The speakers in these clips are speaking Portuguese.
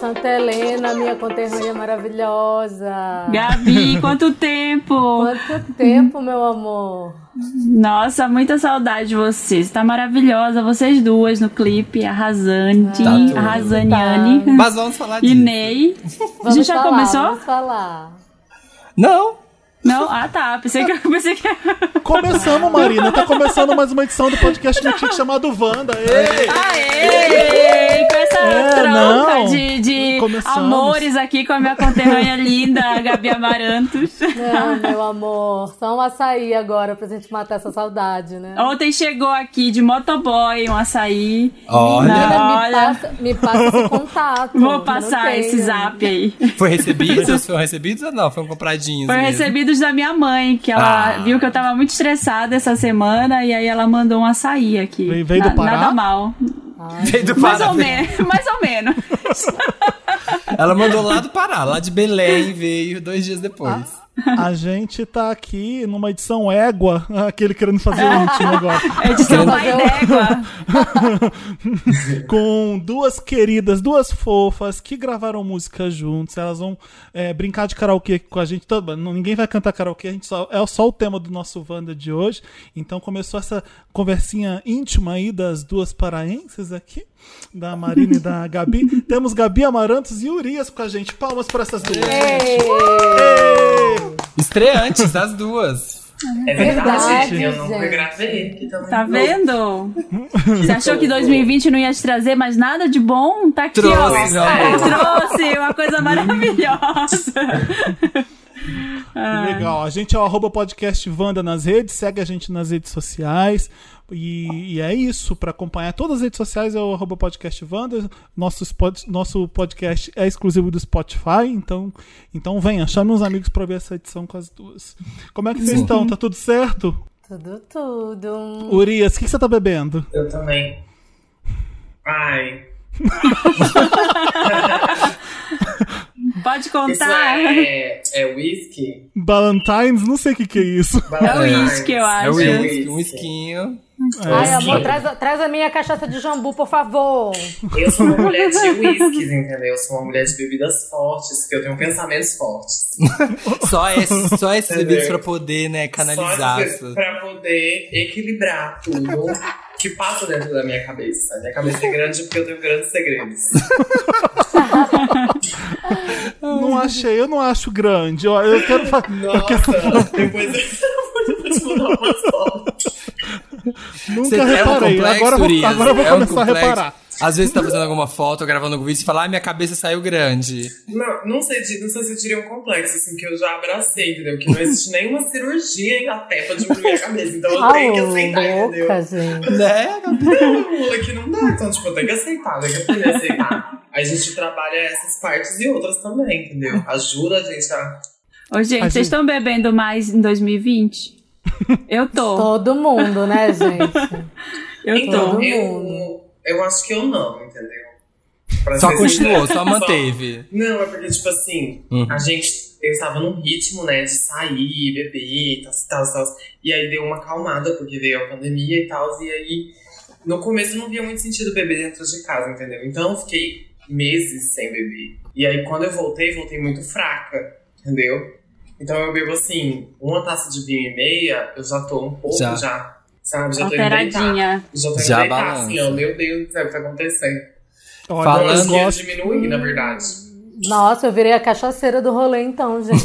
Santa Helena, minha conterrânea maravilhosa. Gabi, quanto tempo? Quanto tempo, meu amor? Nossa, muita saudade de vocês. Tá maravilhosa, vocês duas no clipe, arrasante, arrasaniane. Mas vamos falar disso. E Ney. A gente já começou? Vamos falar. Não. Não? Ah, tá. Pensei que... Começamos, Marina. Tá começando mais uma edição do podcast Milkshake chamado Wanda. Aê! Com essa troca de amores aqui com a minha conterrânea linda, a Gabi Amarantos. Meu amor. Só um açaí agora pra gente matar essa saudade, né? Ontem chegou aqui de motoboy um açaí. Olha. Me passa esse contato. Vou passar esse zap aí. Foi recebidos? Foram recebidos ou não? Foram compradinhos Foi mesmo? recebidos da minha mãe, que ela viu que eu tava muito estressada essa semana e aí ela mandou um açaí aqui. Veio do Pará? Nada mal. Veio do Mais Pará. ou menos. Ela mandou lá do Pará, lá de Belém, veio 2 dias depois. A gente tá aqui numa edição égua, aquele querendo fazer o último agora. Edição pai d'égua. Com duas queridas, duas fofas que gravaram música juntos. Elas vão brincar de karaokê com a gente. Ninguém vai cantar karaokê, é só o tema do nosso Wanda de hoje. Então começou essa conversinha íntima aí das duas paraenses aqui, da Marina e da Gabi. Temos Gabi Amarantos e Urias com a gente. Palmas para essas duas. Estreantes, as duas. É verdade, eu nunca gravei. Tá vendo? Você achou que 2020 não ia te trazer mais nada de bom? Tá aqui, Trouxe, ó. Trouxe uma coisa maravilhosa. Legal, a gente é o @podcast Wanda nas redes, segue a gente nas redes sociais. E é isso, para acompanhar todas as redes sociais é o @podcast Wanda. Nosso podcast é exclusivo do Spotify, então venha, chame uns amigos para ver essa edição com as duas. Como é que vocês estão? Tá tudo certo? Tudo. Urias, o que você tá bebendo? Eu também. Ai. Pode Isso contar. é whisky? Valentine's? Não sei o que é isso. É o uísque, eu acho. É o whisky, um whiskinho. Ai, amor, traz a minha cachaça de jambu, por favor. Eu sou uma mulher de whiskies, entendeu? Eu sou uma mulher de bebidas fortes, que eu tenho pensamentos fortes. Só esses bebidas pra poder, né, canalizar. Só pra poder equilibrar tudo que passa dentro da minha cabeça. Minha cabeça é grande porque eu tenho grandes segredos. Eu não acho grande. Eu quero falar. Nossa, depois eu vou te mandar umas fotos. Nunca reparei. Agora eu vou começar a reparar. Às vezes você tá fazendo alguma foto ou gravando algum vídeo e fala, minha cabeça saiu grande. Não sei se eu diria um complexo, assim, que eu já abracei, entendeu? Que não existe nenhuma cirurgia em até pra diminuir a cabeça. Então eu tenho que aceitar, entendeu? Gente. Né? Não, aqui não dá, então, tipo, eu tenho que aceitar, tenho que aprender a aceitar. Aí a gente trabalha essas partes e outras também, entendeu? Ajuda a gente a... Ô, gente, vocês estão bebendo mais em 2020? Eu tô. Todo mundo, né, gente? Eu acho que eu não, entendeu? Só continuou, só manteve. Não, é porque, tipo assim, eu estava num ritmo, né, de sair, beber e tal. E aí deu uma acalmada, porque veio a pandemia e tal. E aí, no começo não via muito sentido beber dentro de casa, entendeu? Então eu fiquei meses sem beber. E aí, quando eu voltei muito fraca, entendeu? Então eu bebo assim, uma taça de vinho e meia, eu já tô um pouco já sabe? Já tô indo deitar. Já tô indo deitar, assim, ó, meu Deus do céu, o que tá acontecendo? Olha, eu gosto de diminuir, na verdade. Nossa, eu virei a cachaceira do rolê então, gente.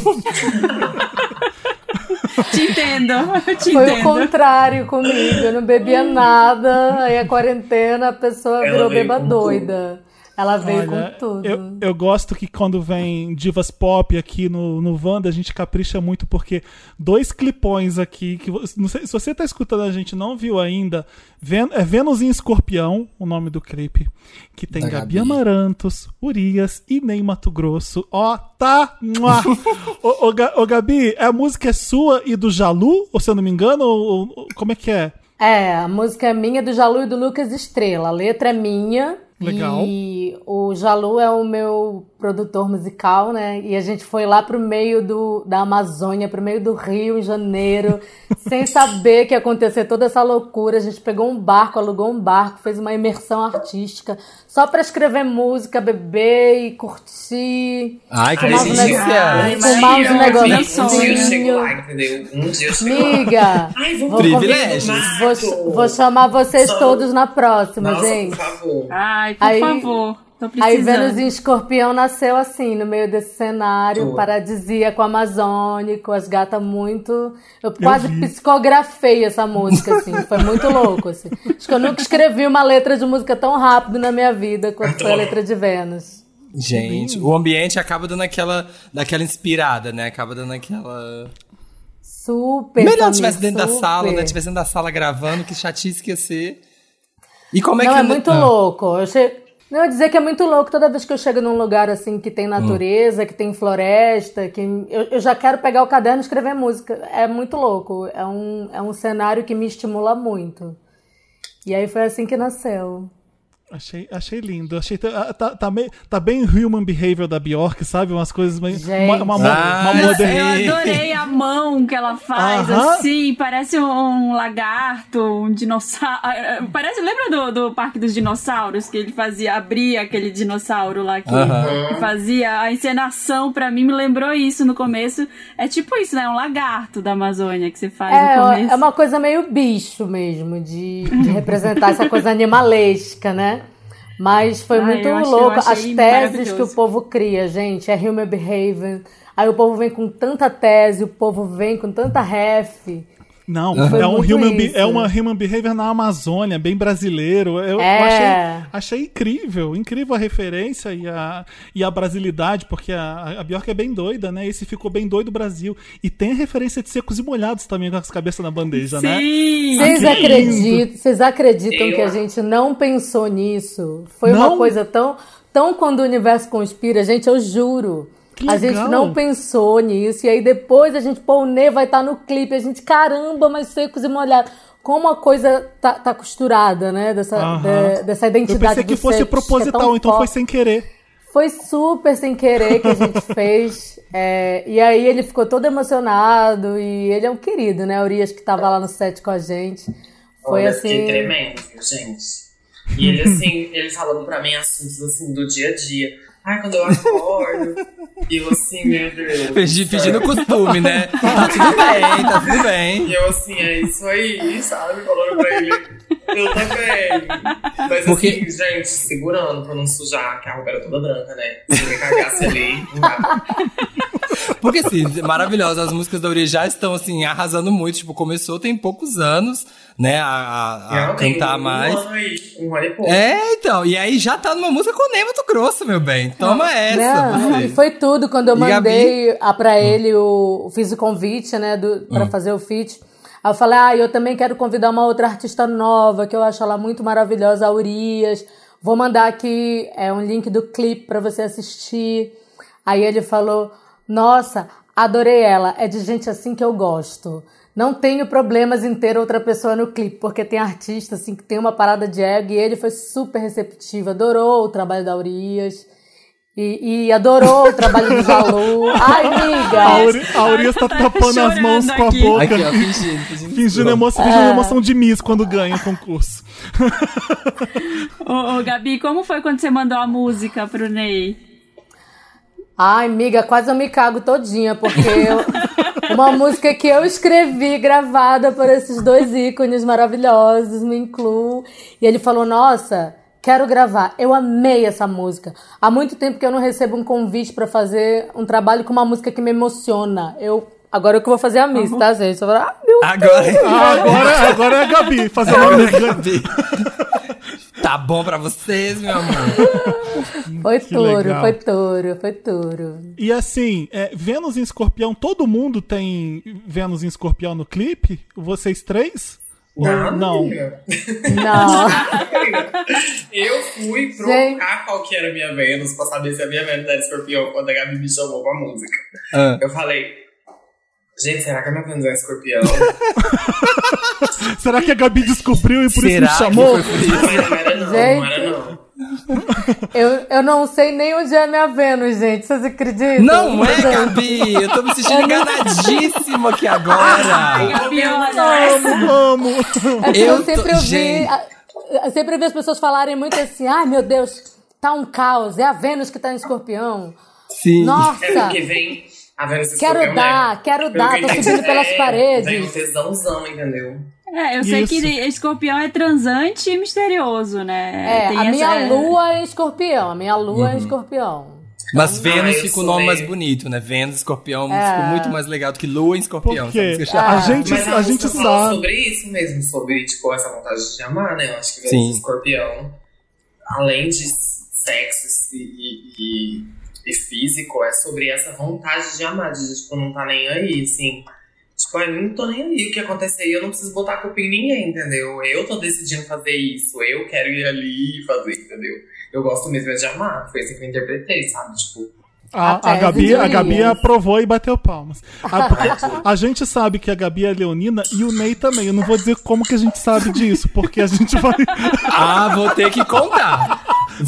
Te entendo. Foi o contrário comigo, eu não bebia nada, aí a quarentena a pessoa virou beba doida. Ela veio com tudo. Eu gosto que quando vem divas pop aqui no Wanda, a gente capricha muito, porque 2 clipões aqui, que não sei, se você tá escutando a gente não viu ainda, é Vênus em Escorpião, o nome do clipe, que tem Gabi Amarantos, Urias e Ney Mato Grosso. Ó, tá? Ô, Gabi, a música é sua e do Jalu, ou se eu não me engano, ou como é que é? A música é minha, do Jalu e do Lucas Estrela. A letra é minha. Legal. E o Jalu é o meu produtor musical, né? E a gente foi lá pro meio da Amazônia, pro meio do Rio, em janeiro, sem saber que ia acontecer toda essa loucura. A gente pegou um barco, alugou um barco, fez uma imersão artística, só pra escrever música, beber e curtir. Ai, que fumar delícia! Fumar uns negocinhos. Um dia eu chego lá, entendeu? Um dia eu chego lá. Amiga, vou chamar vocês todos na próxima, Nossa, gente. por favor. Ai, por favor. Tô precisando. Aí Vênus em Escorpião nasceu assim, no meio desse cenário paradisíaco, amazônico, as gatas muito... Eu quase psicografei essa música, assim, foi muito louco, assim. Acho que eu nunca escrevi uma letra de música tão rápido na minha vida quanto foi a letra de Vênus. Gente, o ambiente acaba dando daquela inspirada, né? Acaba dando aquela... Super, Melhor Samir, tivesse dentro da super. sala, né? Tivesse dentro da sala gravando, que chatice que ia ser. E como é Não, que... é muito louco. Eu ia dizer que é muito louco toda vez que eu chego num lugar assim que tem natureza, que tem floresta, que eu já quero pegar o caderno e escrever música. É muito louco. É um cenário que me estimula muito. E aí foi assim que nasceu. Achei lindo. Tá bem Human Behavior da Bjork, sabe? Umas coisas meio... Uma Eu modernidade. adorei a mão que ela faz, assim, parece um lagarto, um dinossauro. Lembra do Parque dos Dinossauros? Que ele abria aquele dinossauro lá que fazia a encenação, pra mim me lembrou isso no começo. É tipo isso, né? Um lagarto da Amazônia que você faz no começo. É uma coisa meio bicho mesmo, de representar essa coisa animalesca, né? Mas foi muito louco. As teses que o povo cria, gente, é Human Behavior. Aí o povo vem com tanta tese, o povo vem com tanta ref. Não, é uma Human Behavior na Amazônia, bem brasileiro. Eu achei incrível a referência e a brasilidade, porque a Bjork é bem doida, né? Esse ficou bem doido Brasil. E tem a referência de Secos e Molhados também, com as cabeças na bandeja, né? Vocês acreditam que a gente não pensou nisso? Foi uma coisa tão quando o universo conspira, gente, eu juro. A gente não pensou nisso. E aí depois a gente, o Ney vai estar no clipe. A gente, caramba, mas Secos e Molhados. Como a coisa tá costurada, né? Dessa identidade. Eu pensei que fosse proposital, então foi sem querer. Foi super sem querer que a gente fez. E aí ele ficou todo emocionado. E ele é um querido, né? Urias, que tava lá no set com a gente. Foi Olha, assim... fiquei tremendo, gente. E ele, assim, ele falando pra mim assuntos, assim, do dia a dia. Ai, quando eu acordo, e eu assim, meu Deus. Pedindo costume, né? Tá tudo bem. E eu assim, é isso aí, sabe? Falando pra ele, eu também. Mas assim, gente, segurando pra não sujar, que a roupa era toda branca, né? Se me cagasse ali, não dá. Porque assim, maravilhosas, as músicas da Uri já estão assim, arrasando muito. Tipo, começou tem poucos anos, né, a cantar mais. Um ano e pouco. Então, e aí já tá numa música com o Ney Mato Grosso, meu bem. Toma essa. E foi tudo, quando eu mandei pra ele, fiz o convite, né, pra fazer o feat. Aí eu falei, eu também quero convidar uma outra artista nova, que eu acho ela muito maravilhosa, a Urias. Vou mandar aqui um link do clipe pra você assistir. Aí ele falou, nossa, adorei ela, é de gente assim que eu gosto. Não tenho problemas em ter outra pessoa no clipe, porque tem artista assim que tem uma parada de ego, e ele foi super receptivo, adorou o trabalho da Urias e adorou o trabalho do Jalu. Ai, amiga! A Urias tá tapando as mãos com a boca. Aqui, ó, fingindo emoção de Miss quando ganha o concurso. Ô, Gabi, como foi quando você mandou a música pro Ney? Ai, amiga, quase eu me cago todinha, porque uma música que eu escrevi, gravada por esses dois ícones maravilhosos, me incluo. E ele falou, nossa, quero gravar. Eu amei essa música. Há muito tempo que eu não recebo um convite pra fazer um trabalho com uma música que me emociona. Agora é que eu vou fazer a Miss, tá, gente? Eu falo, meu Deus. Agora é a Gabi, fazer uma Miss. Tá bom pra vocês, meu amor? Foi touro. E assim, Vênus em Escorpião, todo mundo tem Vênus em Escorpião no clipe? Vocês três? Não. Eu fui procurar qual que era a minha Vênus, pra saber se a minha Vênus era Escorpião, quando a Gabi me chamou pra música. Eu falei, gente, será que a minha Vênus é Escorpião? Será que a Gabi descobriu e por isso me chamou? Não era não. Eu não sei nem onde é a minha Vênus, gente. Vocês acreditam? Não é, Gabi? Eu tô me sentindo enganadíssima aqui agora. Ai, Gabi, eu amo. É porque eu sempre ouvi as pessoas falarem muito assim, ai meu Deus, tá um caos, é a Vênus que tá em Escorpião. Sim. Nossa! É porque vem a Vênus em Escorpião, quero dar, tô subindo pelas paredes. Vem um tesãozão, entendeu? Eu sei que Escorpião é transante e misterioso, né? A minha lua é em Escorpião, é em Escorpião. Mas Vênus fica o nome mais bonito, né? Vênus, Escorpião, ficou muito mais legal do que Lua em Escorpião. Porque a gente sabe sobre isso mesmo, sobre tipo, essa vontade de amar, né? Eu acho que Vênus e Escorpião, além de sexo e físico, é sobre essa vontade de amar, de tipo, não tá nem aí, assim. Tipo, eu não tô nem aí o que acontecer e eu não preciso botar a culpa em ninguém, entendeu? Eu tô decidindo fazer isso, eu quero ir ali e fazer, entendeu? Eu gosto mesmo de amar, foi assim que eu interpretei, sabe? Tipo... A Gabi aprovou e bateu palmas. A gente sabe que a Gabi é leonina e o Ney também. Eu não vou dizer como que a gente sabe disso, porque a gente vai... vou ter que contar.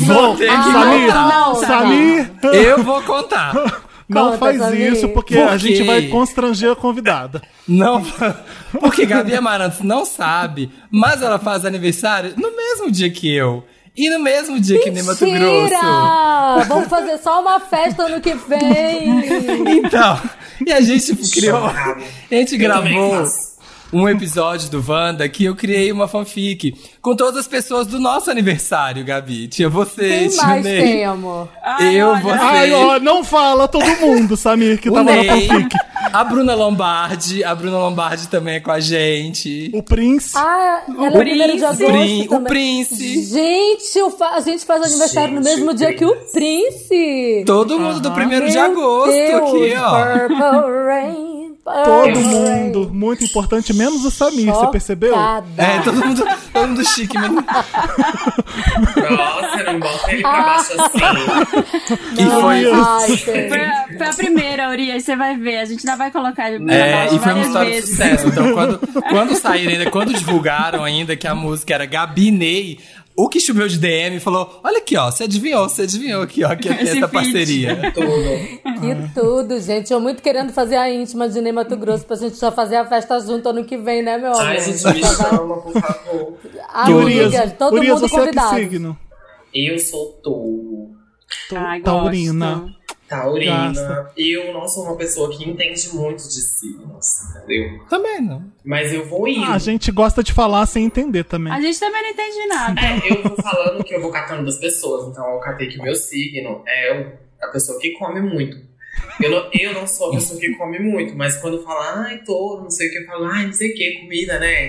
Samir, eu vou contar. Não faz isso, porque a gente vai constranger a convidada. Não, porque Gabi Amarantos não sabe, mas ela faz aniversário no mesmo dia que eu. E no mesmo dia que nem Mato Grosso. Vamos fazer só uma festa ano que vem. Então, e a gente criou... A gente gravou um episódio do Wanda que eu criei uma fanfic com todas as pessoas do nosso aniversário, Gabi. Tinha você, Quem tinha mais o Ney. tem, amor? Você. Não fala todo mundo, Samir, que tava Ney, na fanfic. A Bruna Lombardi também é com a gente. O Prince. Ela é o primeiro de agosto também. O Prince. Gente, a gente faz aniversário no mesmo dia que o Prince. Todo mundo do 1º de agosto aqui, ó. Purple Rain. Todo mundo, muito importante, menos o Samir, você percebeu? Todo mundo chique mesmo. Nossa, não bota ele pra baixo assim. Foi a primeira, Urias, você vai ver. A gente ainda vai colocar ele e foi uma história de sucesso. Então, quando saíram ainda, quando divulgaram ainda que a música era Gabi Ney, o que choveu de DM falou, olha aqui, ó, você adivinhou aqui, ó, que é essa parceria. Que tudo, gente. Eu muito querendo fazer a íntima de Ney Mato Grosso pra gente já fazer a festa junto ano que vem, né, meu amor? Ai, gente, me chama, por favor. Amiga, todo mundo você convidado. É que signo? Eu sou touro. Taurina. Eu não sou uma pessoa que entende muito de signos, entendeu? Também não. Mas eu vou indo. A gente gosta de falar sem entender também. A gente também não entende nada. Eu vou falando que eu vou catando das pessoas. Então eu catei que o meu signo é a pessoa que come muito. Eu não sou a pessoa que come muito, mas quando fala, ai, touro, não sei o que, eu falo, ai, não sei o que, comida, né?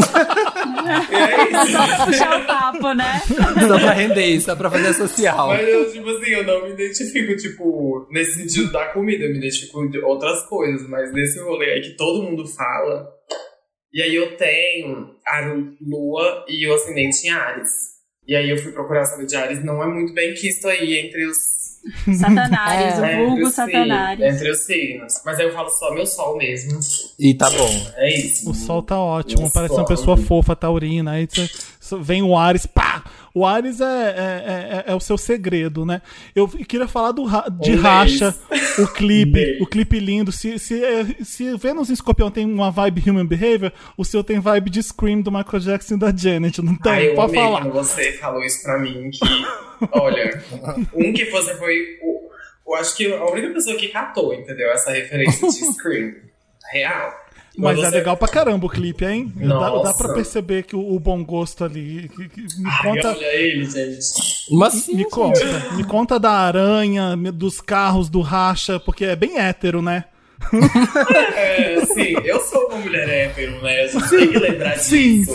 É isso. Só pra puxar o papo, né? Só pra render, só pra fazer social. Mas eu, tipo assim, eu não me identifico, tipo, nesse sentido da comida, eu me identifico de outras coisas, mas nesse rolê aí que todo mundo fala. E aí eu tenho a lua e o ascendente em Áries. E aí eu fui procurar saber de Áries, não é muito bem quisto aí entre os Satanares, o vulgo Satanares. Entre os signos. Mas aí eu falo só meu sol mesmo. E tá bom. É isso. O sol tá ótimo, parece uma pessoa fofa, taurina. Aí vem o Áries, pá! O Áries é o seu segredo, né? Eu queria falar de Racha, o clipe lindo. Se Vênus em Escorpião tem uma vibe Human Behavior, o seu tem vibe de Scream do Michael Jackson e da Janet, não tem? Eu Pode amei falar. quando você falou isso pra mim, que, olha, que você foi, eu acho que a única pessoa que catou, entendeu? Essa referência de Scream. Real. Mas é legal pra caramba o clipe, hein? Nossa. Dá pra perceber que o bom gosto ali. Olha ele, gente. Mas me conta da aranha, dos carros, do Racha, porque é bem hétero, né? Sim, eu sou uma mulher hétero, né? A gente tem que lembrar disso. Sim.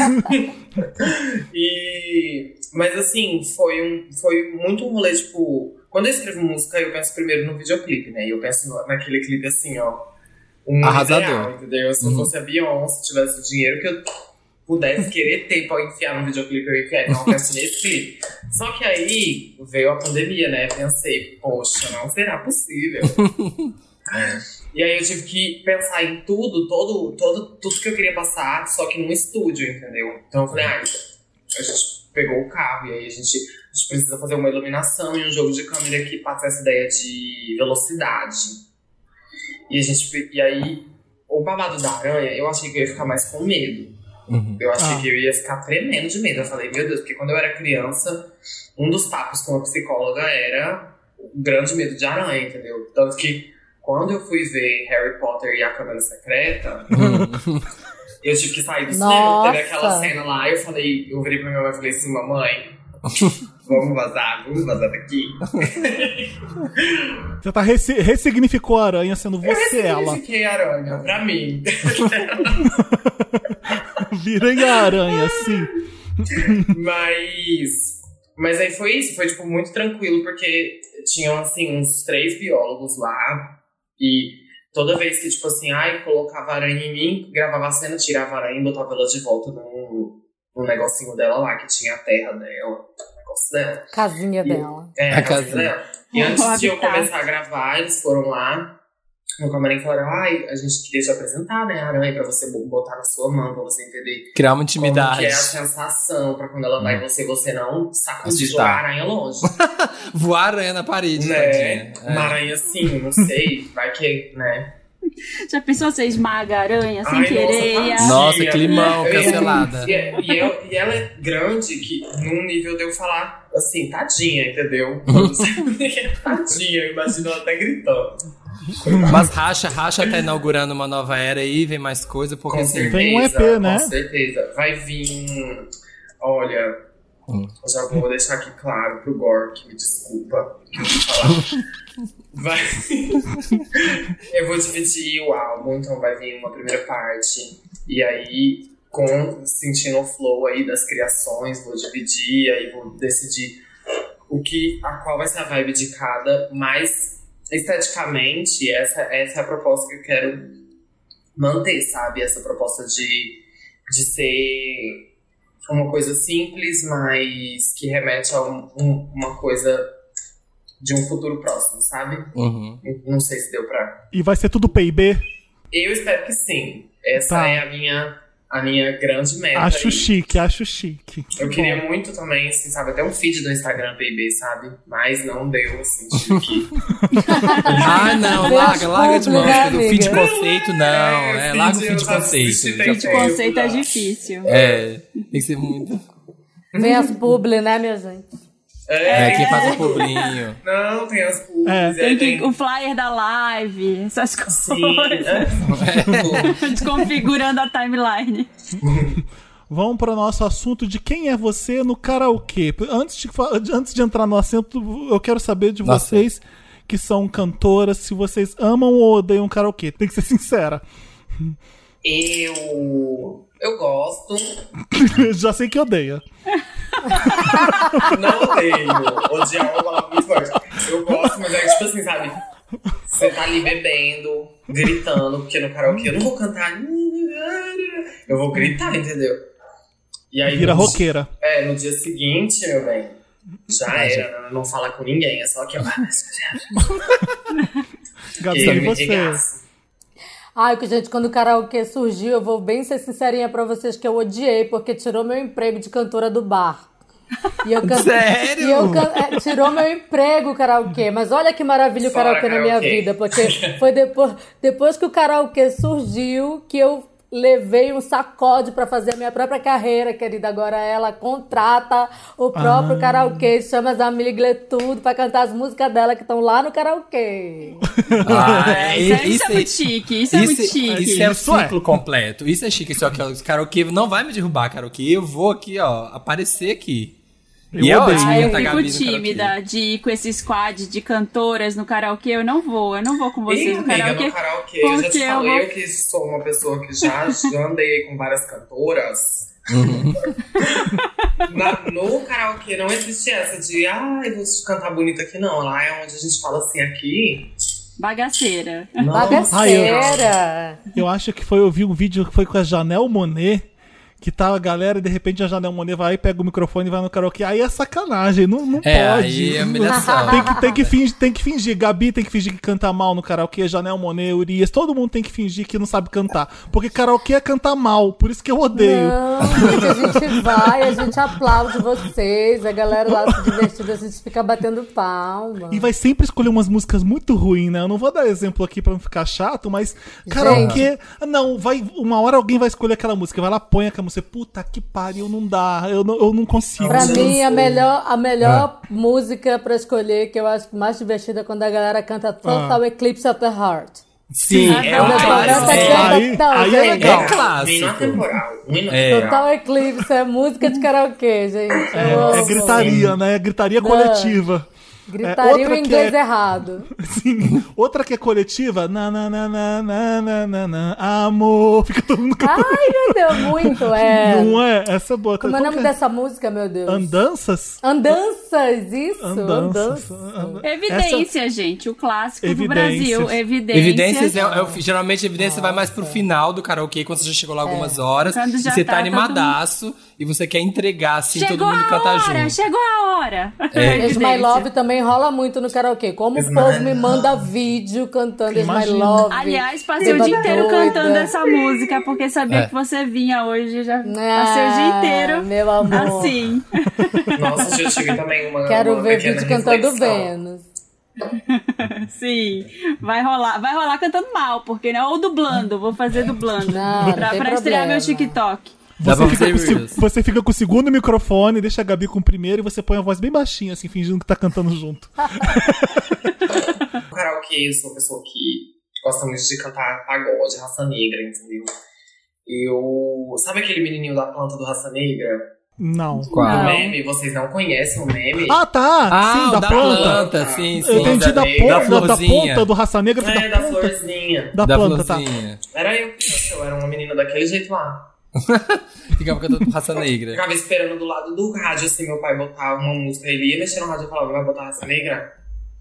Mas assim, foi muito um rolê, tipo... Quando eu escrevo música, eu penso primeiro no videoclipe, né? E eu penso naquele clipe assim, ó... Arrasador. Ideal, entendeu? Se eu fosse a Beyoncé, tivesse o dinheiro que eu pudesse querer ter pra enfiar no videoclipe, eu ia enfiar. Não, eu penso nesse clipe. Só que aí veio a pandemia, né? Pensei, poxa, não será possível. E aí eu tive que pensar em tudo que eu queria passar, só que num estúdio, entendeu? Então eu falei, a gente pegou o carro e aí a gente gente precisa fazer uma iluminação e um jogo de câmera que passa essa ideia de velocidade. E aí, o babado da aranha, eu achei que eu ia ficar mais com medo. Eu achei que eu ia ficar tremendo de medo. Eu falei, meu Deus, porque quando eu era criança, um dos papos com a psicóloga era o grande medo de aranha, entendeu? Tanto que quando eu fui ver Harry Potter e a Câmara Secreta, eu tive que sair do cinema. Teve aquela cena lá, eu virei pra minha mãe e falei assim, mamãe, vamos vazar daqui. Você tá ressignificou a aranha sendo você, ela. Eu ressignifiquei a aranha, pra mim. Virei a aranha, sim. Mas aí foi isso, foi tipo muito tranquilo, porque tinham assim uns 3 biólogos lá, e toda vez que tipo assim, colocava a aranha em mim, gravava a cena, tirava a aranha e botava ela de volta no negocinho dela lá, que tinha a terra dela, o negócio dela. Casinha dela. A casinha dela. E antes de eu começar a gravar, eles foram lá no camarim e falaram, a gente queria te apresentar, né, a aranha, pra você botar na sua mão, pra você entender. Criar uma intimidade. Como que é a sensação, pra quando ela vai em você não sacudir, jogar a aranha longe. Voar a aranha na parede, né? Uma aranha assim, não sei, vai que, né. Já pensou você esmaga a aranha sem querer? Nossa, climão, cancelada. E ela é grande que num nível de eu falar assim, tadinha, entendeu? Tadinha, imagina ela até gritando. Mas Racha tá inaugurando uma nova era aí, vem mais coisa, porque certeza, vem um EP, né? Com certeza. Vai vir. Olha, já vou deixar aqui claro pro Gor, que me desculpa que eu vou falar. Eu vou dividir o álbum, então vai vir uma primeira parte. E aí, sentindo o flow aí das criações, vou dividir, aí vou decidir qual vai ser a vibe de cada, mas esteticamente, essa é a proposta que eu quero manter, sabe? Essa proposta de ser uma coisa simples, mas que remete a uma coisa de um futuro próximo, sabe? Não sei se deu pra... E vai ser tudo P&B? Eu espero que sim. Essa é a minha grande meta. Acho chique. Eu queria muito também, assim, sabe, até um feed do Instagram P&B, sabe? Mas não deu, assim, tive que... não, larga de mão. O feed conceito, não. Larga o feed conceito. Feed conceito é difícil. Tem que ser muito... Vem as publi, né, minha gente? Quem faz o publinho. Não, tem as publis. Tem o flyer da live, essas coisas. Sim. Desconfigurando a timeline. Vamos para o nosso assunto de quem é você no karaokê. Antes de entrar no assunto, eu quero saber de vocês que são cantoras, se vocês amam ou odeiam karaokê. Tem que ser sincera. Eu gosto. Já sei que odeia. Não odeio. Odiar é uma palavra muito forte. Eu gosto, mas é tipo assim, sabe? Você tá ali bebendo, gritando, porque no karaokê eu não vou cantar. Eu vou gritar, entendeu? E aí, vira roqueira. No dia seguinte, meu bem, já era, não fala com ninguém, é só que eu... Gabi, e você? Gente, quando o karaokê surgiu, eu vou bem ser sincerinha pra vocês que eu odiei, porque tirou meu emprego de cantora do bar. Sério? Tirou meu emprego o karaokê. Mas olha que maravilha o karaokê na minha vida, porque foi depois que o karaokê surgiu que eu levei um sacode pra fazer a minha própria carreira, querida. Agora ela contrata o próprio karaokê, chama as amigas tudo pra cantar as músicas dela que estão lá no karaokê. Isso é muito chique. Isso é muito chique. Isso é o ciclo completo. Isso é chique. Só que o karaokê não vai me derrubar, karaokê. Eu vou aqui, aparecer aqui. Eu fico tímida de ir com esse squad de cantoras no karaokê. Eu não vou com vocês no karaokê. No karaokê, eu já te falei, eu que sou uma pessoa que já andei com várias cantoras. No karaokê não existe essa de vou cantar bonito aqui, não. Lá é onde a gente fala assim, aqui... Bagaceira. Bagaceira. Eu acho que eu vi um vídeo que foi com a Janelle Monáe, que tá a galera e de repente a Janelle Monáe vai e pega o microfone e vai no karaokê. Aí é sacanagem, não pode. Aí é humilhação. Tem que fingir. Gabi tem que fingir que canta mal no karaokê, Janelle Monáe, Urias, todo mundo tem que fingir que não sabe cantar. Porque karaokê é cantar mal, por isso que eu odeio. Não, gente, a gente vai, a gente aplaude vocês, a galera lá se divertindo, a gente fica batendo palma. E vai sempre escolher umas músicas muito ruins, né? Eu não vou dar exemplo aqui pra não ficar chato, mas karaokê... Não, uma hora alguém vai escolher aquela música, vai lá, põe aquela música, puta que pariu, não dá, eu não consigo. Pra mim, a melhor música pra escolher, que eu acho mais divertida, é quando a galera canta Total Eclipse of the Heart. Sim, é um clássico. Aí é legal. É clássico. Total Eclipse é música de karaokê, gente. É gritaria, né? É gritaria coletiva. Gritaria o inglês errado. Sim. Outra que é coletiva, amor. Fica todo mundo cantando. Ai, meu Deus, muito, Não é? Essa é boa. Como é o nome dessa música, meu Deus? Andanças? Andanças, isso. Andanças. Evidência, gente, o clássico do Brasil. Evidências geralmente Evidência vai mais pro final do karaokê, quando você já chegou lá algumas horas. E você tá animadaço e você quer entregar, assim, todo mundo cantar junto. Chegou a hora. Is My Love também rola muito no karaokê. Como o povo me manda vídeo cantando Is My Love. Aliás, passei o dia inteiro cantando essa música, porque sabia que você vinha hoje. Já passei o dia inteiro. Meu amor. Assim. Nossa, eu tive também uma. Quero ver vídeo cantando Vênus. Sim, vai rolar cantando mal, porque não, ou dublando, vou fazer dublando. Pra estrear meu TikTok. Você fica com o segundo microfone, deixa a Gabi com o primeiro e você põe a voz bem baixinha, assim, fingindo que tá cantando junto. O karaokê, eu sou uma pessoa que gosta muito de cantar pagode, raça negra, entendeu? Sabe aquele menininho da planta do Raça Negra? Não. Qual? O meme? Vocês não conhecem o meme? Ah, tá! Sim, da planta. Sim. Eu entendi da ponta do Raça Negra. Da florzinha. Da planta, florzinha. Tá. Era eu era uma menina daquele jeito lá. Ficava cantando Raça Negra. Ficava esperando do lado do rádio, assim, meu pai botava uma música, ele ia mexer no rádio e falava, vai botar Raça Negra?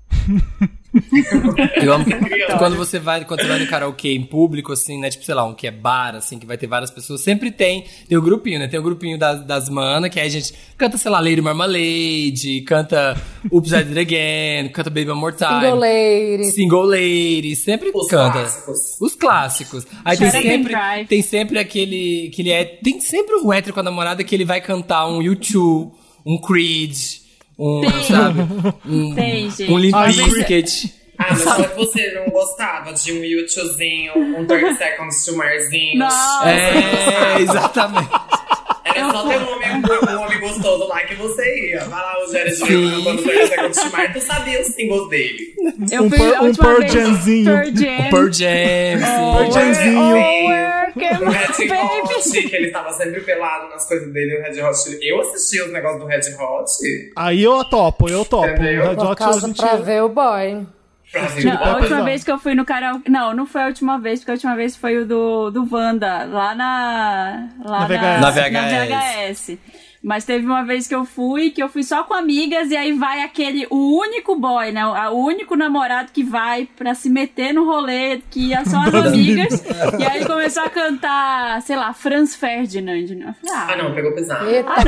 Eu amo que quando você vai no karaokê em público, assim, né? Tipo, sei lá, um que é bar, assim, que vai ter várias pessoas. Sempre tem o grupinho, né? Tem o grupinho das manas, que aí a gente canta, sei lá, Lady Marmalade, canta Oops, I Did It Again, canta Baby One More Time. Single Lady. Sempre canta. Os clássicos. Aí tem sempre aquele que ele é... Tem sempre um hétero com a namorada que ele vai cantar um U2, um Creed... sabe? Gente. Um Limp Bizkit. Mas só que você não gostava de um YouTubezinho, um 30 Seconds to Marzinho. Exatamente. Era só ter um homem gostoso lá que você ia. Vai lá, o Jared Leto quando 30 Seconds to Mars. Tu sabia os singles dele. Eu fui a última Pearl vez. Jamzinho. Pearl Jam. Pearl Jamzinho. O Red Hot, que ele tava sempre pelado nas coisas dele, o Red Hot. Eu assisti os negócios do Red Hot. Aí eu topo. Entendeu? Red Hot pra ver o boy. A última vez que eu fui no karaokê... Não foi a última vez, porque a última vez foi o do Wanda, lá na VHS. Mas teve uma vez que eu fui só com amigas, e aí vai o único boy, né? O único namorado que vai pra se meter no rolê, que ia só as amigas. E aí ele começou a cantar, sei lá, Franz Ferdinand. Eu falei, não, pegou pesado.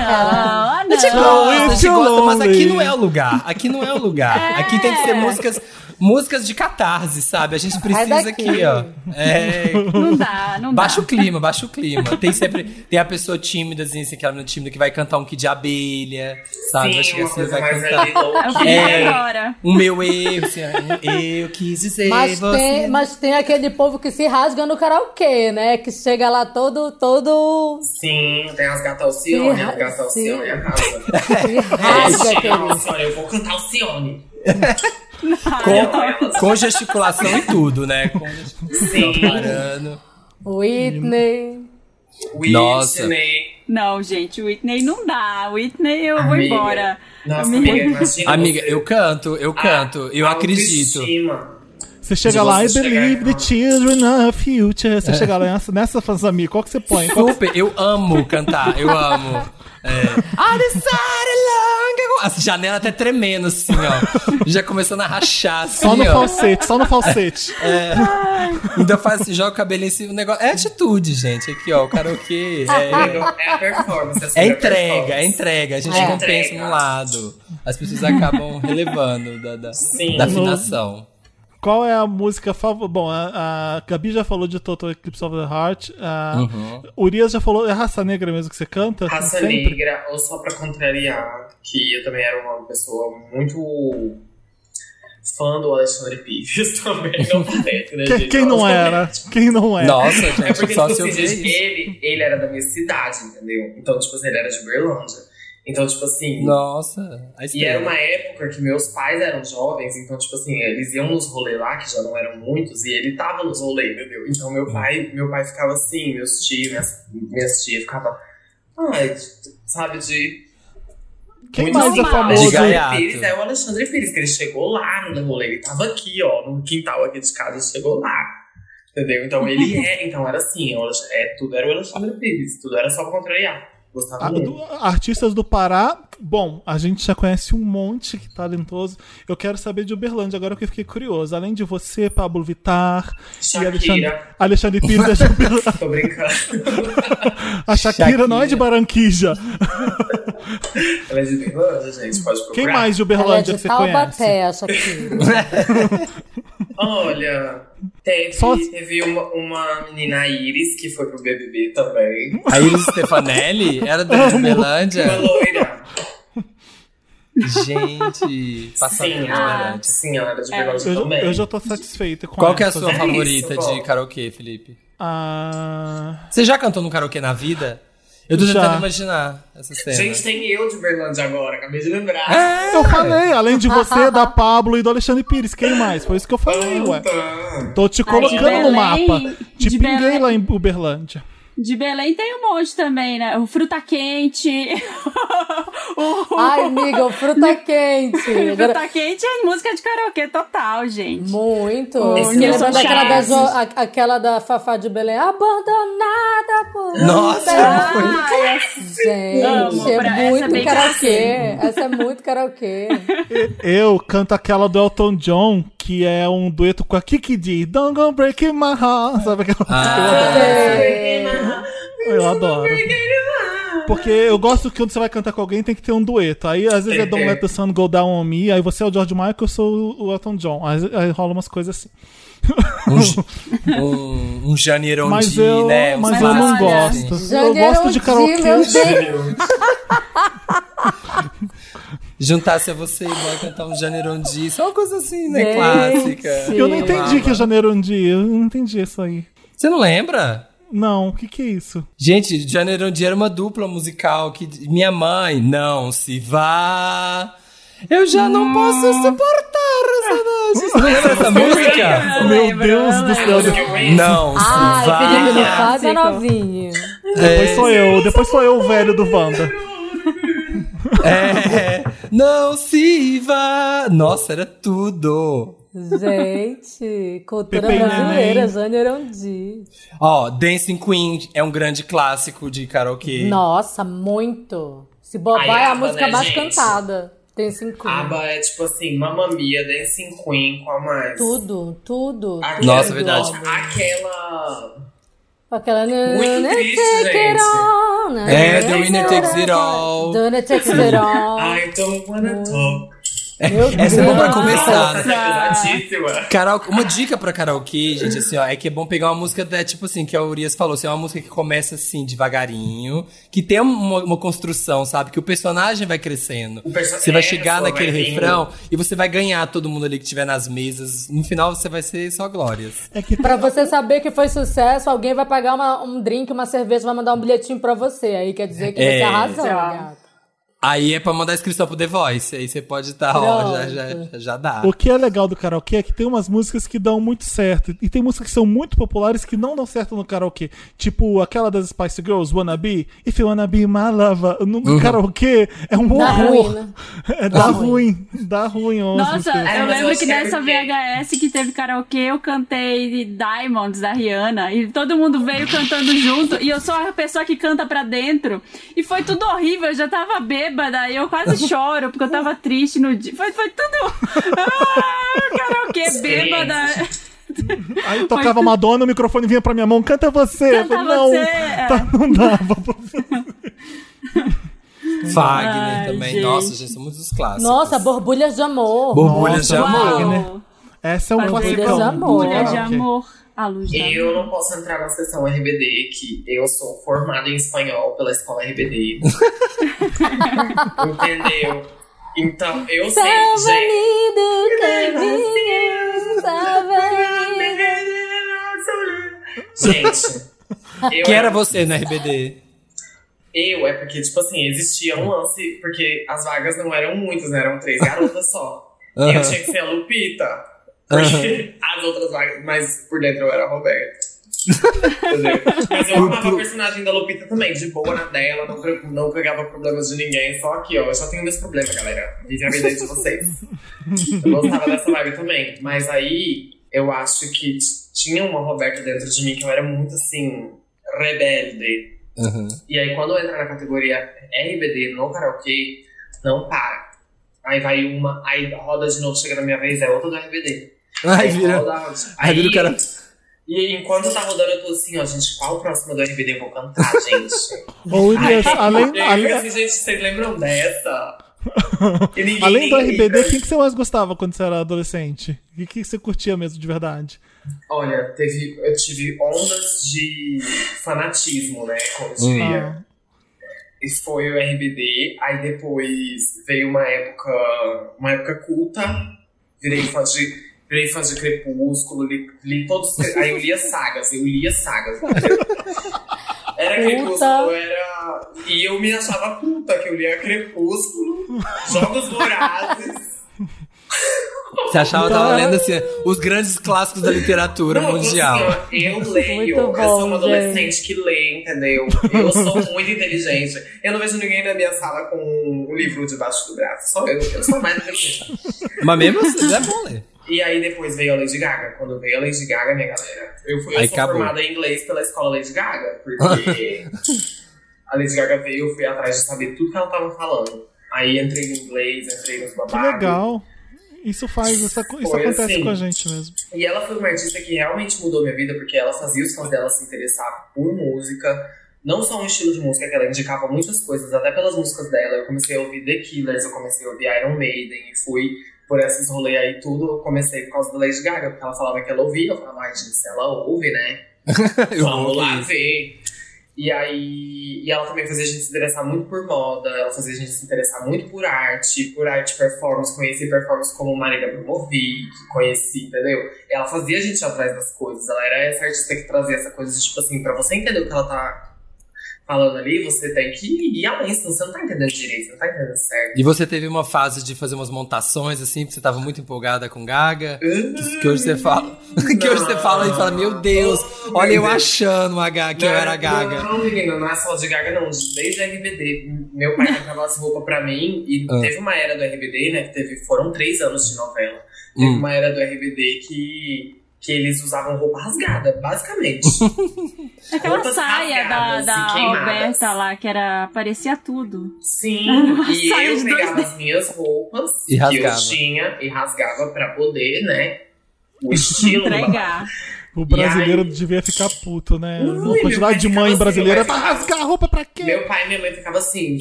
Não. Mas aqui não é o lugar. Aqui tem que ser músicas de catarse, sabe? A gente precisa aqui, ó. Não dá. Baixa o clima. Tem a pessoa tímida, assim, aquela menina tímida que vai cantar um Kid de abelha, sabe? Sim, acho que assim vai mais cantar. Eu fiz agora. Um meu erro, assim, eu quis dizer você. Mas tem aquele povo que se rasga no karaokê, né? Que chega lá todo... Sim, tem as gatas Alcione. As gatas Alcione arrasa. Rasga, querido. Eu vou cantar Alcione. Com gesticulação e tudo, né? Sim. Parando. Whitney. Nossa. Não, gente, Whitney não dá. Whitney eu vou embora. Nossa, amiga, imagina. Amiga, eu canto, eu acredito. Você chega lá, I believe the children are future. Você chega lá nessa fansamia, qual que você põe? Super, eu amo cantar, eu amo. I decided long ago. a janela até tremendo, assim, ó. Já começando a rachar, assim, só no falsete. Ainda faz assim, joga o cabelo em cima, o negócio. É atitude, gente. Aqui, ó, o karaokê É a performance. É entrega. A gente compensa no lado. As pessoas acabam relevando da afinação. Qual é a música favorita? Bom, a Gabi já falou de Total Eclipse of the Heart. Urias já falou, é Raça Negra mesmo que você canta? Raça Negra, ou Só Pra Contrariar, que eu também era uma pessoa muito fã do Alexandre Pires também, não parece, né, gente? Quem não era? Quem não era? Nossa, gente, é porque, só tipo se eu assim, gente, ele era da minha cidade, entendeu? Então, tipo assim, ele era de Uberlândia. Então, tipo assim... Nossa! E era uma época que meus pais eram jovens, então, tipo assim, eles iam nos rolês lá, que já não eram muitos, e ele tava nos rolês, entendeu? Então, meu pai ficava assim, meus tios, minhas tias ficavam... sabe, de... Quem mais é famoso? De gaiato. Pires, é o Alexandre Pires, que ele chegou lá no rolê, ele tava aqui, ó, no quintal aqui de casa, ele chegou lá. Entendeu? Então, então era assim, tudo era o Alexandre Pires, tudo era Só Pra Contrariar. Artistas do Pará, bom, a gente já conhece um monte que talentoso. Eu quero saber de Uberlândia, agora que eu fiquei curioso. Além de você, Pablo Vittar Shakira. E Alexandre Pires é de Uberlândia. Tô brincando. A Shakira não é de Barranquilla. Ela é de Uberlândia, gente, pode procurar. Quem mais de Uberlândia que você conhece? A Shakira. Olha, teve uma menina, a Iris, que foi pro BBB também. A Iris Stefanelli? Era da Uberlândia? Uma loira. Gente, passada de Uberlândia. Sim, ela era de Uberlândia também. Eu já tô satisfeita com Qual que é a sua favorita isso, de karaokê, Felipe? Ah... Você já cantou no karaokê na vida? Eu tô tentando imaginar essa cena. Gente, tem eu de Uberlândia agora, acabei de lembrar. Eu falei, além de você, da Pablo e do Alexandre Pires, quem mais? Foi isso que eu falei, ué. Tô te colocando no mapa. Te pinguei lá em Uberlândia. De Belém tem um monte também, né? O Fruta Quente. Ai, amiga, o Fruta Quente. Fruta Quente é música de karaokê total, gente. Muito. Nilson Chaves. Aquela da Fafá de Belém. Abandonada por... Nossa! Gente, é muito karaokê. Essa é muito karaokê. Eu canto aquela do Elton John, que é um dueto com a Kiki D. Don't go break my heart. Sabe aquela eu adoro. Porque eu gosto que quando você vai cantar com alguém tem que ter um dueto. Aí às vezes é Don't Let the Sun Go Down on Me. Aí você é o George Michael, eu sou o Elton John. Aí rola umas coisas assim. Um Janeiro mas eu não gosto. Eu gosto de karaokê. Juntar-se a você e vai cantar um Janeiro-Di. Isso é uma coisa assim, né? Clássica. Eu não entendi que é Janeiro-Di. Eu não entendi isso aí. Você não lembra? Não, o que é isso? Gente, Janeiro-Di era uma dupla musical que minha mãe, não se vá, eu já não posso suportar essa noite. Você não lembra essa música? Meu Deus do céu. Não se vá. Felipe, não faz a novinha. Depois sou eu o velho do Wanda. Não se vá. Nossa, era tudo. Gente, cultura brasileira, Janeiro-Di. Dancing Queen é um grande clássico de karaokê. Nossa, muito. Se bobar é a música mais cantada. Dancing Queen. ABBA é tipo assim, Mamma Mia, Dancing Queen, qual mais? Tudo. Nossa, verdade. Aquela... Muito triste, gente. The Winner Takes It All. The Winner Takes It All. I don't wanna talk. Essa é bom pra começar. Karaokê. Uma dica pra karaokê, gente, assim, ó, é que é bom pegar uma música, tipo assim, que a Urias falou, assim, é uma música que começa assim, devagarinho, que tem uma construção, sabe? Que o personagem vai crescendo. Você vai chegar naquele refrão e você vai ganhar todo mundo ali que estiver nas mesas. No final você vai ser só glórias. Pra você saber que foi sucesso, alguém vai pagar um drink, uma cerveja, vai mandar um bilhetinho pra você. Aí quer dizer que você arrasou, gata. Aí é pra mandar inscrição pro The Voice. Aí você pode estar, já dá. O que é legal do karaokê é que tem umas músicas que dão muito certo. E tem músicas que são muito populares que não dão certo no karaokê. Tipo aquela das Spice Girls, Wanna Be. If you wanna be my lover. No karaokê é um horror. Ruim, né? Dá ruim. Nossa, eu lembro que nessa VHS que teve karaokê, eu cantei Diamonds, da Rihanna. E todo mundo veio cantando junto. E eu sou a pessoa que canta pra dentro. E foi tudo horrível. Eu já tava bêbada. bêbada e eu quase choro, porque eu tava triste no dia. Foi tudo... karaokê, bêbada. Aí tocava Madonna, o microfone vinha pra minha mão, canta você. Canta eu falei, não dava. Fagner também. Gente. Nossa, gente, são muitos clássicos. Nossa, Borbulhas de Amor. Borbulhas de Amor. Né? Essa é um Borbulhas de Amor. Borbulhas de Amor. A luz eu não posso entrar na sessão RBD, que eu sou formada em espanhol pela escola RBD. Entendeu? Então, eu sei, gente. Quem era você no RBD? É porque, tipo assim, existia um lance, porque as vagas não eram muitas, né? Eram 3 garotas só. E eu tinha que ser a Lupita. Porque as outras vagas, mas por dentro eu era a Roberta. Entendeu? Mas eu amava a personagem da Lupita também, de boa na dela, não pegava problemas de ninguém. Só aqui, ó, eu só tenho meus problemas, galera. Vive a vida de vocês. Eu gostava dessa vibe também. Mas aí, eu acho que tinha uma Roberta dentro de mim que eu era muito, assim, rebelde. E aí, quando eu entro na categoria RBD no karaokê, não para. Aí vai uma, aí roda de novo, chega na minha vez, é outra do RBD. Aí vira o cara... E enquanto tá rodando, eu tô assim, ó, gente, qual o próximo do RBD eu vou cantar, gente? Ô, Elias, assim, gente, vocês lembram dessa? Além do RBD, quem que você mais gostava quando você era adolescente? O que você curtia mesmo de verdade? Olha, eu tive ondas de fanatismo, né, como diria. E foi o RBD, aí depois veio uma época culta, virei fã de Crepúsculo, li todos, aí eu lia sagas, entendeu? Era Crepúsculo, e eu me achava culta, que eu lia Crepúsculo, Jogos Vorazes. Você achava que tava lendo assim, os grandes clássicos da literatura mundial. Assim, eu leio, eu sou uma adolescente que lê, entendeu? Eu sou muito inteligente. Eu não vejo ninguém na minha sala com um livro debaixo do braço. Só eu sou mais inteligente. Mas mesmo assim, é bom ler. E aí depois veio a Lady Gaga. Quando veio a Lady Gaga, minha galera, eu sou formada em inglês pela escola Lady Gaga, porque a Lady Gaga veio, eu fui atrás de saber tudo que ela tava falando. Aí entrei no inglês, entrei nos babados. Que legal! Isso acontece assim com a gente mesmo. E ela foi uma artista que realmente mudou minha vida, porque ela fazia os fãs dela se interessar por música. Não só um estilo de música, que ela indicava muitas coisas, até pelas músicas dela. Eu comecei a ouvir The Killers, eu comecei a ouvir Iron Maiden, e fui por esses rolês aí tudo. Eu comecei por causa da Lady Gaga, porque ela falava que ela ouvia. Eu falava, ai, gente, se ela ouve, né? Vamos lá ver. E aí, ela também fazia a gente se interessar muito por moda, ela fazia a gente se interessar muito por arte performance, conheci performance como Marília Abramovic, conheci, entendeu? Ela fazia a gente ir atrás das coisas, ela era essa artista que trazia essa coisa de, tipo assim, pra você entender o que ela tá falando ali, você tem que ir além, senão você não tá entendendo direito, você não tá entendendo certo. E você teve uma fase de fazer umas montações, assim, porque você tava muito empolgada com Gaga, que hoje você fala, que hoje você fala e fala, meu Deus, olha eu achando que eu era Gaga. Não, menina, não é só de Gaga, não, desde a RBD. Meu pai comprava as roupas pra mim, e teve uma era do RBD, né, que foram 3 anos de novela. Teve uma era do RBD que eles usavam roupa rasgada, basicamente. Aquela roupas saia da Roberta lá, que parecia tudo. Sim, e eu pegava as minhas roupas que eu tinha e rasgava pra poder, né, o estilo. Entregar. O brasileiro devia ficar puto, né? A quantidade de mãe brasileira vai rasgar a roupa pra quê? Meu pai e minha mãe ficavam assim...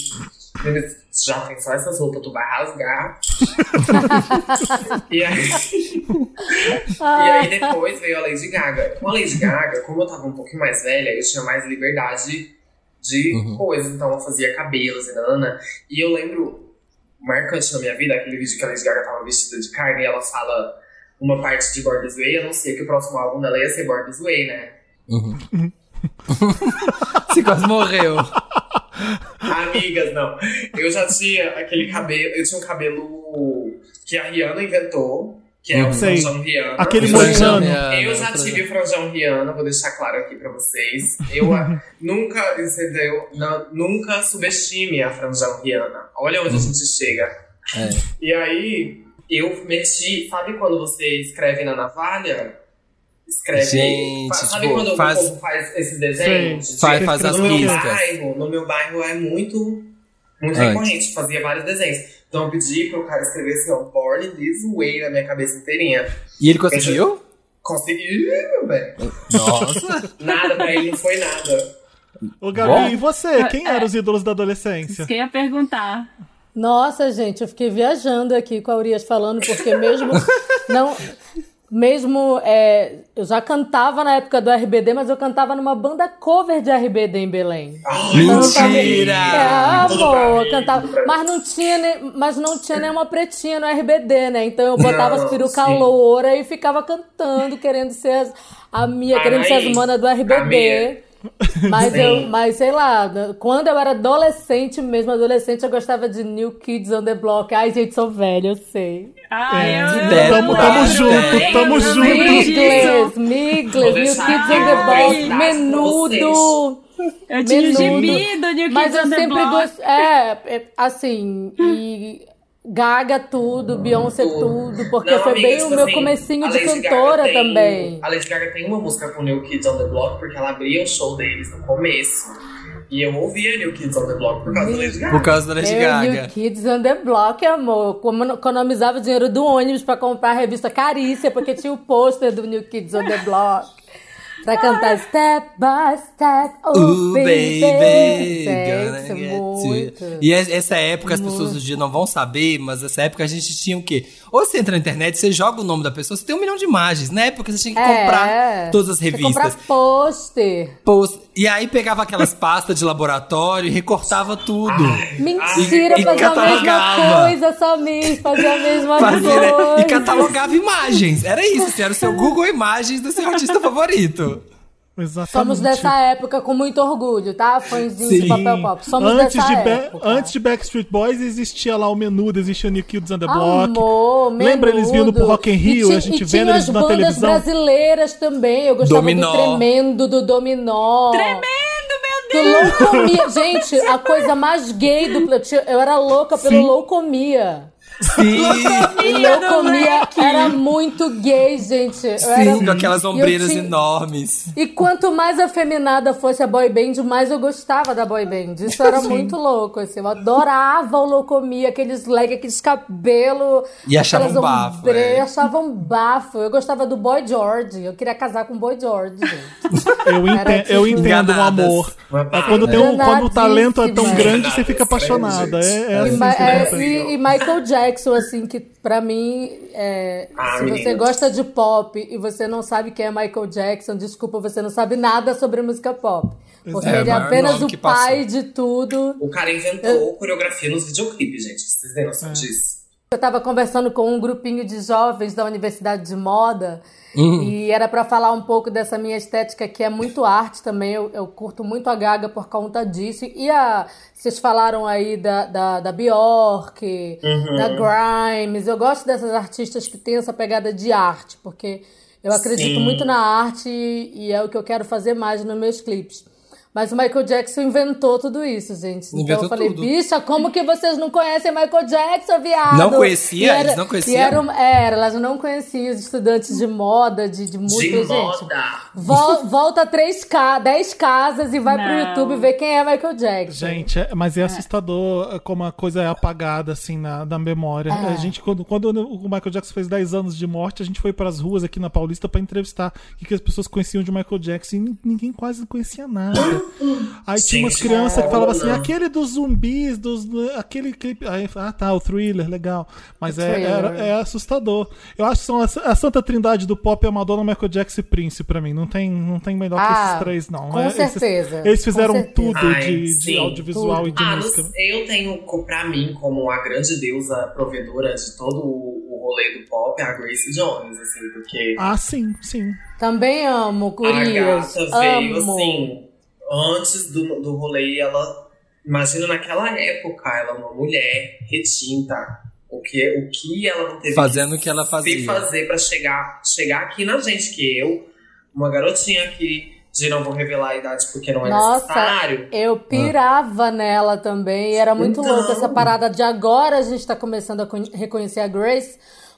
Já tem só essas roupas, tu vai rasgar. E aí depois veio a Lady Gaga. Com a Lady Gaga, como eu tava um pouquinho mais velha, eu tinha mais liberdade de coisas. Então eu fazia cabelos e nanana. E eu lembro, marcante na minha vida, aquele vídeo que a Lady Gaga tava vestida de carne e ela fala uma parte de Born This Way. Eu não sei que o próximo álbum dela ia ser Born This Way, né? Você quase morreu. Amigas, não. Eu já tinha aquele cabelo. Eu tinha um cabelo que a Rihanna inventou, que é o franjão Rihanna. Aquele moicano. Eu já tive o franjão Rihanna, vou deixar claro aqui pra vocês. Eu nunca, entendeu? Nunca subestime a franjão Rihanna. Olha onde a gente chega. E aí, eu meti. Sabe quando você escreve na navalha? Escreve. Gente, tipo, sabe quando o povo faz esses desenhos? Faz as riscas. No meu bairro é muito Muito recorrente, fazia vários desenhos. Então eu pedi pro cara escrever assim, ó, Born This Way na minha cabeça inteirinha. E ele conseguiu? Conseguiu, velho. Nossa! Nada pra ele, não foi nada. Ô, Gabi, e você? Quem eram os ídolos da adolescência? Isso que eu ia perguntar. Nossa, gente, eu fiquei viajando aqui com a Urias falando, porque eu já cantava na época do RBD, mas eu cantava numa banda cover de RBD em Belém. Mentira! Amor, eu cantava. Mas não tinha nenhuma pretinha no RBD, né? Então eu botava as perucas loura e ficava cantando, querendo ser querendo ser as manas do RBD. Mas sei lá, quando eu era adolescente, eu gostava de New Kids on the Block. Ai, gente, sou velha, eu sei. Tamo junto. Migles, New Kids on the Block, Menudo. Eu tinha o gibi do New Kids on the Block. Mas eu sempre gostei, assim, e Gaga tudo, Beyoncé tudo, porque não, foi amiga, bem tipo o meu assim, comecinho de cantora também. A Lady Gaga tem uma música com New Kids on the Block porque ela abria o show deles no começo. E eu ouvia New Kids on the Block por causa da Lady Gaga. Por causa da Lady Gaga. New Kids on the Block, amor. Como eu economizava o dinheiro do ônibus pra comprar a revista Carícia, porque tinha o pôster do New Kids on the Block. Pra cantar Step by Step, baby. Muito. E essa época, as pessoas do dia não vão saber, mas essa época a gente tinha o quê? Ou você entra na internet, você joga o nome da pessoa, você tem 1 milhão de imagens. Na época você tinha que comprar todas as revistas. Você comprar pôster. E aí pegava aquelas pastas de laboratório e recortava tudo. Mentira, fazia a mesma coisa, Samir. Fazia a mesma coisa. E catalogava imagens. Era isso, assim, era o seu Google Imagens do seu artista favorito. Exatamente. Somos dessa época com muito orgulho, tá? Fãzinhos de Papel Pop. Somos dessa época. Antes de Backstreet Boys existia lá o Menudo, existia o New Kids on the Block. Amor, lembra eles vindo pro Rock in Rio, a gente vendo eles na televisão? E tinha as bandas brasileiras também. Eu gostava do Tremendo, do Dominó. Tremendo, meu Deus! Do Loucomia. Gente, a coisa mais gay do... Eu era louca pelo Loucomia. Sim! Loucomia era muito gay, gente. Com aquelas ombreiras enormes. E quanto mais afeminada fosse a boy band, mais eu gostava da boy band. Isso era muito louco, assim. Eu adorava o Loucomia, aqueles legs, aqueles cabelos. E achavam bafo. Achavam bafo. Eu gostava do Boy George. Eu queria casar com o Boy George, gente. Eu entendo o amor. Quando o talento é tão grande, você fica apaixonada. E Michael Jackson, assim, que pra mim, se você gosta de pop e você não sabe quem é Michael Jackson, desculpa, você não sabe nada sobre música pop. Porque ele é apenas o pai de tudo. O cara inventou coreografia nos videoclipes, gente. Vocês têm noção disso? Eu tava conversando com um grupinho de jovens da Universidade de Moda e era pra falar um pouco dessa minha estética que é muito arte também. Eu curto muito a Gaga por conta disso. E vocês falaram aí da Bjork, da Grimes. Eu gosto dessas artistas que têm essa pegada de arte, porque eu acredito muito na arte e é o que eu quero fazer mais nos meus clipes. Mas o Michael Jackson inventou tudo isso, gente. Então eu falei, bicha, como que vocês não conhecem Michael Jackson, viado? Não conhecia? Eles não conheciam? Elas não conheciam os estudantes de moda, de música, gente. Volta 10 casas e vai pro YouTube ver quem é Michael Jackson. Gente, mas é assustador como a coisa é apagada, assim, na memória. A gente, quando o Michael Jackson fez 10 anos de morte, a gente foi pras ruas aqui na Paulista pra entrevistar o que as pessoas conheciam de Michael Jackson e ninguém quase conhecia nada. Aí tinha umas crianças que falavam assim, aquele dos zumbis, aquele clipe. Aí, o Thriller, legal. Mas é assustador. Eu acho que são a Santa Trindade do pop é Madonna, Michael Jackson e Prince pra mim. Não tem melhor que esses três, não. Com certeza. Eles fizeram tudo de audiovisual e de música. Eu tenho pra mim como a grande deusa provedora de todo o rolê do pop, a Grace Jones, assim, porque... sim. Também amo, Curias. A gata veio, assim... Antes do rolê, ela... Imagina naquela época, ela uma mulher retinta. O que ela não teve fazendo o que ela fazia. Fazer pra chegar aqui na gente. Que eu, uma garotinha aqui, não vou revelar a idade porque não é necessário. Eu pirava nela também. E era muito louco essa parada de agora a gente tá começando a reconhecer a Grace.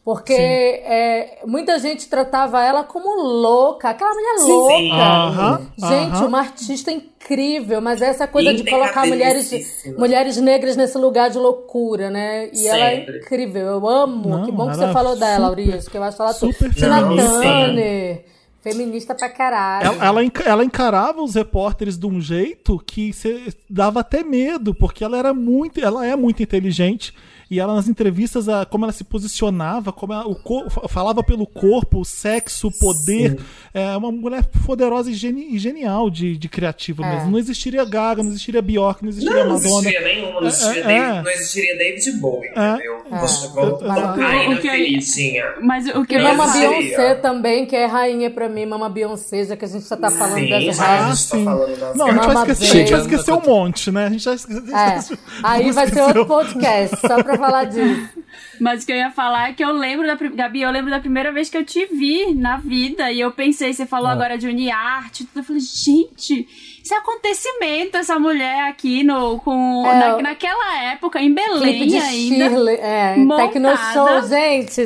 Porque muita gente tratava ela como louca, aquela mulher louca. Gente, uma artista incrível, mas essa coisa de colocar mulheres negras nesse lugar de loucura, né? E ela é incrível, eu amo. Não, que bom que você falou dela, Urias, que eu acho ela super Tina feminista pra caralho. Ela encarava os repórteres de um jeito que dava até medo, porque ela é muito inteligente. E ela, nas entrevistas, como ela se posicionava, como ela, falava pelo corpo, o sexo, o poder. Sim. É uma mulher poderosa e genial de criativa mesmo. Não existiria Gaga, não existiria Bjork, não existiria Madonna. Não existiria nenhuma, não existiria David Bowie, entendeu? Vou cair na feridinha. Mas o que Mama Beyoncé também, que é rainha pra mim, Mama Beyoncé, já que a gente já tá falando dessas rainhas. Não, a gente vai esquecer um monte, né? A gente vai esquecer. Aí vai ser outro podcast, só pra falar disso. Mas o que eu ia falar é que eu lembro da primeira vez que eu te vi na vida, e eu pensei, você falou agora de unir arte, eu falei, gente, isso é acontecimento, essa mulher aqui naquela época, em Belém de ainda. Shirley, Tecnoshow, gente.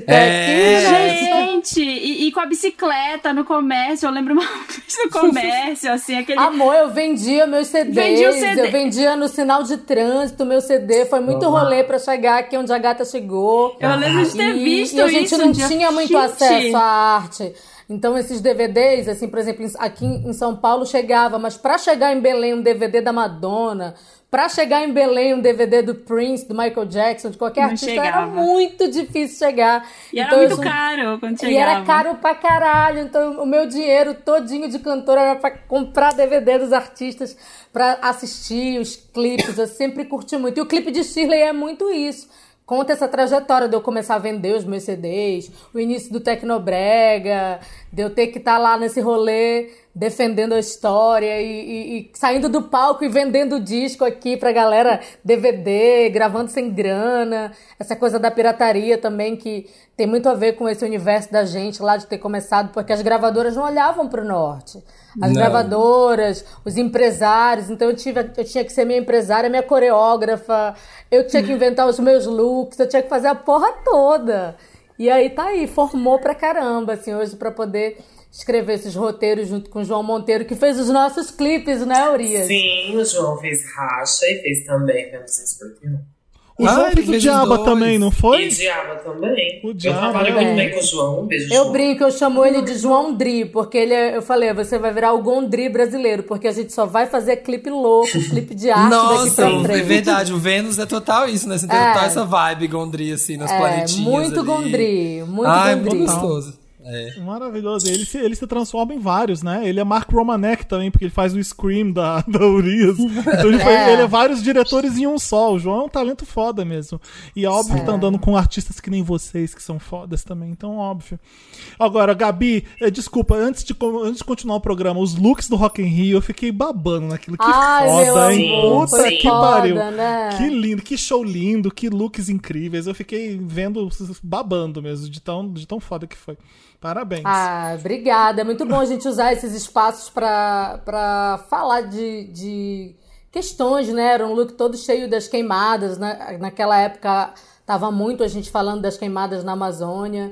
Gente, e com a bicicleta no comércio, eu lembro uma vez no comércio, assim, aquele... Amor, eu vendia meus CDs, eu vendia no sinal de trânsito meu CD, foi muito rolê pra chegar aqui onde a gata chegou. Eu lembro de ter visto isso. E a gente não tinha muito acesso à arte. Então, esses DVDs, assim, por exemplo, aqui em São Paulo chegava, mas pra chegar em Belém um DVD da Madonna, pra chegar em Belém um DVD do Prince, do Michael Jackson, de qualquer artista, era muito difícil chegar. E era muito caro quando chegava. E era caro pra caralho. Então, o meu dinheiro todinho de cantora era pra comprar DVD dos artistas, pra assistir os clipes. Eu sempre curti muito. E o clipe de Shirley é muito isso. Conta essa trajetória de eu começar a vender os meus CDs, o início do Tecnobrega, de eu ter que estar lá nesse rolê defendendo a história e saindo do palco e vendendo disco aqui pra galera, DVD, gravando sem grana. Essa coisa da pirataria também, que tem muito a ver com esse universo da gente lá de ter começado, porque as gravadoras não olhavam pro norte. As gravadoras, os empresários, então eu tinha que ser minha empresária, minha coreógrafa, eu tinha que inventar os meus looks, eu tinha que fazer a porra toda. E aí tá aí, formou pra caramba, assim, hoje pra poder escrever esses roteiros junto com o João Monteiro, que fez os nossos clipes, né, Urias? Sim, o João fez Racha e fez também Vemos Escorpião. O João fez o Diaba também, não foi? E o Diaba também. O Diaba, eu trabalho muito bem com o João. Um beijo, João. Eu brinco, eu chamo ele de João Dri, porque eu falei, você vai virar o Gondry brasileiro, porque a gente só vai fazer clipe louco, clipe de arte daqui pra frente. É verdade, o Vênus é total isso, né? Você tem total essa vibe Gondry, assim, nas planetinhas muito ali. Gondry, muito Gondry. Muito gostoso. Maravilhoso. Ele se transforma em vários, né? Ele é Mark Romanek também, porque ele faz o Scream da Urias. Então ele é vários diretores em um só. O João é um talento foda mesmo. E é óbvio que tá andando com artistas que nem vocês, que são fodas também. Então, óbvio. Agora, Gabi, desculpa, antes de continuar o programa, os looks do Rock in Rio, eu fiquei babando naquilo. Que foda, hein? Puta que pariu. Né? Que lindo, que show lindo, que looks incríveis. Eu fiquei vendo, babando mesmo, de tão foda que foi. Parabéns. Obrigada. É muito bom a gente usar esses espaços para falar de questões, né? Era um look todo cheio das queimadas, né? Naquela época tava muito a gente falando das queimadas na Amazônia.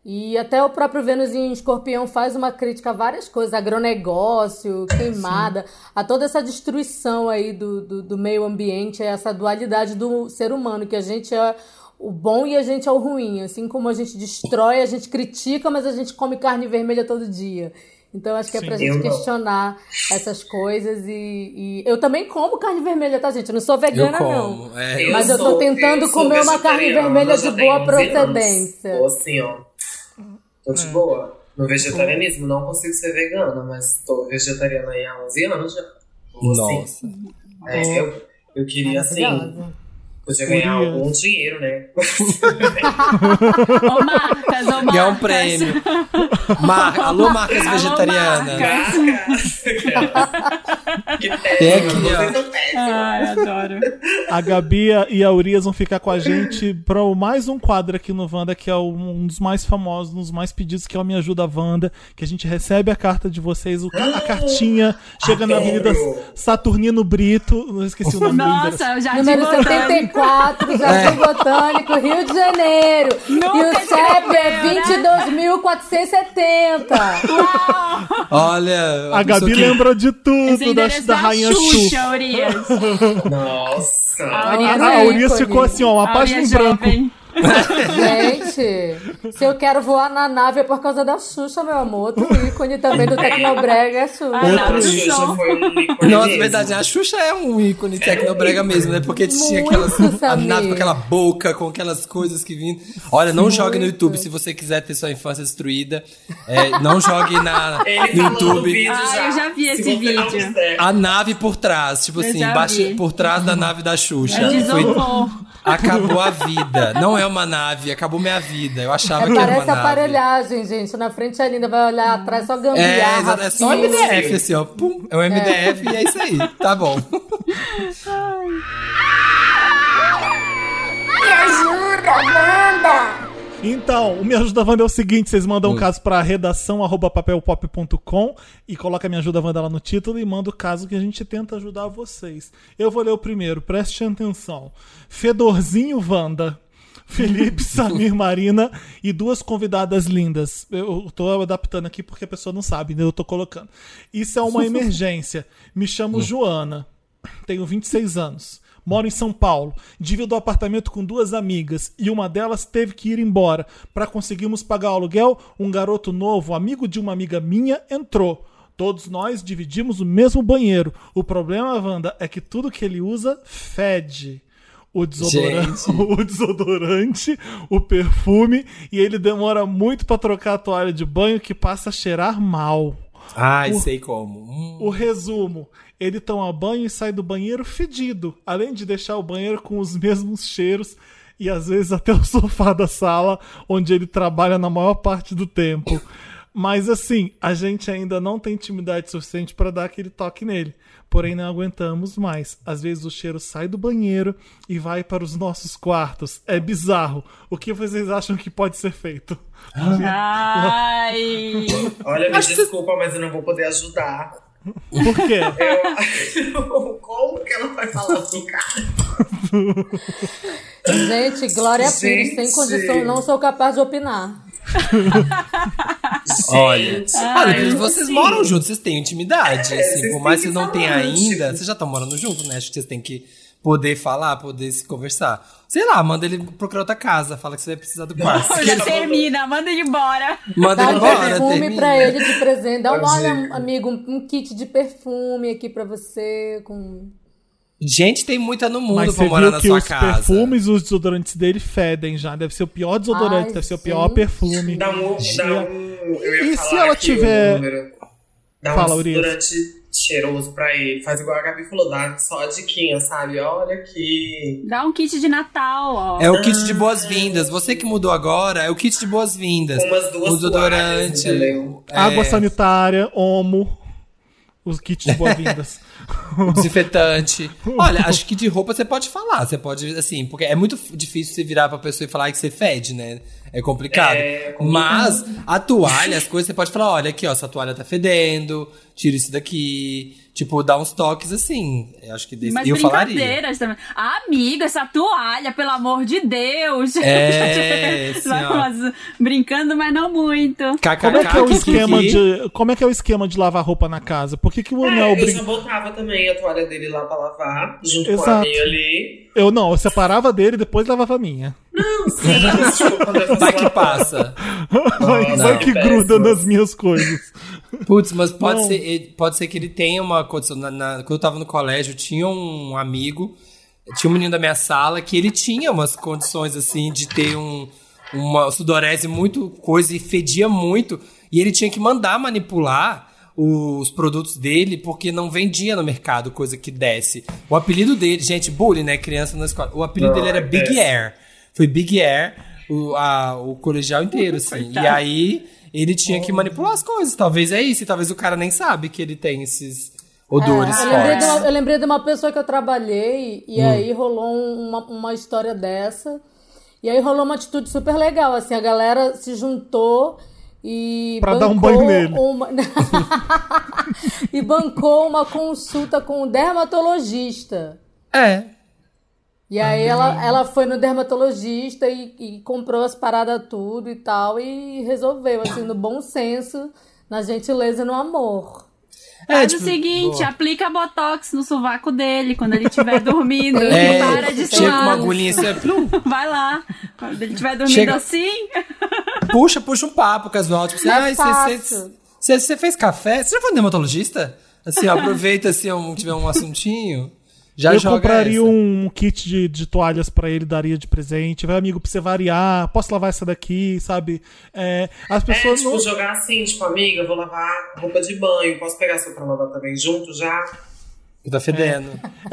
E até o próprio Vênus em Escorpião faz uma crítica a várias coisas, agronegócio, queimada, a toda essa destruição aí do meio ambiente, essa dualidade do ser humano, que a gente é o bom e a gente é o ruim. Assim como a gente destrói, a gente critica, mas a gente come carne vermelha todo dia. Então acho que é pra gente questionar essas coisas e eu também como carne vermelha, tá, gente? Eu não sou vegana, não. Mas eu tô tentando comer uma carne vermelha de boa procedência. Tô assim, ó. Tô de boa. No vegetarianismo não consigo ser vegana, mas tô vegetariana aí há 11 anos já. Nossa. Eu queria, assim... Podia ganhar algum dinheiro, né? Ô, Marcas. E é um prêmio. Alô, marcas vegetarianas. Tem aqui, ó. Ai, adoro. A Gabi e a Urias vão ficar com a gente para mais um quadro aqui no Wanda, que é um dos mais famosos, um dos mais pedidos, que é o Me Ajuda Wanda, que a gente recebe a carta de vocês, a cartinha chega na Avenida Saturnino Brito, não esqueci o nome do endereço. Nossa, eu já número 74. 4, Jardim Botânico, Rio de Janeiro. Nunca e o CEP é escreveu, 22.470. Olha, A Gabi lembrou de tudo da Rainha Xuxa. Urias. Nossa. A Urias ficou assim, ó, uma página em branco. Gente, se eu quero voar na nave é por causa da Xuxa, meu amor. Outro ícone também do Tecnobrega é a Xuxa. A Xuxa foi um ícone. Nossa, mesmo. verdade, a Xuxa é um ícone tecnobrega mesmo, né? Porque tinha aquelas a nave com aquela boca, com aquelas coisas que vinham. Olha, não jogue no YouTube se você quiser ter sua infância destruída. Não jogue no YouTube. Vídeo já. Eu já vi esse vídeo. A nave por trás, tipo assim, por trás da nave da Xuxa. Acabou a vida. Não é uma nave, acabou minha vida. Eu achava que era uma nave. Parece aparelhagem, gente. Na frente a Linda vai olhar atrás, só gambiarra. É só um MDF, assim, ó. Pum, é um MDF e é isso aí. Tá bom. Me ajuda, Wanda! Então, o Me Ajuda Wanda é o seguinte, vocês mandam um caso pra redação@papelpop.com e coloca Me Ajuda Wanda lá no título e manda o caso que a gente tenta ajudar vocês. Eu vou ler o primeiro, preste atenção. Fedorzinho Wanda, Felipe, Samir, Marina e 2 convidadas lindas. Eu tô adaptando aqui porque a pessoa não sabe, né? Eu tô colocando. Isso é uma emergência. Me chamo Joana, tenho 26 anos. Moro em São Paulo, divido o apartamento com 2 amigas e uma delas teve que ir embora. Para conseguirmos pagar o aluguel, um garoto novo, amigo de uma amiga minha, entrou. Todos nós dividimos o mesmo banheiro. O problema, Wanda, é que tudo que ele usa fede. O desodorante, o perfume, e ele demora muito para trocar a toalha de banho que passa a cheirar mal. Ai, sei como. O resumo, ele toma banho e sai do banheiro fedido, além de deixar o banheiro com os mesmos cheiros e às vezes até o sofá da sala onde ele trabalha na maior parte do tempo. Mas assim, a gente ainda não tem intimidade suficiente para dar aquele toque nele. Porém, não aguentamos mais. Às vezes o cheiro sai do banheiro e vai para os nossos quartos. É bizarro. O que vocês acham que pode ser feito? Ai! Olha, me desculpa, mas eu não vou poder ajudar. Por quê? Como que ela vai falar pro cara? Gente, Glória Pires, sem condição, não sou capaz de opinar. Olha, vocês moram juntos, vocês têm intimidade. Assim, por mais que vocês não tenham ainda, vocês já estão morando juntos, né? Acho que vocês têm que poder falar, poder se conversar. Sei lá, manda ele procurar outra casa, fala que você vai precisar do quarto. Termina, manda ele embora. Manda ele embora, perfume pra ele de presente. Dá uma olha, amigo, um kit de perfume aqui pra você. Gente, tem muita no mundo. Mas pra morar na sua casa. Mas os perfumes e os desodorantes dele fedem já. Deve ser o pior desodorante, deve ser o pior perfume. Eu ia e falar se ela tiver... Dá um desodorante cheiroso pra ele. Faz igual a Gabi falou, dá só a diquinha, sabe? Olha aqui. Dá um kit de Natal, ó. É o kit de boas-vindas. Você que mudou agora, é o kit de boas-vindas. Umas 2 desodorante, água sanitária, Omo. Os kits de boas-vindas. Desinfetante. Olha, acho que de roupa você pode falar. Você pode, assim, porque é muito difícil você virar pra pessoa e falar que você fede, né? É complicado. Mas a toalha, as coisas, você pode falar, olha aqui, ó, essa toalha tá fedendo, tira isso daqui. Tipo, dá uns toques assim. Eu acho que mas eu falaria. Brincadeiras também. Amiga, essa toalha, pelo amor de Deus. Brincando, mas não muito. Como é que é o esquema de lavar roupa na casa? Por que o Anel eu já botava também a toalha dele lá pra lavar, junto com a minha ali. Eu separava dele e depois lavava a minha. Não, sim, tipo, quando eu vai que passa. Vai que gruda nas minhas coisas. Putz, mas pode ser que ele tenha uma condição. Quando eu tava no colégio, tinha um amigo, tinha um menino da minha sala que ele tinha umas condições assim de ter uma sudorese muito coisa e fedia muito. E ele tinha que mandar manipular os produtos dele porque não vendia no mercado coisa que desse. O apelido dele, gente, bullying, né? Criança na escola. O apelido dele era Big Air. Foi Big Air o colegial inteiro, assim. E aí ele tinha que manipular as coisas. Talvez é isso. E talvez o cara nem sabe que ele tem esses odores fortes. Eu lembrei de uma pessoa que eu trabalhei e aí rolou uma história dessa. E aí rolou uma atitude super legal. Assim, a galera se juntou e pra dar um banho nele. E bancou uma consulta com um dermatologista. E aí ela foi no dermatologista e comprou as paradas tudo e tal, e resolveu, assim, no bom senso, na gentileza e no amor. Faz o seguinte, aplica Botox no sovaco dele quando ele estiver dormindo. E para de chega com uma suar. agulhinha assim, Vai lá. Quando ele estiver dormindo assim... Puxa um papo casual. Tipo assim, você fez café? Você já foi no dermatologista? Assim, aproveita se tiver um assuntinho. Eu compraria um kit de toalhas pra ele, daria de presente. Vai, amigo, pra você variar. Posso lavar essa daqui, sabe? As pessoas tipo, jogar assim, tipo, amiga, vou lavar roupa de banho. Posso pegar sua pra lavar também junto já? Tá fedendo.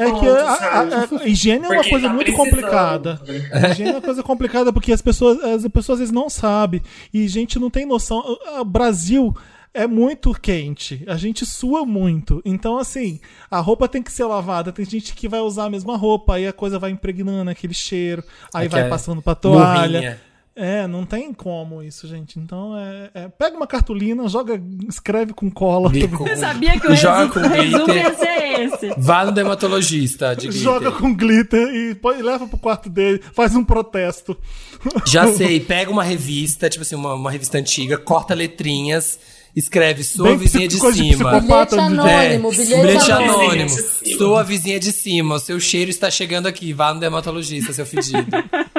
A higiene é uma coisa muito complicada. A higiene é uma coisa complicada porque as pessoas às vezes não sabem. E a gente não tem noção. O Brasil é muito quente. A gente sua muito. Então, assim, a roupa tem que ser lavada. Tem gente que vai usar a mesma roupa, aí a coisa vai impregnando aquele cheiro, aí vai passando pra toalha. Burrinha. Não tem como isso, gente. Então, pega uma cartolina, escreve com cola. Eu sabia que o resumo ia ser esse. Vá no dermatologista de glitter. Joga com glitter e leva pro quarto dele, faz um protesto. Já sei, pega uma revista, tipo assim, uma revista antiga, corta letrinhas, escreve sua vizinha de cima. Bilhete anônimo. Sua vizinha de cima, o seu cheiro está chegando aqui, vá no dermatologista, seu fedido.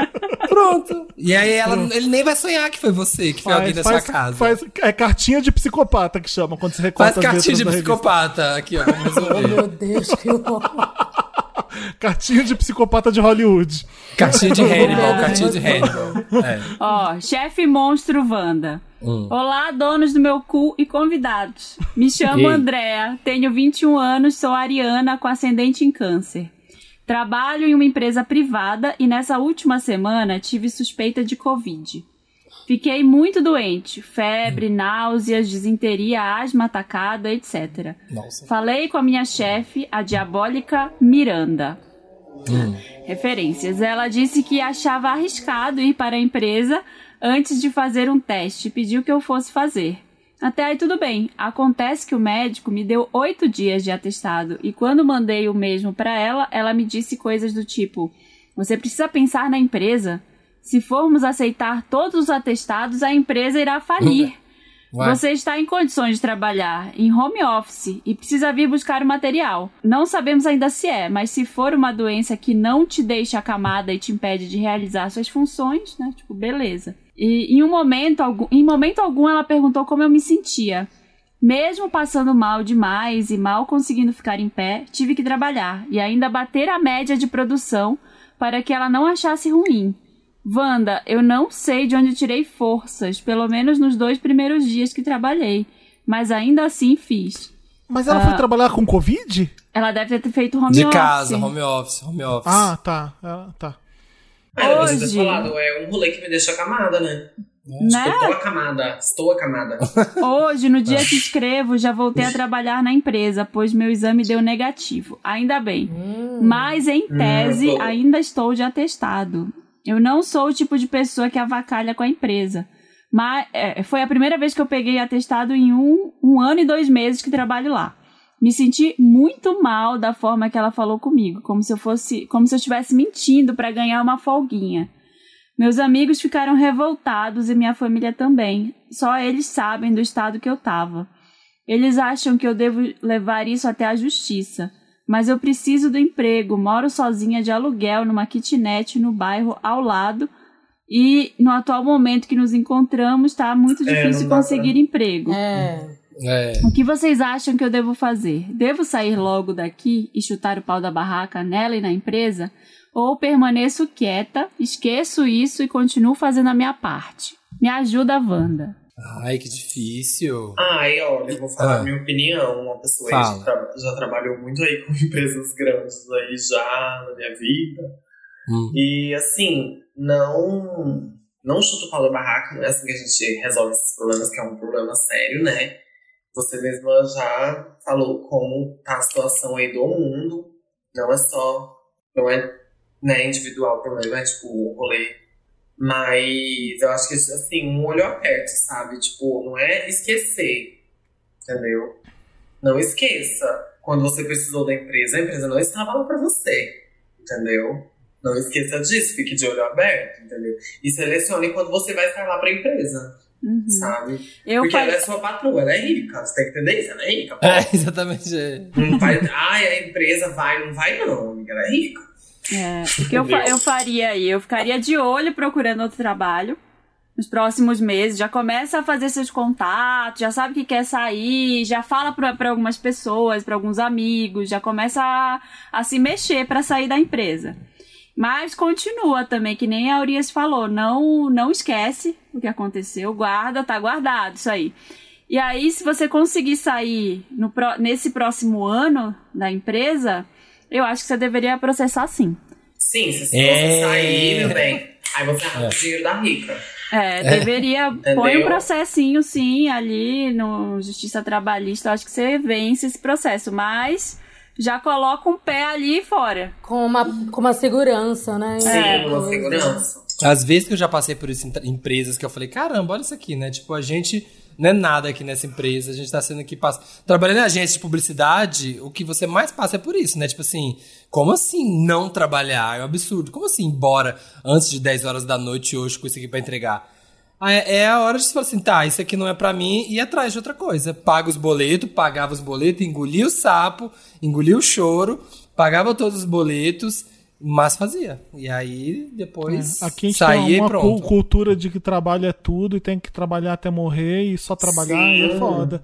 Pronto. E aí ele nem vai sonhar que foi você, que foi alguém da sua casa. Cartinha de psicopata que chama, quando você recorta faz cartinha de psicopata. Aqui, ó, vamos resolver. Oh, meu Deus, que horror. Cartinha de psicopata de Hollywood. Cartinha de Hannibal, Ó, chefe monstro Wanda. Olá, donos do meu cu e convidados. Me chamo Andréa, tenho 21 anos, sou ariana com ascendente em câncer. Trabalho em uma empresa privada e nessa última semana tive suspeita de Covid. Fiquei muito doente, febre, náuseas, disenteria, asma atacada, etc. Nossa. Falei com a minha chefe, a diabólica Miranda. Referências. Ela disse que achava arriscado ir para a empresa antes de fazer um teste e pediu que eu fosse fazer. Até aí tudo bem. Acontece que o médico me deu 8 dias de atestado e quando mandei o mesmo para ela, ela me disse coisas do tipo: você precisa pensar na empresa. Se formos aceitar todos os atestados, a empresa irá falir. Você está em condições de trabalhar em home office e precisa vir buscar o material. Não sabemos ainda se mas se for uma doença que não te deixa acamada e te impede de realizar suas funções, né? Tipo, beleza. E em momento algum ela perguntou como eu me sentia. Mesmo passando mal demais e mal conseguindo ficar em pé, tive que trabalhar e ainda bater a média de produção para que ela não achasse ruim. Wanda, eu não sei de onde tirei forças, pelo menos nos 2 primeiros dias que trabalhei, mas ainda assim fiz. Mas ela foi trabalhar com Covid? Ela deve ter feito home office. De casa, home office. Ah, tá. Hoje... Você falado, é um rolê que me deixa acamada, né? Estou acamada. Hoje, no dia que escrevo, já voltei a trabalhar na empresa, pois meu exame deu negativo. Ainda bem. Mas, em tese, ainda estou de atestado. Eu não sou o tipo de pessoa que avacalha com a empresa. Mas foi a primeira vez que eu peguei atestado em um ano e 2 meses que trabalho lá. Me senti muito mal da forma que ela falou comigo, como se eu estivesse mentindo para ganhar uma folguinha. Meus amigos ficaram revoltados e minha família também. Só eles sabem do estado que eu tava. Eles acham que eu devo levar isso até a justiça. Mas eu preciso do emprego, moro sozinha de aluguel numa kitnet no bairro ao lado e no atual momento que nos encontramos tá muito difícil conseguir emprego. O que vocês acham que eu devo fazer? Devo sair logo daqui e chutar o pau da barraca nela e na empresa? Ou permaneço quieta, esqueço isso e continuo fazendo a minha parte? Me ajuda, Wanda. Ai, que difícil. Olha, eu vou falar a minha opinião. Uma pessoa que já trabalhou muito aí com empresas grandes aí já na minha vida. E assim, não chuta o pau da barraca, não é assim que a gente resolve esses problemas, que é um problema sério, né? Você mesma já falou como tá a situação aí do mundo. Não é né, individual o problema, é tipo o rolê. Mas eu acho que, assim, um olho aberto, sabe? Tipo, não é esquecer, entendeu? Não esqueça. Quando você precisou da empresa, a empresa não estava lá pra você, entendeu? Não esqueça disso, fique de olho aberto, entendeu? E selecione quando você vai estar lá pra empresa, sabe? Porque ela é sua patroa, ela é rica, você tem que entender isso, ela é rica. Pô. Exatamente. Não vai, a empresa vai, não vai não, amiga, ela é rica. O que eu faria aí? Eu ficaria de olho procurando outro trabalho nos próximos meses, já começa a fazer seus contatos, já sabe que quer sair, já fala pra algumas pessoas, pra alguns amigos, já começa a se mexer pra sair da empresa. Mas continua também, que nem a Urias falou, não esquece o que aconteceu, guarda, tá guardado isso aí. E aí, se você conseguir sair nesse próximo ano da empresa, eu acho que você deveria processar sim. Sim, se você sair, meu bem, aí você arruma o dinheiro da rica. Deveria, põe um processinho sim ali no Justiça Trabalhista, eu acho que você vence esse processo, mas já coloca um pé ali fora. Com uma segurança, né? Sim, uma segurança. Às vezes que eu já passei por isso em empresas que eu falei, caramba, olha isso aqui, né? Tipo, a gente não é nada aqui nessa empresa, a gente tá sendo aqui... Trabalhando em agência de publicidade, o que você mais passa é por isso, né? Tipo assim, como assim não trabalhar? É um absurdo. Como assim ir embora antes de 10 horas da noite hoje com isso aqui pra entregar? É a hora de você falar assim, tá, isso aqui não é pra mim, e ir atrás de outra coisa. Pagava os boletos, engolia o sapo, engolia o choro, pagava todos os boletos, mas fazia. E aí, depois, aqui a gente saía tem e uma pronto. cultura de que trabalho é tudo e tem que trabalhar até morrer e só trabalhar é foda.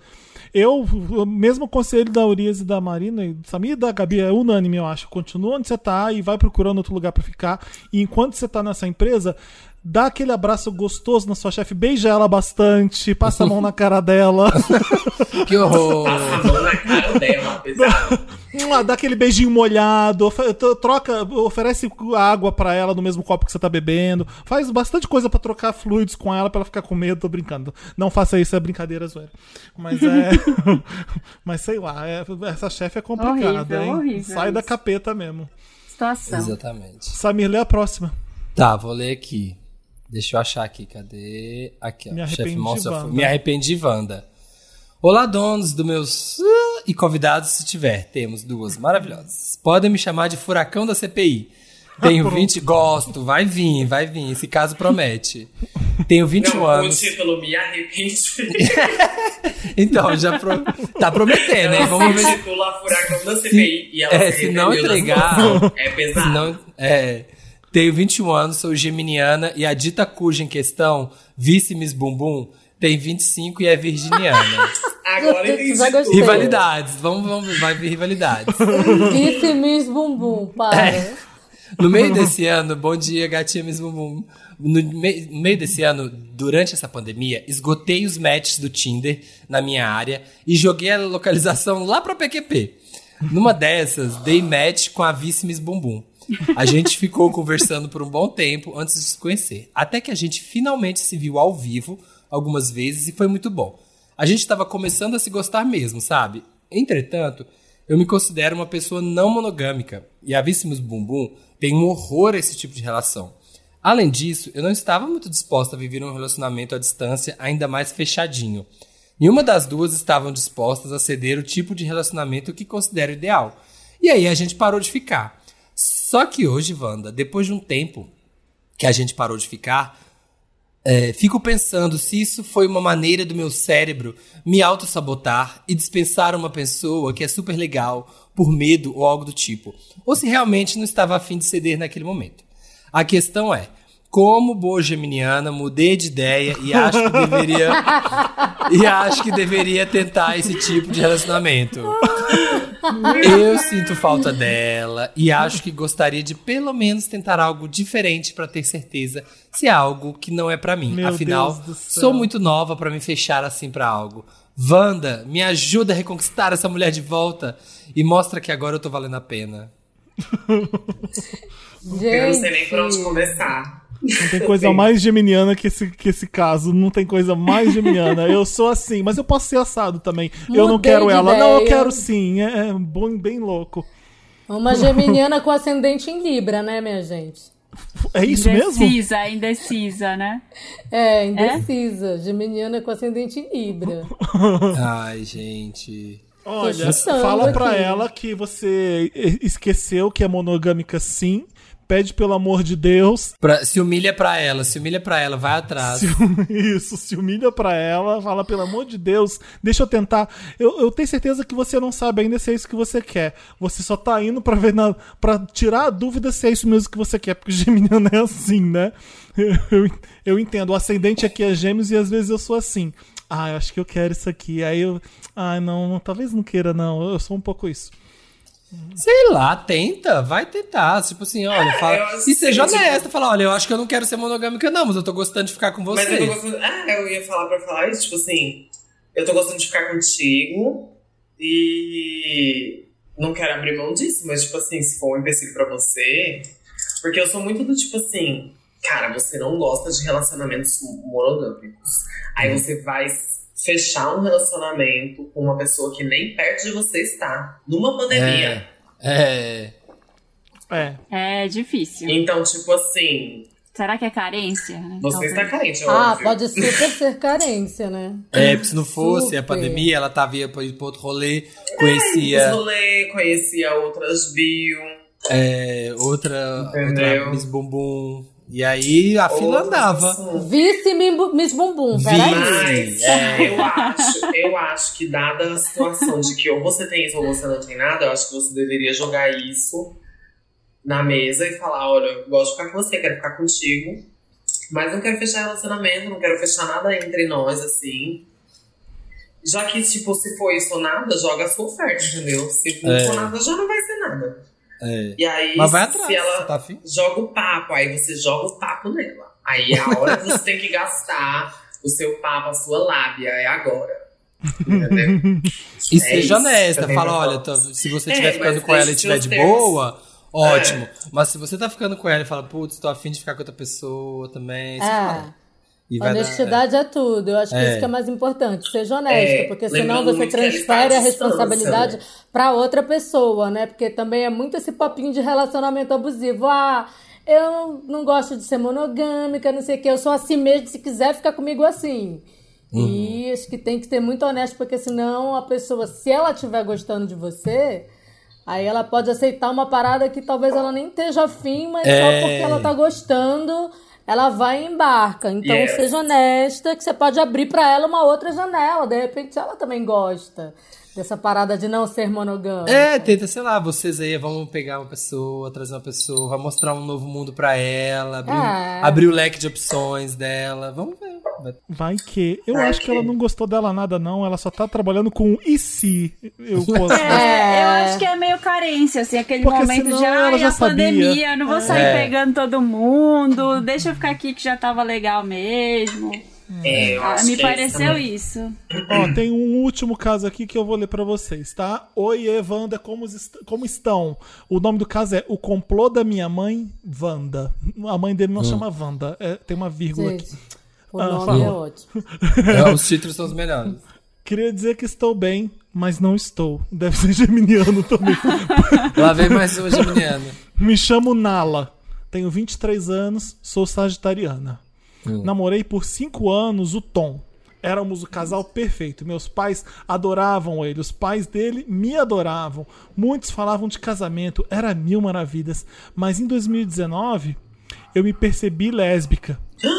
O mesmo conselho da Urias e da Marina, e do Samir e da Gabi é unânime, eu acho. Continua onde você tá e vai procurando outro lugar pra ficar. E enquanto você tá nessa empresa, dá aquele abraço gostoso na sua chefe, beija ela bastante, passa a mão na cara dela. Que horror! Passa a mão na cara dela, pesado. Dá aquele beijinho molhado, oferece água pra ela no mesmo copo que você tá bebendo, faz bastante coisa pra trocar fluidos com ela pra ela ficar com medo. Tô brincando, não faça isso, é brincadeira, zoeira. Mas mas sei lá, essa chefe é complicada, hein? Sai da capeta mesmo. Situação. Exatamente. Samir, lê a próxima. Tá, vou ler aqui. Deixa eu achar aqui, cadê? Aqui, ó. Me arrependi, Wanda. Olá, donos dos meus... E convidados, se tiver. Temos duas maravilhosas. Podem me chamar de furacão da CPI. Tenho 20... Gosto, vai vir. Esse caso promete. Tenho 21 anos. O título Me Arrependi. Então, tá prometendo, hein? Vamos ver. Titula Furacão da CPI e ela se não entregar... É pesado. Tenho 21 anos, sou geminiana e a dita cuja em questão, vice Miss Bumbum, tem 25 e é virginiana. Agora entendi. Rivalidades, vai vir rivalidades. Vice Miss Bumbum, para. No meio desse ano, bom dia, gatinha Miss Bumbum. No meio desse ano, durante essa pandemia, esgotei os matches do Tinder na minha área e joguei a localização lá pra PQP. Numa dessas, dei match com a vice Miss Bumbum. A gente ficou conversando por um bom tempo antes de se conhecer. Até que a gente finalmente se viu ao vivo algumas vezes e foi muito bom. A gente estava começando a se gostar mesmo, sabe? Entretanto, eu me considero uma pessoa não monogâmica e a vice Miss Bumbum tem um horror a esse tipo de relação. Além disso, eu não estava muito disposta a viver um relacionamento à distância ainda mais fechadinho. Nenhuma das duas estavam dispostas a ceder o tipo de relacionamento que considero ideal. E aí a gente parou de ficar. Só que hoje, Wanda, depois de um tempo que a gente parou de ficar, fico pensando se isso foi uma maneira do meu cérebro me autossabotar e dispensar uma pessoa que é super legal por medo ou algo do tipo. Ou se realmente não estava a fim de ceder naquele momento. A questão é, como boa geminiana, mudei de ideia e acho que deveria tentar esse tipo de relacionamento. Eu sinto falta dela e acho que gostaria de pelo menos tentar algo diferente pra ter certeza se é algo que não é pra mim. Meu Afinal, Deus do céu. sou muito nova pra me fechar assim pra algo. Wanda, me ajuda a reconquistar essa mulher de volta e mostra que agora eu tô valendo a pena. Eu não sei nem por onde começar. Não tem coisa mais geminiana que esse caso. Não tem coisa mais geminiana. Eu sou assim, mas eu posso ser assado também. Eu não quero ela. Ideia. Não, eu quero sim. É bom, bem louco. Uma geminiana com ascendente em Libra, né, minha gente? É isso mesmo? Indecisa, né? Indecisa. Geminiana com ascendente em Libra. Ai, gente... Olha, fala pra ela que você esqueceu que é monogâmica sim, pede pelo amor de Deus. Se humilha pra ela, vai atrás. Se humilha pra ela, fala, pelo amor de Deus, deixa eu tentar. Eu tenho certeza que você não sabe ainda se é isso que você quer. Você só tá indo pra ver pra tirar a dúvida se é isso mesmo que você quer, porque o geminiano é assim, né? Eu entendo, o ascendente aqui é Gêmeos e às vezes eu sou assim. Eu acho que eu quero isso aqui. Aí eu, não, talvez não queira, não. Eu sou um pouco isso. Sei lá, vai tentar. Tipo assim, olha, fala. E seja honesta, fala, olha, eu acho que eu não quero ser monogâmica, não, mas eu tô gostando de ficar com você. Mas eu tô gostando. Eu ia falar isso, tipo assim, eu tô gostando de ficar contigo e não quero abrir mão disso, mas tipo assim, se for um empecilho pra você. Porque eu sou muito do tipo assim, cara, você não gosta de relacionamentos monogâmicos. Aí você vai fechar um relacionamento com uma pessoa que nem perto de você está, numa pandemia. É difícil. Então, tipo assim... Será que é carência? Você está carente, é óbvio. Pode super ser carência, né? Porque se não fosse a pandemia, ela ia pra outro rolê, conhecia outras bio. Outra Miss Bumbum. E aí a fila andava. Vice Miss Bumbum, peraí. Eu acho que dada a situação de que ou você tem isso ou você não tem nada, eu acho que você deveria jogar isso na mesa e falar, olha, eu gosto de ficar com você, quero ficar contigo, mas não quero fechar relacionamento, não quero fechar nada entre nós, assim. Já que, tipo, se for isso ou nada, joga a sua oferta, entendeu? Se for isso ou nada, já não vai ser nada. E aí, mas vai atrás, se ela tá joga o papo, aí você joga o papo nela. Aí é a hora que você tem que gastar o seu papo, a sua lábia, é agora. Entendeu? E seja honesta, fala, olha, se você estiver ficando com ela e estiver de boa, ótimo. Mas se você tá ficando com ela e fala, putz, tô afim de ficar com outra pessoa também, você fala. Honestidade é tudo. Eu acho que isso que é mais importante. Seja honesta, porque senão você transfere a responsabilidade pra outra pessoa, né? Porque também é muito esse papinho de relacionamento abusivo. Eu não gosto de ser monogâmica, não sei o que. Eu sou assim mesmo, se quiser ficar comigo assim. E acho que tem que ser muito honesto, porque senão a pessoa, se ela estiver gostando de você, aí ela pode aceitar uma parada que talvez ela nem esteja afim, mas só porque ela tá gostando... ela vai e embarca. Então, seja honesta, que você pode abrir pra ela uma outra janela. De repente, ela também gosta dessa parada de não ser monogâmico. Tenta, sei lá, vocês aí vão pegar uma pessoa, trazer uma pessoa, vai mostrar um novo mundo pra ela, abrir o leque de opções dela. Vamos ver. Vai que... Eu acho que ela não gostou dela nada, não. Ela só tá trabalhando com e se eu posso... eu acho que é meio carência, assim, aquele porque momento de ela já pandemia, não vou sair pegando todo mundo, deixa eu ficar aqui que já tava legal mesmo. Me pareceu isso. Tem um último caso aqui que eu vou ler pra vocês, tá? Oi, Wanda, como estão? O nome do caso é O Complô da Minha Mãe, Wanda. A mãe dele não chama Wanda, tem uma vírgula aqui. O nome é ótimo. Os títulos são os melhores. Queria dizer que estou bem, mas não estou. Deve ser geminiano também. Lá vem mais uma geminiana. Me chamo Nala. Tenho 23 anos, sou sagitariana. Namorei por 5 anos o Tom. Éramos o casal perfeito. Meus pais adoravam ele. Os pais dele me adoravam. Muitos falavam de casamento. Era 1000 maravilhas. Mas em 2019, eu me percebi lésbica.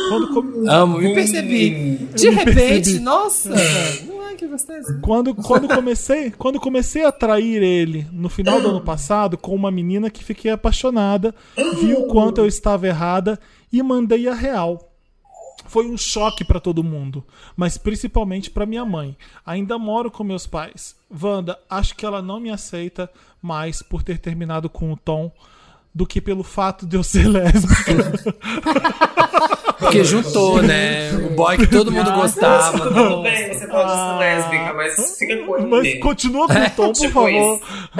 Me percebi. De repente, nossa. Que gostoso. Quando comecei a trair ele no final do ano passado com uma menina que fiquei apaixonada, vi o quanto eu estava errada e mandei a real. Foi um choque pra todo mundo, mas principalmente pra minha mãe. Ainda moro com meus pais. Wanda, acho que ela não me aceita mais por ter terminado com o Tom do que pelo fato de eu ser lésbica. Porque juntou, né? O boy que todo mundo gostava. Tudo bem, você pode ser lésbica, mas fica com ele. Mas continua com o Tom, por favor.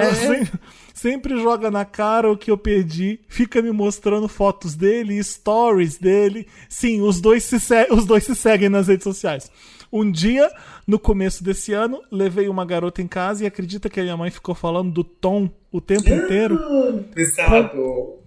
Sempre joga na cara o que eu perdi. Fica me mostrando fotos dele, stories dele. Sim, os dois se seguem nas redes sociais. Um dia, no começo desse ano, levei uma garota em casa e acredita que a minha mãe ficou falando do Tom o tempo inteiro? Pesado.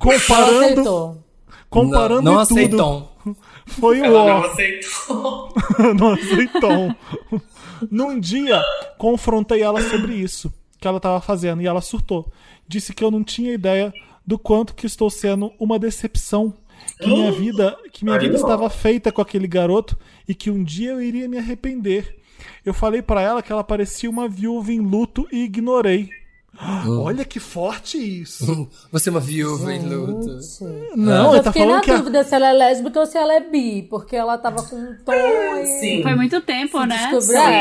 Comparando não tudo. aceitou. Foi o Ela não aceitou. Não aceitou. Num dia, confrontei ela sobre isso que ela estava fazendo e ela surtou. Disse que eu não tinha ideia do quanto que estou sendo uma decepção. Que minha vida estava feita com aquele garoto e que um dia eu iria me arrepender. Eu falei pra ela que ela parecia uma viúva em luto e ignorei. Olha que forte isso. Você é uma viúva em luto. Não, eu tá fiquei falando na que dúvida se ela é lésbica ou se ela é bi, porque ela tava com um tom e... Sim. Foi muito tempo, né?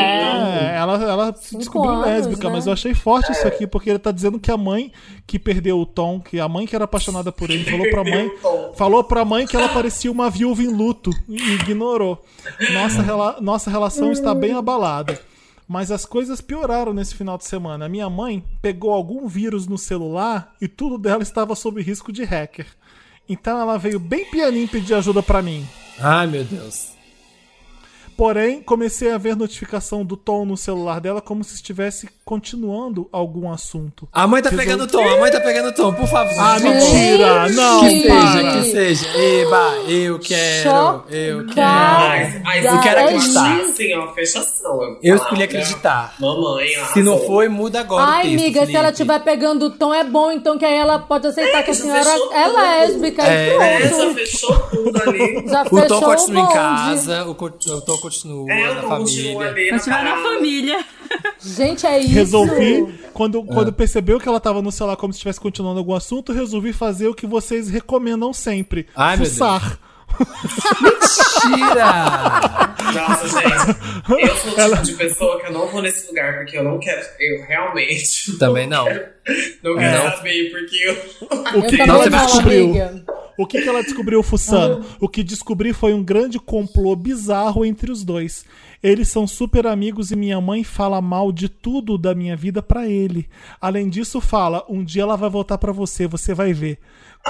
Ela se descobriu anos, lésbica, né? mas eu achei forte isso aqui, porque ele tá dizendo que a mãe que perdeu o tom, que a mãe que era apaixonada por ele, falou pra mãe que ela parecia uma viúva em luto e ignorou. Nossa relação está bem abalada. Mas as coisas pioraram nesse final de semana. A minha mãe pegou algum vírus no celular e tudo dela estava sob risco de hacker. Então ela veio bem pianinho pedir ajuda pra mim. Ai, meu Deus. Porém, comecei a ver notificação do Tom no celular dela como se estivesse continuando algum assunto. A mãe tá pegando o Tom, por favor. Ah, mentira! Não, Que seja. Eba, eu quero. Eu quero acreditar. Assim, ó, fechação. Eu escolhi acreditar. Mamãe, se não foi, muda agora o Ai, texto, amiga, Felipe. se ela estiver pegando o tom, é bom, então que aí ela pode aceitar que a senhora é lésbica e Já pronto. fechou tudo ali. Já O fechou Tom continua em bonde. casa, o Tom continua na família. Continuar na família. Gente, é isso. Resolvi, quando percebeu que ela tava no celular como se estivesse continuando algum assunto, resolvi fazer o que vocês recomendam sempre. Ai, meu fuçar. Mentira! Nossa, gente. Eu sou o tipo de pessoa que eu não vou nesse lugar porque eu não quero. Eu realmente. Também não. Não quero saber, porque eu. O que também ela não, descobriu? amiga. O que ela descobriu fuçando? O que descobri foi um grande complô bizarro entre os dois. Eles são super amigos e minha mãe fala mal de tudo da minha vida pra ele. Além disso, fala: um dia ela vai voltar pra você, você vai ver.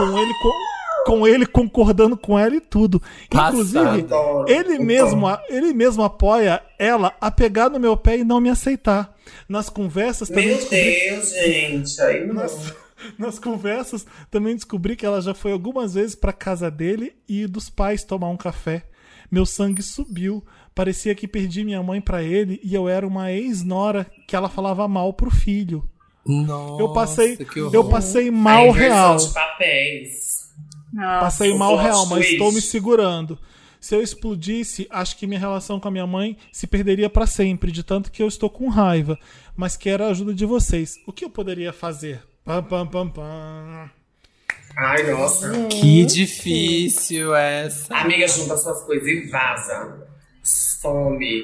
Com ele concordando com ela e tudo. Inclusive, ele mesmo apoia ela a pegar no meu pé e não me aceitar. Nas conversas também. Meu Deus, gente. Aí não. Nas conversas, também descobri que ela já foi algumas vezes pra casa dele e dos pais tomar um café. Meu sangue subiu. Parecia que perdi minha mãe pra ele e eu era uma ex-nora que ela falava mal pro filho. Nossa, eu passei mal real. De papéis. Passei mal real, mas twist. estou me segurando. Se eu explodisse, acho que minha relação com a minha mãe se perderia pra sempre, de tanto que eu estou com raiva. Mas quero a ajuda de vocês. O que eu poderia fazer? Pam, pam, pam, pam. Ai, nossa. Que difícil essa. Amiga, junta suas coisas e vaza. Some.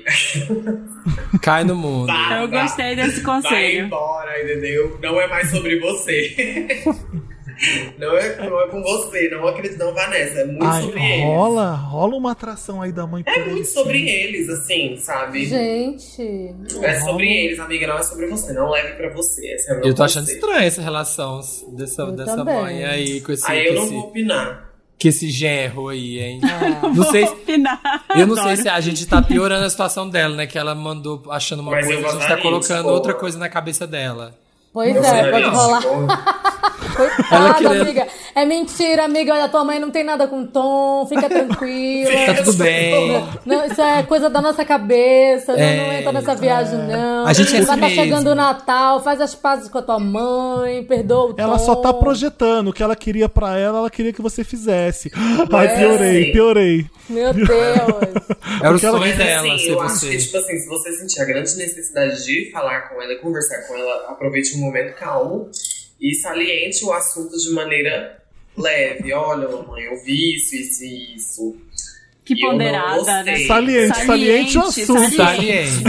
Cai no mundo. Eu gostei desse Vai conselho. embora, entendeu? Não é mais sobre você. Não é com você. Não acredito, não vá nessa. É muito sobre eles. Rola uma atração aí da mãe por É ele, muito sim. sobre eles, assim, sabe? Gente. É sobre eles, amiga, não é sobre você. Não leve pra você. Essa é Eu tô achando você. estranha essa relação dessa também. mãe aí com esse, Aí eu não vou opinar. com esse genro aí, hein? Não sei, Opinar. eu não sei Adoro. se a gente tá piorando a situação dela, né? Que ela mandou achando uma Mas coisa, eu a gente tá gostaria, colocando tipo, outra coisa na cabeça dela. Pois Eu é, sei, pode não, rolar. tipo, Coitada, querendo- amiga. É mentira, amiga. Olha, tua mãe não tem nada com Tom. Fica tranquila. Tá tudo bem. Não, isso é coisa da nossa cabeça. Não entra nessa viagem, não. A gente é Vai assim tá mesmo. chegando o Natal. Faz as pazes com a tua mãe. Perdoa o Tom. Ela só tá projetando o que ela queria pra ela, ela queria que você fizesse. Ai, assim. piorei. Meu Deus. Era o Porque ela- sonho Mas dela assim, ser eu acho você. que, tipo assim, se você sentir a grande necessidade de falar com ela e conversar com ela, aproveite um momento calmo e saliente o assunto de maneira leve. Olha, mamãe, eu vi isso. Que E eu não ponderada, gostei. né? Saliente o assunto. Saliente.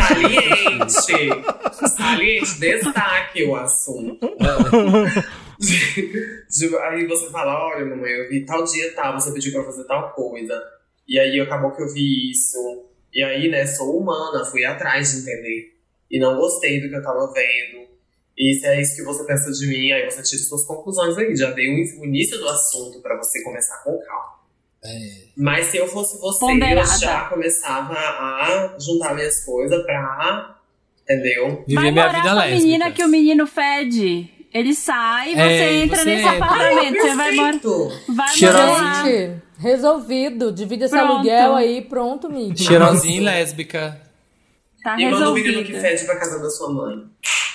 Saliente, destaque o assunto. Aí você fala, olha, mamãe, eu vi tal dia tal, você pediu pra eu fazer tal coisa. E aí acabou que eu vi isso. E aí, né, sou humana, fui atrás de entender. E não gostei do que eu tava vendo. E se é isso que você pensa de mim, aí você tira suas conclusões aí. Já dei o início do assunto pra você começar com calma. Mas se eu fosse você, Ponderada. eu já começava a juntar minhas coisas pra... Entendeu? Viver Vai minha morar vida com a lésbica. menina que o menino fede. Ele sai, você entra você nesse entra. apartamento. Você vai morar. Perfeito. Vai Cheirosinho. morar. Gente, resolvido. Divide esse Pronto. aluguel aí. Pronto, amiga. Cheirosinha e lésbica. Tá E manda o menino que resolvido. fede pra casa da sua mãe.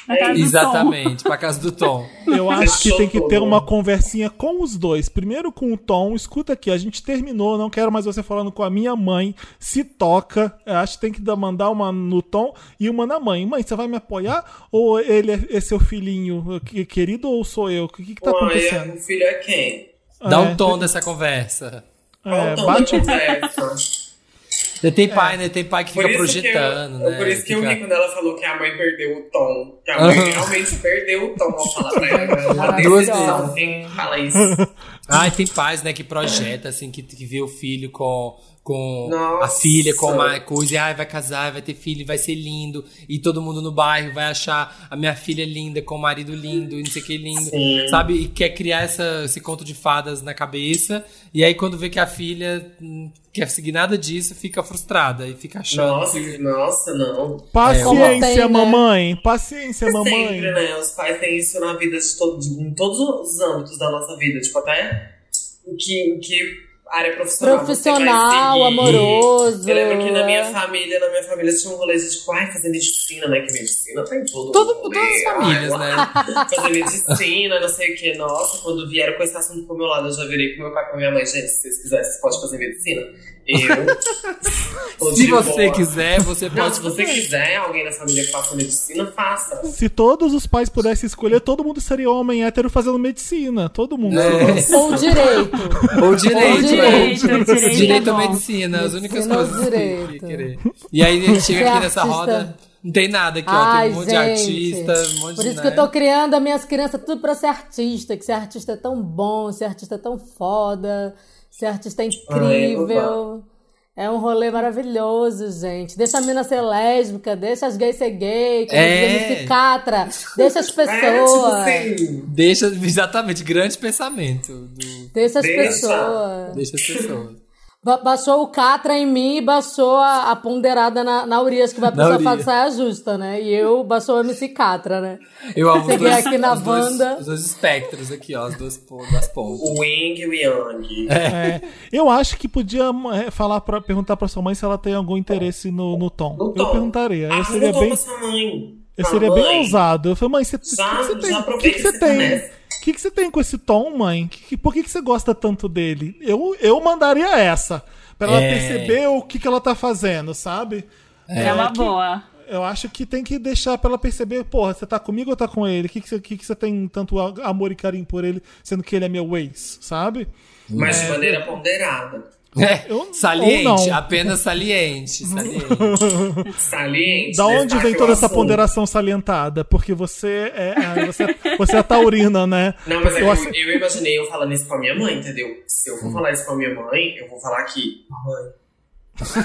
Exatamente, pra casa do Tom. Eu acho que tem que ter uma conversinha com os dois. Primeiro com o Tom, escuta aqui, a gente terminou, não quero mais você falando com a minha mãe, se toca. Eu acho que tem que mandar uma no Tom e uma na mãe. Mãe, você vai me apoiar? Ou ele é seu filhinho querido ou sou eu? O que tá acontecendo? O filho é quem? Dá um tom dessa conversa. Bate o conversa. Tem pai, né? Tem pai que fica projetando, né? Por isso que eu ri quando ela falou que a mãe perdeu o tom. Que a mãe realmente perdeu o tom ao falar pra ela. Duas vezes. Alguém fala isso. Ai, tem pais, né, que projeta, assim, que vê o filho com Nossa. a filha com uma coisa, e vai casar, vai ter filho, vai ser lindo, e todo mundo no bairro vai achar a minha filha linda, com o marido lindo, e não sei o que lindo, Sim. sabe? E quer criar esse conto de fadas na cabeça, e aí quando vê que a filha quer seguir nada disso, fica frustrada e fica achando Nossa, não. Paciência, mamãe. Paciência, mamãe. Sempre, né? Os pais têm isso na vida em todos os âmbitos da nossa vida. Tipo, até em que área profissional, amoroso. Eu lembro que na minha família tinha um rolê de tipo, fazer medicina, né? Que medicina tá em todas as famílias, né? Fazer medicina, não sei o que. Nossa, quando vieram com esse assunto pro meu lado, eu já virei pro meu pai e pra minha mãe. Gente, se vocês quiserem, vocês podem fazer medicina. Se você quiser, você pode. Se você quiser, alguém na família que faça medicina, faça. Se todos os pais pudessem escolher, todo mundo seria homem hétero fazendo medicina. Todo mundo. Ou direito. Ou direito. Direito é à medicina, as únicas coisas que querer. E aí a gente chega aqui nessa roda, não tem nada aqui, ó. Tem um monte de artista, um monte Por de. isso que eu tô criando as minhas crianças tudo pra ser artista, que ser artista é tão bom, ser artista é tão foda, ser artista é incrível. É um rolê maravilhoso, gente. Deixa a mina ser lésbica, deixa as gays ser gay, como dizia Catra, deixa as pessoas. Deixa, exatamente, grande pensamento. Deixa as pessoas. Deixa as pessoas. Baixou o Catra em mim e baixou a ponderada na Urias, que vai precisar fazer saia justa, né? E eu baixou o MC Catra, né? Eu amo cheguei aqui na banda. Os dois espectros aqui, ó, as duas pontas. O Wing e o Yang. Eu acho que podia perguntar pra sua mãe se ela tem algum interesse no Tom. Eu perguntaria. Eu seria bem. Eu seria bem ousado. Eu falei, mãe, o que você tem? O que você tem com esse Tom, mãe? Por que você gosta tanto dele? Eu mandaria essa. Pra ela perceber o que ela tá fazendo, sabe? É uma boa. Eu acho que tem que deixar pra ela perceber, porra, você tá comigo ou tá com ele? O que você tem tanto amor e carinho por ele, sendo que ele é meu ex, sabe? Mas de maneira ponderada. Saliente, apenas saliente. Saliente. Da onde vem toda essa ponderação salientada? Porque você é taurina, né? Não, mas eu imaginei eu falando isso com a minha mãe, entendeu? Se eu for falar isso com a minha mãe, eu vou falar aqui, mãe.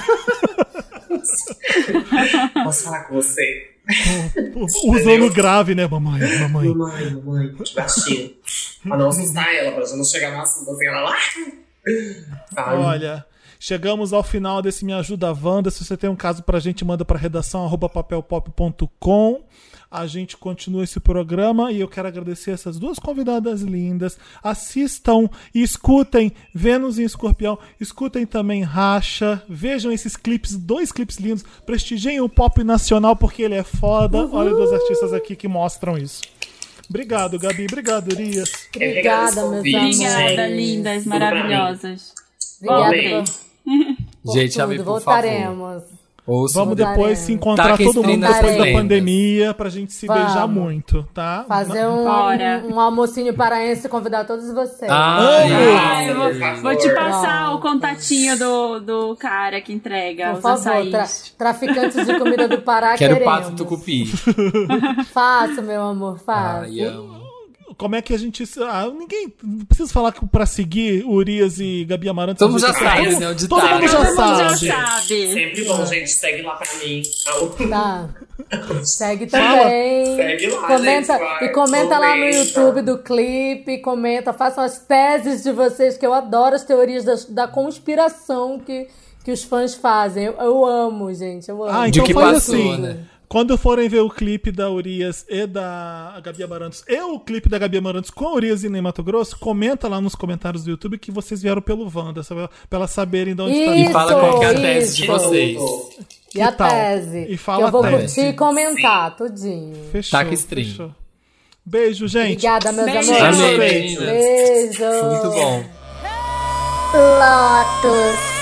Posso falar com você? Usando grave, né, mamãe? Mamãe, de baixinho. Pra não assustar ela, pra já não chegar no assunto assim, ela lá. Olha, chegamos ao final desse Me Ajuda Wanda. Se você tem um caso pra gente, manda pra redação@papelpop.com. A gente continua esse programa e eu quero agradecer essas duas convidadas lindas. Assistam e escutem Vênus em Escorpião. Escutem também Racha. Vejam esses clipes, 2 clipes lindos. Prestigiem o pop nacional porque ele é foda. Olha, 2 artistas aqui que mostram isso. Obrigado, Gabi. Obrigado, Urias. Obrigada, meus amores. Obrigada, lindas, maravilhosas. Obrigada. Gente, amei, por voltaremos. Vamos depois se encontrar todo mundo depois da pandemia pra gente se beijar muito, tá? Fazer um almocinho paraense e convidar todos vocês. Eu vou te passar o contatinho do cara que entrega por os favor, açaís. Traficantes de comida do Pará, quero queremos. pato tucupi. Faço, meu amor, faço. Ai, amo. Como é que a gente... ninguém... Não precisa falar que pra seguir Urias e Gabi Amarantos... Todo mundo já sabe, né? Todo mundo já sabe. Sempre bom, gente. Segue lá pra mim. Tá. Segue também. Segue lá, comenta, gente, e comenta lá no YouTube do clipe. Comenta, façam as teses de vocês, que eu adoro as teorias da conspiração que os fãs fazem. Eu amo, gente. Eu amo. Então que faz passou, assim, né? Quando forem ver o clipe da Urias e da Gabi Amarantos, e o clipe da Gabi Amarantos com a Urias e Ney Mato Grosso, comenta lá nos comentários do YouTube que vocês vieram pelo Wanda, pra elas saberem de onde tá. E fala qual que é a tese de vocês. E a tese. E fala eu vou a tese. curtir e comentar tudinho. Fechou. Taca stream. Fechou. Beijo, gente. Obrigada, meus Beijo. amores. Amei, meninas. Beijo. Muito bom. Lotus.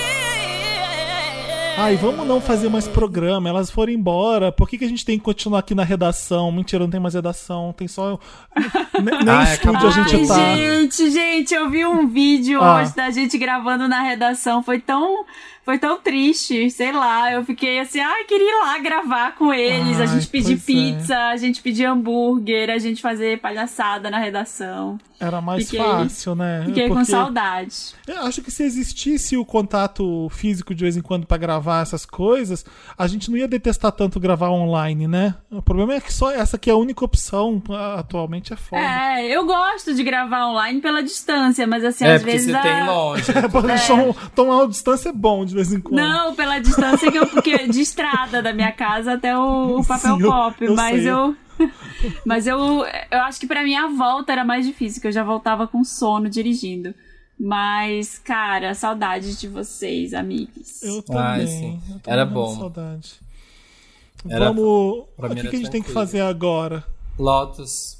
Ai, vamos não fazer mais programa. Elas foram embora. Por que a gente tem que continuar aqui na redação? Mentira, não tem mais redação. Tem só... Nem estúdio a gente tá. Gente, eu vi um vídeo hoje da gente gravando na redação. Foi tão triste, sei lá. Eu fiquei assim, queria ir lá gravar com eles. A gente pedir pizza, a gente pedir hambúrguer, a gente fazer palhaçada na redação. Era mais fácil, né? Fiquei com saudade. Eu acho que se existisse o contato físico de vez em quando pra gravar essas coisas, a gente não ia detestar tanto gravar online, né? O problema é que só essa aqui é a única opção atualmente, é foda. Eu gosto de gravar online pela distância, mas assim, às vezes... porque você tem longe. Tomar uma distância é bom de vez em quando. Não, pela distância porque de estrada da minha casa até o Papel Pop, mas eu acho que pra mim a volta era mais difícil, que eu já voltava com sono dirigindo. Mas, cara, saudade de vocês, amigos. Eu também. Sim. Eu era bom. Saudade. Era, o que a gente tranquilo. tem que fazer agora? Lotus,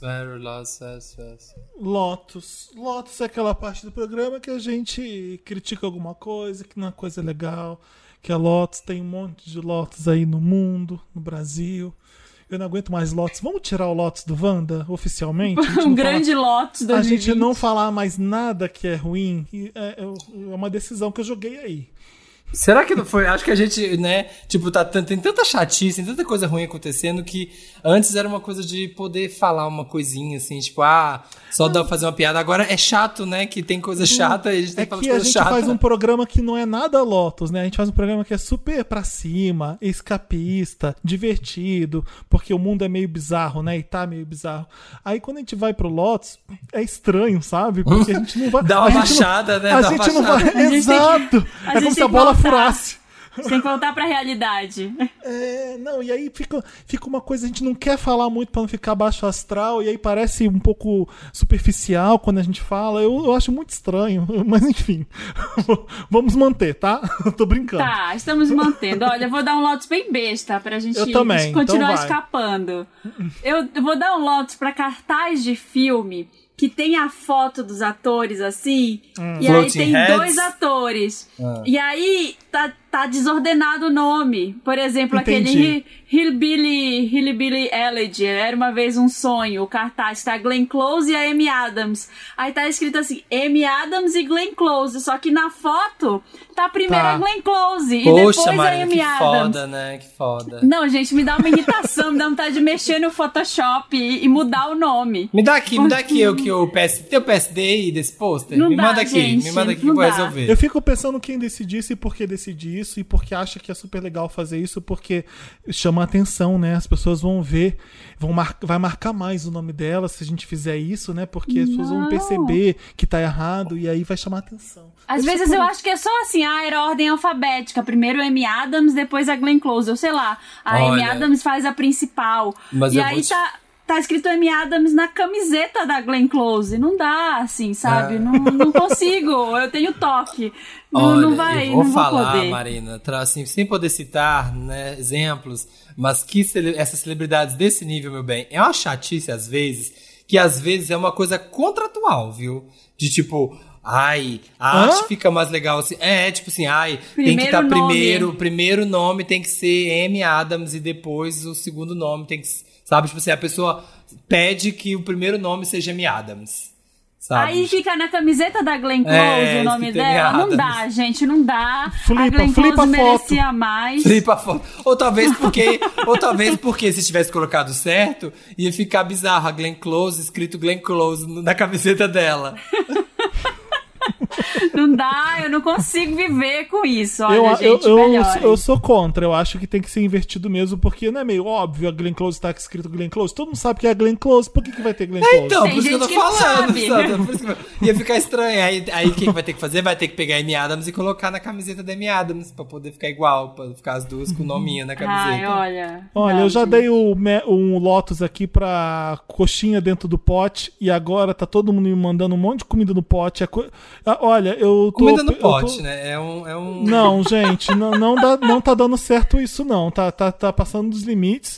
Lotus é aquela parte do programa que a gente critica alguma coisa, que não é coisa legal, que a Lotus tem um monte de Lotus aí no mundo, no Brasil. Eu não aguento mais Lotus. Vamos tirar o Lotus do Wanda, oficialmente? Grande Lotus 2020. A gente não falar mais nada que é ruim. É uma decisão que eu joguei aí. Será que não foi? Acho que a gente, né, tipo, tem tanta chatice, tem tanta coisa ruim acontecendo que antes era uma coisa de poder falar uma coisinha, assim, tipo, só dá pra fazer uma piada. Agora é chato, né, que tem coisa chata e a gente tem que falar coisa chata. A gente faz um programa que não é nada Lotus, né? A gente faz um programa que é super pra cima, escapista, divertido, porque o mundo é meio bizarro, né? E tá meio bizarro. Aí quando a gente vai pro Lotus, é estranho, sabe? Porque a gente não vai... Dá uma baixada, né? A gente não vai... Exato! É como se a bola furasse. Você tem que voltar pra realidade. Não, e aí fica uma coisa, a gente não quer falar muito pra não ficar baixo astral, e aí parece um pouco superficial quando a gente fala. Eu acho muito estranho, mas enfim. Vamos manter, tá? Eu tô brincando. Tá, estamos mantendo. Olha, eu vou dar um Lotus bem besta pra gente continuar escapando. Eu vou dar um Lotus pra cartaz de filme que tem a foto dos atores assim, e aí tem dois atores. E aí tá desordenado o nome. Por exemplo, aquele Hillbilly Elegy, Era Uma Vez um Sonho, o cartaz tá Glenn Close e a Amy Adams. Aí tá escrito assim, Amy Adams e Glenn Close, só que na foto tá primeiro a Glenn Close e depois a Amy Adams. Foda, né? Que foda. Não, gente, me dá uma irritação, me dá vontade de mexer no Photoshop e mudar o nome. Me dá aqui tem o PSD aí desse pôster? Me manda aqui que eu vou resolver. Eu fico pensando quem decide isso e por que decide isso, e porque acha que é super legal fazer isso, porque chama a atenção, né? As pessoas vão ver, vai marcar mais o nome dela se a gente fizer isso, né? Porque as pessoas vão perceber que tá errado e aí vai chamar a atenção. Às vezes eu acho que é só assim, era ordem alfabética. Primeiro a Amy Adams, depois a Glenn Close. Eu sei lá, Amy Adams faz a principal. E aí tá escrito Amy Adams na camiseta da Glenn Close. Não dá, assim, sabe? Não consigo. Eu tenho toque. Não vai, eu vou não falar, poder. Marina, assim, sem poder citar, né, exemplos, mas essas celebridades desse nível, meu bem, é uma chatice às vezes, que às vezes é uma coisa contratual, viu? De tipo... a arte fica mais legal assim. Tipo assim, tem que estar primeiro. O primeiro nome tem que ser Amy Adams e depois o segundo nome tem que... Sabe, tipo assim, a pessoa pede que o primeiro nome seja Amy Adams. Sabe? Aí fica na camiseta da Glenn Close o nome dela. Não dá, gente, não dá. A Glenn Close merecia mais. Flipa a foto. Ou talvez porque se tivesse colocado certo, ia ficar bizarro. A Glenn Close, escrito Glenn Close na camiseta dela. Não dá, eu não consigo viver com isso. Olha, eu sou contra. Eu acho que tem que ser invertido mesmo, porque não é meio óbvio a Glenn Close tá escrito Glenn Close. Todo mundo sabe que é a Glenn Close. Por que vai ter Glenn Close? Então, por isso que eu tô falando. Ia ficar estranho. Aí quem vai ter que fazer? Vai ter que pegar a Amy Adams e colocar na camiseta da Amy Adams, pra poder ficar igual, pra ficar as duas com o nominho na camiseta. Olha, eu já dei um Lotus aqui pra coxinha dentro do pote, e agora tá todo mundo me mandando um monte de comida no pote. Olha, eu tô... Comida no pote, né? É um... Não, gente, não tá dando certo isso, não. Tá passando dos limites.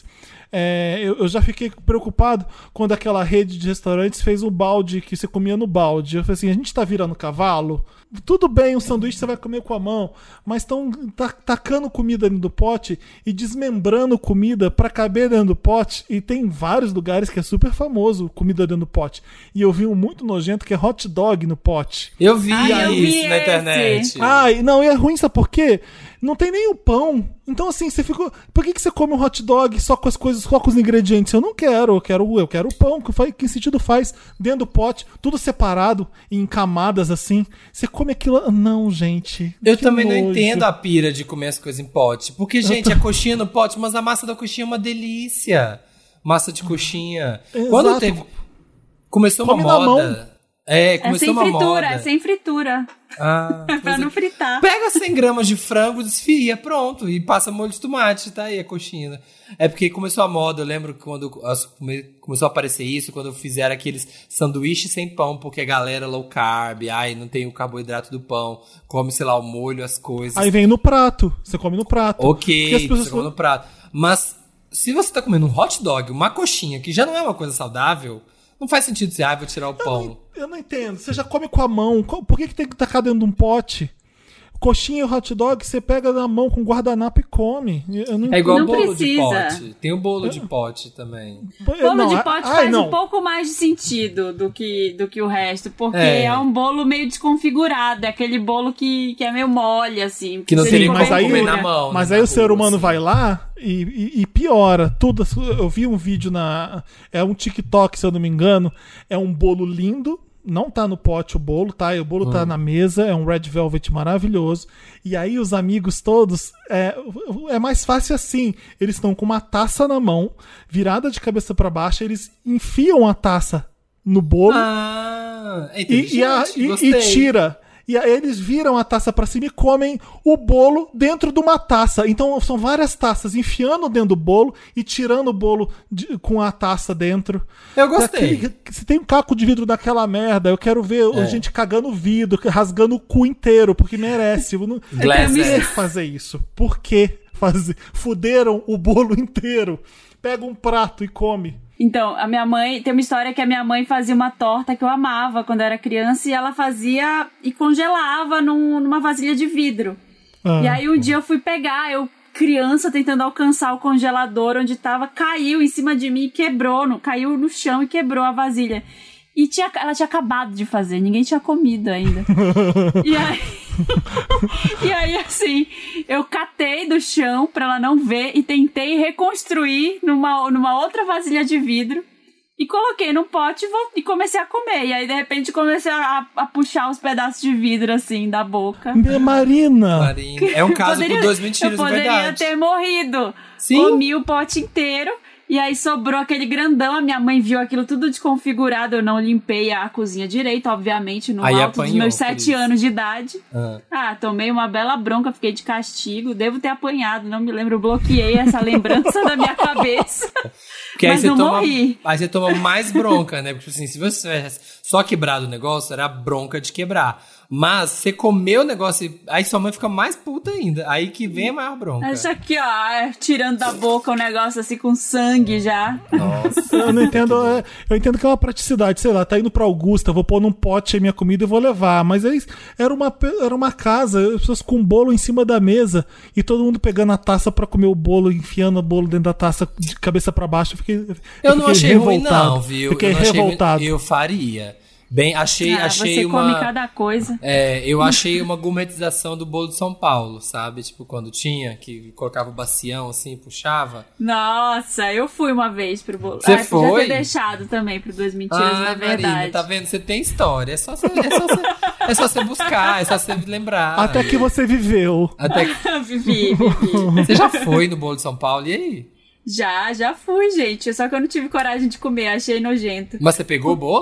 Eu já fiquei preocupado quando aquela rede de restaurantes fez um balde que você comia no balde. Eu falei assim, a gente tá virando cavalo? Tudo bem, um sanduíche você vai comer com a mão, mas estão tacando comida dentro do pote e desmembrando comida pra caber dentro do pote. E tem vários lugares que é super famoso comida dentro do pote. E eu vi um muito nojento que é hot dog no pote. Eu vi isso na internet. Não, e é ruim, sabe por quê? Não tem nem o pão. Então, assim, você ficou... Por que você come um hot dog só com as coisas, só com os ingredientes? Eu não quero. Eu quero o pão. Que sentido faz? Dentro do pote, tudo separado, em camadas, assim. Você come aquilo... Não, gente. Eu também não entendo a pira de comer as coisas em pote. Porque, gente, a coxinha no pote, mas a massa da coxinha é uma delícia. Massa de coxinha. Exato. Quando teve... Começou come uma moda... começou uma moda. É sem fritura. Pra não fritar. Pega 100 gramas de frango, desfia, pronto. E passa molho de tomate, tá aí a coxinha. É porque começou a moda, eu lembro que quando começou a aparecer isso, quando fizeram aqueles sanduíches sem pão, porque a galera low carb, não tem o carboidrato do pão, come, sei lá, o molho, as coisas. Aí vem no prato, você come no prato. Ok, você come no prato. Mas se você tá comendo um hot dog, uma coxinha, que já não é uma coisa saudável... Não faz sentido dizer, vou tirar o pão. Eu não entendo. Você já come com a mão. Por que tem que tacar dentro de um pote? Coxinha e hot dog, você pega na mão com guardanapo e come. É igual bolo de pote. Tem o bolo de pote também. Bolo de pote faz um pouco mais de sentido do que o resto, porque é um bolo meio desconfigurado. É aquele bolo que é meio mole, assim. Que não teria como comer na mão. Mas aí o ser humano vai lá e piora tudo. Eu vi um vídeo é um TikTok, se eu não me engano. É um bolo lindo. Não tá no pote o bolo, tá? O bolo tá na mesa, é um red velvet maravilhoso. E aí os amigos todos, é mais fácil assim. Eles estão com uma taça na mão, virada de cabeça para baixo, eles enfiam a taça no bolo e tira. E aí eles viram a taça pra cima e comem o bolo dentro de uma taça. Então são várias taças enfiando dentro do bolo e tirando o bolo com a taça dentro. Eu gostei. Se tem um caco de vidro daquela merda, eu quero ver a gente cagando vidro, rasgando o cu inteiro, porque merece. Eu não quero fazer isso. Por que fazer? Fuderam o bolo inteiro. Pega um prato e come. Então, a minha mãe... Tem uma história que a minha mãe fazia uma torta que eu amava quando eu era criança e ela fazia e congelava numa vasilha de vidro. E aí um dia eu fui pegar, criança tentando alcançar o congelador onde tava, caiu em cima de mim e quebrou, caiu no chão e quebrou a vasilha. E ela tinha acabado de fazer, ninguém tinha comido ainda. E aí, assim, eu catei do chão pra ela não ver e tentei reconstruir numa outra vasilha de vidro. E coloquei no pote e comecei a comer. E aí, de repente, comecei a puxar os pedaços de vidro, assim, da boca. Marina! É um caso com 2 mentiras, eu poderia verdade. ter morrido. Sim. Comi o pote inteiro. E aí sobrou aquele grandão, a minha mãe viu aquilo tudo desconfigurado, eu não limpei a cozinha direito, obviamente, no aí alto dos meus 7 anos de idade. Tomei uma bela bronca, fiquei de castigo, devo ter apanhado, não me lembro, bloqueei essa lembrança da minha cabeça. Porque mas não morri. Aí você toma mais bronca, né? Porque assim, se você tivesse só quebrado o negócio, era a bronca de quebrar. Mas você comeu o negócio, aí sua mãe fica mais puta ainda. Aí que vem a maior bronca. Acho aqui, ó, tirando da boca o negócio assim com sangue já. Nossa. Eu não entendo. Eu entendo que é uma praticidade, sei lá, tá indo pra Augusta, vou pôr num pote a minha comida e vou levar. Mas aí era uma casa, as pessoas com bolo em cima da mesa e todo mundo pegando a taça pra comer o bolo, enfiando o bolo dentro da taça de cabeça pra baixo. Eu não achei revoltado. Ruim, não, viu? Fiquei revoltado. Eu faria. Bem, achei você uma... come cada coisa. Eu achei uma gourmetização do bolo de São Paulo, sabe? Tipo, quando tinha, que colocava o bacião assim e puxava. Nossa, eu fui uma vez pro bolo. Você foi? Podia ter deixado também pro 2 Mentiras, na verdade. Marina, tá vendo? Você tem história. É só você buscar, é só você lembrar. Até que você viveu. Vivi. Você já foi no bolo de São Paulo, e aí? Já fui, gente. Só que eu não tive coragem de comer, achei nojento. Mas você pegou o bolo?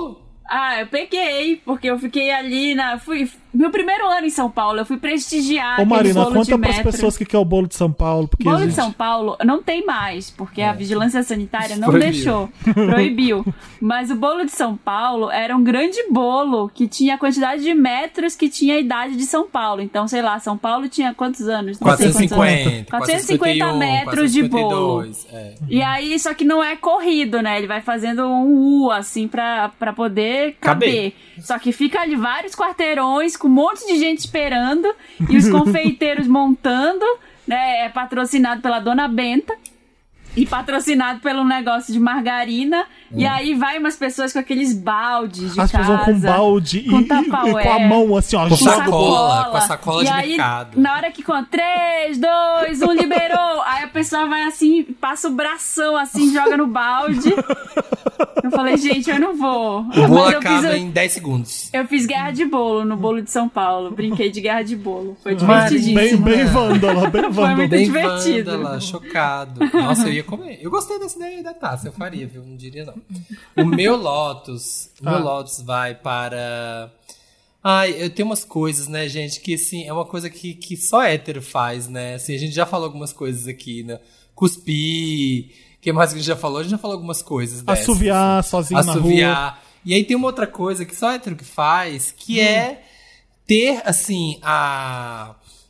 Eu peguei, porque eu fiquei ali meu primeiro ano em São Paulo, eu fui prestigiar. Ô Marina, bolo conta de pras metro. pessoas o que é o bolo de São Paulo. Porque Bolo de São Paulo não tem mais, porque a vigilância sanitária não deixou. Proibiu. Mas o bolo de São Paulo era um grande bolo que tinha a quantidade de metros que tinha a idade de São Paulo. Então, sei lá, São Paulo tinha quantos anos? Não sei quantos anos. 450 metros de bolo. E aí, só que não é corrido, né? Ele vai fazendo um U, assim, pra poder caber. Só que fica ali vários quarteirões com um monte de gente esperando e os confeiteiros montando, né? É patrocinado pela Dona Benta e patrocinado pelo negócio de margarina. E aí vai umas pessoas com aqueles baldes de as casa. pessoas com balde com e com a mão assim, ó. Com a sacola de aí, mercado. Na hora que conta 3, 2, 1, liberou. Aí a pessoa vai assim, passa o bração assim, joga no balde. Eu falei, gente, eu não vou. O bolo acaba em 10 segundos. Eu fiz guerra de bolo no bolo de São Paulo. Brinquei de guerra de bolo. Foi divertidíssimo. Bem vândala, bem vândala. Foi muito divertido. Vândala, chocado. Nossa, eu ia comer. Eu gostei dessa ideia da taça, eu faria, viu? Não diria não. O meu Lotus vai para... eu tenho umas coisas, né, gente, que assim, é uma coisa que só hétero faz, né? Assim, a gente já falou algumas coisas aqui, né? Cuspir... O que mais que a gente já falou? A gente já falou algumas coisas dessas. Assoviar assim. sozinho na rua. E aí tem uma outra coisa que só hétero que faz, que é ter, assim, a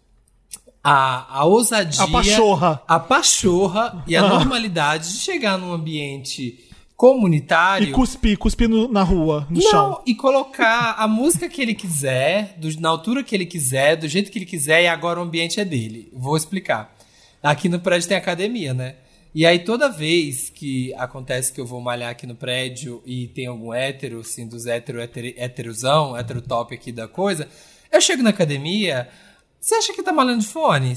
ousadia... A pachorra e a normalidade de chegar num ambiente comunitário... E cuspir na rua, no chão. E colocar a música que ele quiser, na altura que ele quiser, do jeito que ele quiser, e agora o ambiente é dele. Vou explicar. Aqui no prédio tem academia, né? E aí toda vez que acontece que eu vou malhar aqui no prédio e tem algum hétero, assim, dos héterozão, hétero-top aqui da coisa, eu chego na academia... Você acha que tá malhando de fone?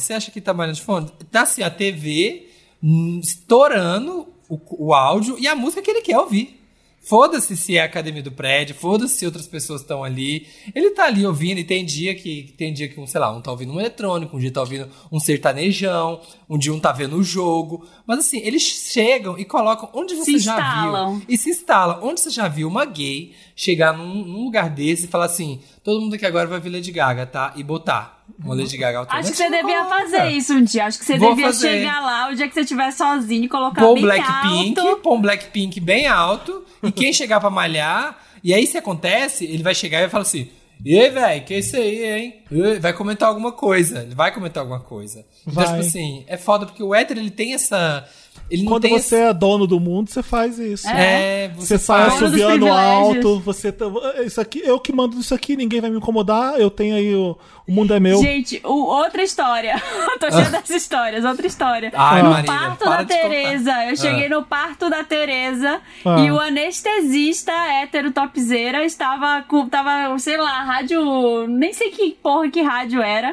Tá assim, a TV estourando o áudio e a música que ele quer ouvir. Foda-se se é a academia do prédio, foda-se se outras pessoas estão ali. Ele tá ali ouvindo e tem dia que sei lá, um tá ouvindo um eletrônico, um dia tá ouvindo um sertanejão, um dia um tá vendo o jogo. Mas assim, eles chegam e colocam onde você já viu. E se instalam. Onde você já viu uma gay chegar num lugar desse e falar assim, todo mundo aqui agora vai ver Lady Gaga, tá? E botar uma Lady Gaga alternativa. Acho que você devia fazer isso um dia. Acho que você devia chegar lá o dia que você estiver sozinho e colocar bem alto. Pôr um Blackpink bem alto. E quem chegar pra malhar... E aí, se acontece, ele vai chegar e vai falar assim... E aí, velho, que é isso aí, hein? Vai comentar alguma coisa. Ele vai comentar alguma coisa. Então, tipo assim, é foda porque o hétero, ele tem essa... Quando você é dono do mundo, você faz isso. Você sai assoviando alto. Isso aqui, eu que mando isso aqui, ninguém vai me incomodar. Eu tenho aí o mundo é meu. Gente, outra história. Tô cheia dessas histórias, outra história. Marina, parto da Tereza. Eu cheguei no parto da Tereza e o anestesista hétero topzera tava, sei lá, rádio, nem sei que porra que rádio era,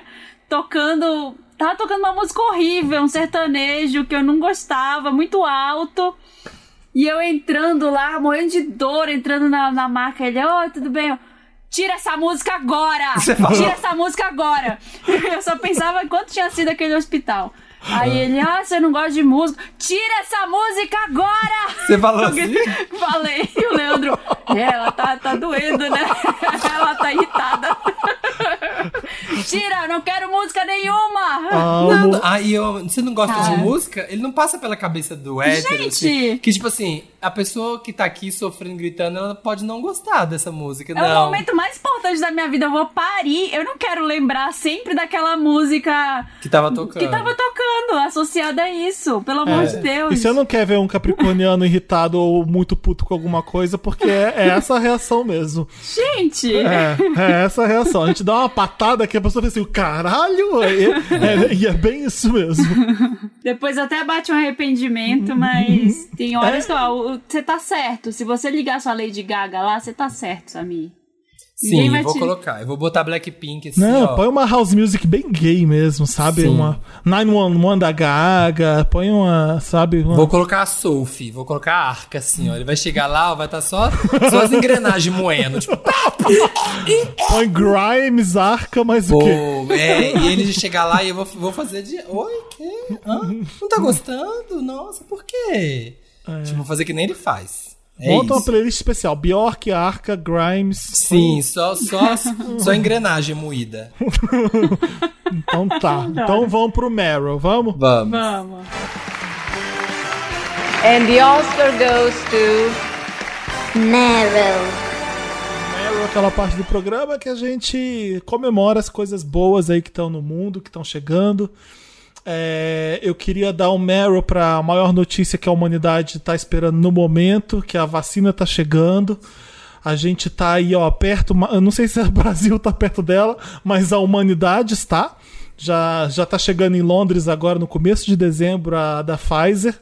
tava tocando uma música horrível, um sertanejo que eu não gostava, muito alto. E eu entrando lá, morrendo de dor, entrando na maca. Ele, tudo bem? Tira essa música agora! Tira essa música agora! Eu só pensava em quanto tinha sido aquele hospital. Aí ele, você não gosta de música? Tira essa música agora! Você falou assim? Falei. E o Leandro, ela tá doendo, né? Ela tá irritada. Tira, não quero música nenhuma! Você não gosta de música? Ele não passa pela cabeça do hétero, gente! Assim, que tipo assim, a pessoa que tá aqui sofrendo, gritando, ela pode não gostar dessa música, É o momento mais importante da minha vida, eu vou parir, eu não quero lembrar sempre daquela música... Que tava tocando, associada a isso, pelo amor de Deus. E você não quer ver um capricorniano irritado ou muito puto com alguma coisa, porque é essa a reação mesmo. Gente! É essa a reação. A gente dá uma patada que a pessoa fala assim, caralho! E é bem isso mesmo. Depois até bate um arrependimento, mas tem horas que você tá certo. Se você ligar sua Lady Gaga lá, você tá certo, Samir. Sim, eu vou colocar. Eu vou botar Blackpink assim, põe uma house music bem gay mesmo, sabe? Sim. Uma 911 da Gaga, põe uma, sabe? Vou colocar a Sophie, vou colocar a Arca assim, Ele vai chegar lá, vai estar só as engrenagens moendo, tipo... Põe Grimes, Arca, mas o quê? E ele chegar lá e eu vou fazer de... Oi, que? Não tá gostando? Nossa, por quê? Tipo, vou fazer que nem ele faz. Monta uma playlist especial. Bjork, Arca, Grimes. Sim, só engrenagem moída. Então tá. Então vamos pro Meryl, vamos? Vamos. And the Oscar goes to Meryl. Meryl é aquela parte do programa que a gente comemora as coisas boas aí que estão no mundo, que estão chegando. Eu queria dar um Meryl para a maior notícia que a humanidade está esperando no momento, que a vacina está chegando. A gente está aí, ó, perto. Eu não sei se o Brasil está perto dela, mas a humanidade está. Já está chegando em Londres agora no começo de dezembro a da Pfizer.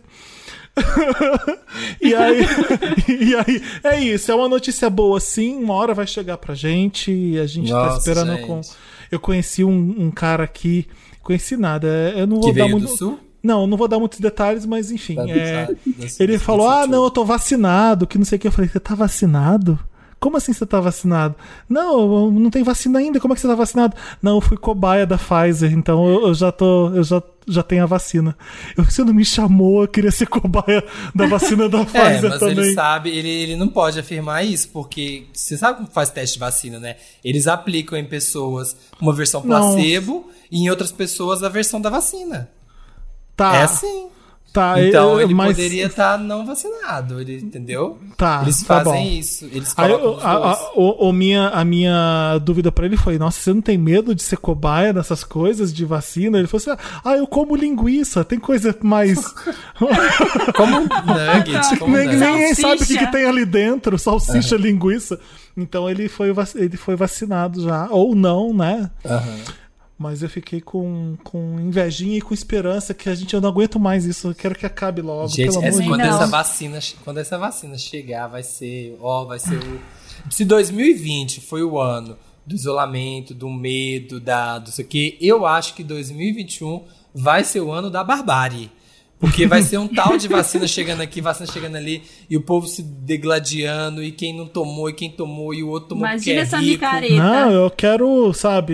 e aí é isso, é uma notícia boa sim, uma hora vai chegar pra gente e a gente tá esperando eu conheci um cara aqui. Conheci nada. Eu não vou que dar veio muito. Do Sul? Não vou dar muitos detalhes, mas enfim. Ele falou: não, eu tô vacinado, que não sei o que. Eu falei: você tá vacinado? Como assim você tá vacinado? Não tem vacina ainda. Como é que você tá vacinado? Não, eu fui cobaia da Pfizer, então eu já tenho a vacina. Você não me chamou, eu queria ser cobaia da vacina da Pfizer mas também. Ele sabe, ele não pode afirmar isso, porque você sabe como faz teste de vacina, né? Eles aplicam em pessoas uma versão placebo e em outras pessoas a versão da vacina. Tá. É assim. Tá, então ele poderia estar não vacinado, entendeu? Tá, eles fazem isso. Eles colocam a minha dúvida pra ele foi: nossa, você não tem medo de ser cobaia dessas coisas de vacina? Ele falou assim: eu como linguiça, tem coisa mais. Como nugget, ninguém sabe o que tem ali dentro, salsicha, linguiça. Então ele foi vacinado já, ou não, né? Mas eu fiquei com invejinha e com esperança que eu não aguento mais isso. Eu quero que acabe logo. Gente, quando essa vacina chegar, vai ser o... Se 2020 foi o ano do isolamento, do medo, do sei o quê, eu acho que 2021 vai ser o ano da barbárie. Porque vai ser um tal de vacina chegando aqui, vacina chegando ali, e o povo se degladiando, e quem não tomou, e quem tomou, e o outro tomou. Imagina porque é essa rico. micareta. Não, eu quero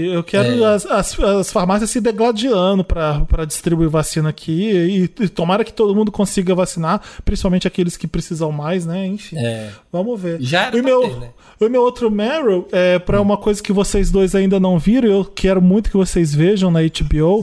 as farmácias se degladiando pra distribuir vacina aqui, e tomara que todo mundo consiga vacinar, principalmente aqueles que precisam mais, né? Enfim, vamos ver. Já era né? O meu outro Meryl é pra uma coisa que vocês dois ainda não viram, eu quero muito que vocês vejam na HBO.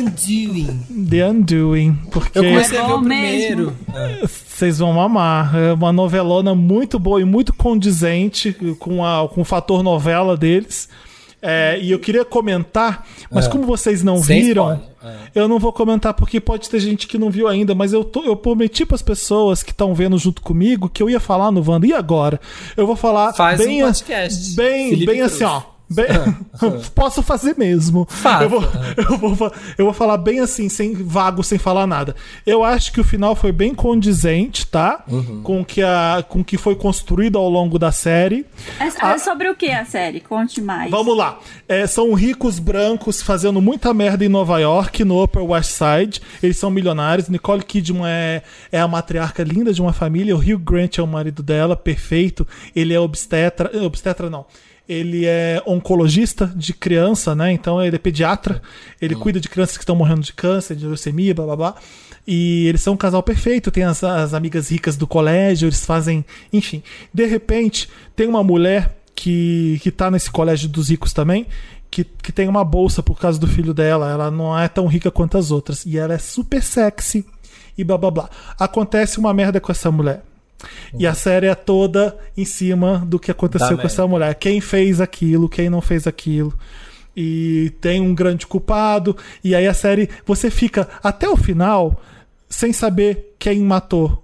The Undoing. Porque eu comecei a ver o primeiro. Vocês vão amar. É uma novelona muito boa e muito condizente com o fator novela deles. E eu queria comentar, mas como vocês não viram, eu não vou comentar porque pode ter gente que não viu ainda, mas eu prometi para as pessoas que estão vendo junto comigo que eu ia falar no Wanda. E agora? Eu vou falar bem, um podcast. Bem assim, ó. Posso fazer mesmo. Eu vou falar bem assim, sem falar nada. Eu acho que o final foi bem condizente, tá? Com o que foi construído ao longo da série. É sobre o que a série? Conte mais. Vamos lá. São ricos brancos fazendo muita merda em Nova York, no Upper West Side. Eles são milionários. Nicole Kidman é a matriarca linda de uma família. O Hugh Grant é o marido dela, perfeito. Ele é obstetra não. Ele é oncologista de criança, né? Então ele é pediatra. Ele cuida de crianças que estão morrendo de câncer, de leucemia, blá blá blá. E eles são um casal perfeito. Tem as amigas ricas do colégio, eles fazem... Enfim, de repente, tem uma mulher que tá nesse colégio dos ricos também, que tem uma bolsa por causa do filho dela. Ela não é tão rica quanto as outras. E ela é super sexy e blá blá blá. Acontece uma merda com essa mulher. E a série é toda em cima do que aconteceu com essa mulher. Quem fez aquilo, quem não fez aquilo. E tem um grande culpado. E aí a série, você fica até o final sem saber quem matou.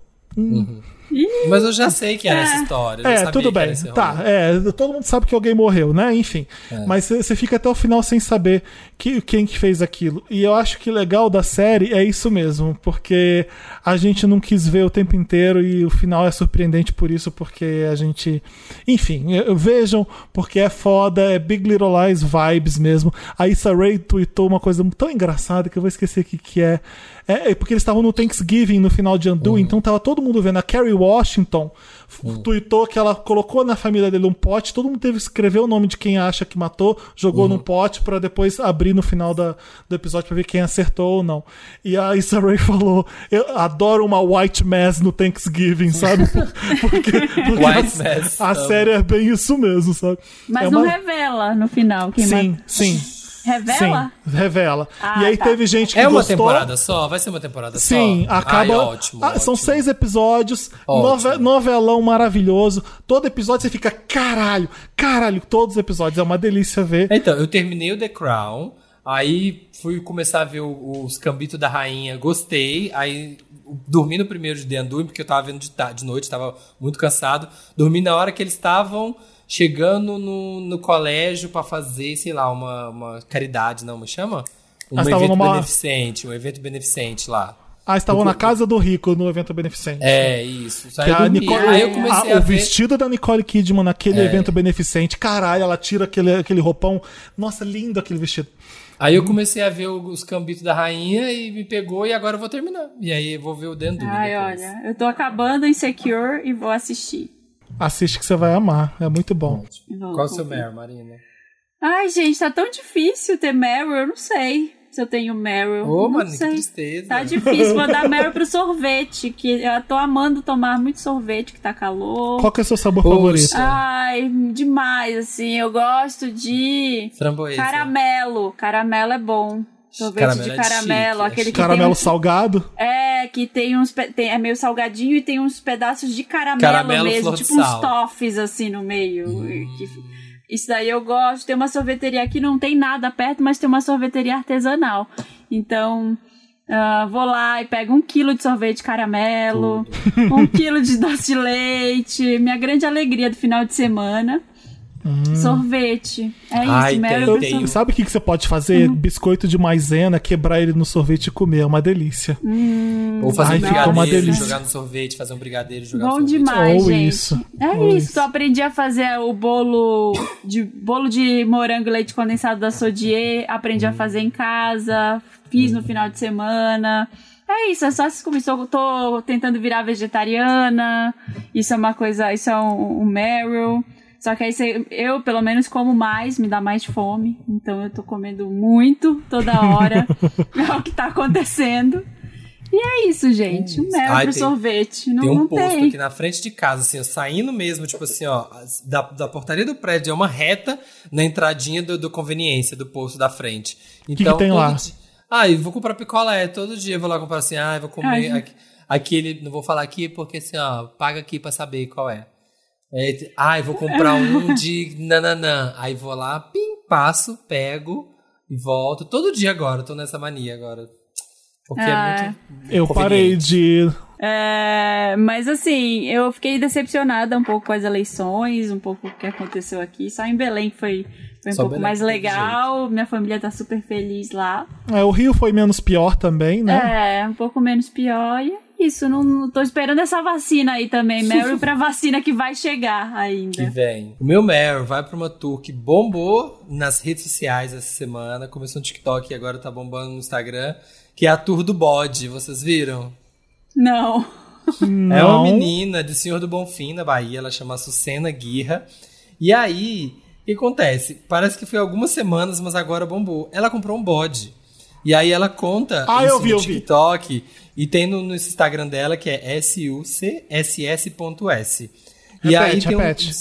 Mas eu já sei que era essa história. Tudo bem. Tá, todo mundo sabe que alguém morreu, né? Enfim. Mas você fica até o final sem saber quem que fez aquilo. E eu acho que o legal da série é isso mesmo, porque a gente não quis ver o tempo inteiro e o final é surpreendente por isso, porque a gente... Enfim, vejam, porque é foda, é Big Little Lies vibes mesmo. A Issa Rae tweetou uma coisa tão engraçada que eu vou esquecer o que é. Porque eles estavam no Thanksgiving no final de Undoing, então tava todo mundo vendo. A Carrie Washington tweetou que ela colocou na família dele um pote, todo mundo teve que escrever o nome de quem acha que matou, jogou num pote pra depois abrir no final do episódio pra ver quem acertou ou não. E a Issa Rae falou, eu adoro uma white mass no Thanksgiving, sabe? Porque White mass. A série é bem isso mesmo, sabe? Mas não revela no final quem matou. Sim. Revela? Sim, revela. E aí teve gente que gostou. É uma temporada só? Vai ser uma temporada só? Sim, acaba... ótimo. São 6 episódios, novelão maravilhoso. Todo episódio você fica, caralho, todos os episódios. É uma delícia ver. Então, eu terminei o The Crown, aí fui começar a ver os Cambitos da Rainha, gostei, aí dormi no primeiro de The Undoing, porque eu tava vendo de noite, tava muito cansado. Dormi na hora que eles estavam chegando no colégio pra fazer, sei lá, uma caridade, não, me chama? Um evento beneficente lá. Estavam na casa do rico no evento beneficente. Isso. Aí eu comecei a ver... O vestido da Nicole Kidman naquele evento beneficente, caralho, ela tira aquele roupão. Nossa, lindo aquele vestido. Aí eu comecei a ver os Cambitos da Rainha e me pegou, e agora eu vou terminar. E aí eu vou ver o The Undoing depois. Olha, eu tô acabando Insecure e vou assistir. Assiste que você vai amar, é muito bom. Qual é o seu Meryl, Marina? Ai, gente, tá tão difícil ter Meryl, eu não sei se eu tenho Meryl. Mano, que tristeza. Tá difícil, vou dar Meryl pro sorvete, que eu tô amando tomar muito sorvete, que tá calor. Qual que é o seu sabor favorito? Ai, demais, assim, eu gosto de... Framboesa. Caramelo é bom. Sorvete de caramelo, aquele que caramelo tem salgado? Que tem é meio salgadinho e tem uns pedaços de caramelo mesmo, tipo uns toffees assim no meio. Isso daí eu gosto. Tem uma sorveteria aqui, não tem nada perto, mas tem uma sorveteria artesanal. Então, vou lá e pego 1 quilo de sorvete de caramelo, 1 quilo de doce de leite, minha grande alegria do final de semana. Sorvete. É isso, Sabe o que você pode fazer? Biscoito de maisena, quebrar ele no sorvete e comer. É uma delícia. Ou fazer um brigadeiro, jogar no sorvete, fazer um brigadeiro e jogar no sorvete. Bom demais, gente. Isso. Isso. Eu aprendi a fazer o bolo de morango e leite condensado da Sodier. Aprendi a fazer em casa. Fiz no final de semana. É isso, é só se começar. Eu tô tentando virar vegetariana. Isso é uma coisa, isso é um Meryl. Só que aí eu, pelo menos, como mais, me dá mais fome. Então eu tô comendo muito, toda hora. É o que tá acontecendo. E é isso, gente. Um Meryl pro sorvete. Não, tem um não posto tem. aqui na frente de casa, assim, saindo mesmo, tipo assim, ó, da portaria do prédio, é uma reta na entradinha do conveniência, do posto da frente. Então, que tem lá? Eu vou comprar picolé. Todo dia eu vou lá comprar assim, eu vou comer aquele, não vou falar aqui porque assim, ó, paga aqui pra saber qual é. Vou comprar um de nananã. Aí vou lá, passo, pego e volto. Todo dia agora, tô nessa mania agora. Porque é muito eu parei de ir. Mas assim, eu fiquei decepcionada um pouco com as eleições, um pouco com o que aconteceu aqui. Só em Belém foi um pouco mais legal. Minha família tá super feliz lá. O Rio foi menos pior também, né? Um pouco menos pior. E isso, não tô esperando essa vacina aí também, Meryl, pra vacina que vai chegar ainda. Que vem. O meu Meryl vai pra uma tour que bombou nas redes sociais essa semana. Começou no TikTok e agora tá bombando no Instagram. Que é a tour do bode. Vocês viram? Não. É uma menina de Senhor do Bonfim, na Bahia. Ela chama Sucena Guirra. E aí, o que acontece? Parece que foi algumas semanas, mas agora bombou. Ela comprou um bode. E aí ela conta isso no TikTok. E tem no Instagram dela, que é sucss.s. E aí tem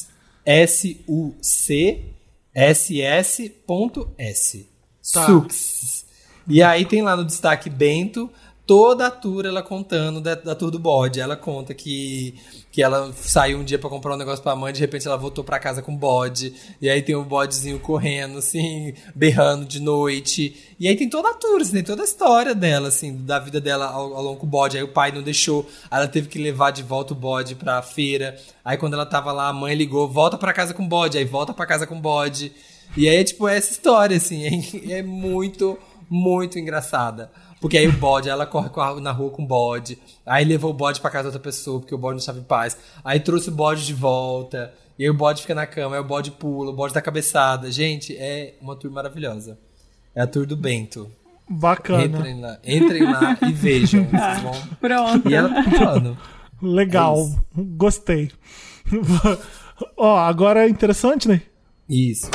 sucss.s. Sux. E aí tem lá no destaque Bento, toda a tour ela contando da tour do bode. Ela conta que ela saiu um dia pra comprar um negócio pra mãe, de repente ela voltou pra casa com bode. E aí tem um bodezinho correndo, assim, berrando de noite. E aí tem toda a tour, assim, tem toda a história dela, assim, da vida dela ao longo do bode. Aí o pai não deixou, aí ela teve que levar de volta o bode pra feira. Aí quando ela tava lá, a mãe ligou, volta pra casa com bode. Aí volta pra casa com bode. E aí, tipo, essa história, assim, é muito, muito engraçada. Porque aí o bode, ela corre na rua com o bode. Aí levou o bode pra casa da outra pessoa, porque o bode não estava em paz. Aí trouxe o bode de volta. E aí o bode fica na cama, aí o bode pula, o bode dá cabeçada. Gente, é uma tour maravilhosa. É a tour do Bento. Bacana. Entrem lá e vejam. Vocês vão... Pronto. E ela tá falando. Legal. Gostei. Ó, agora é interessante, né? Isso.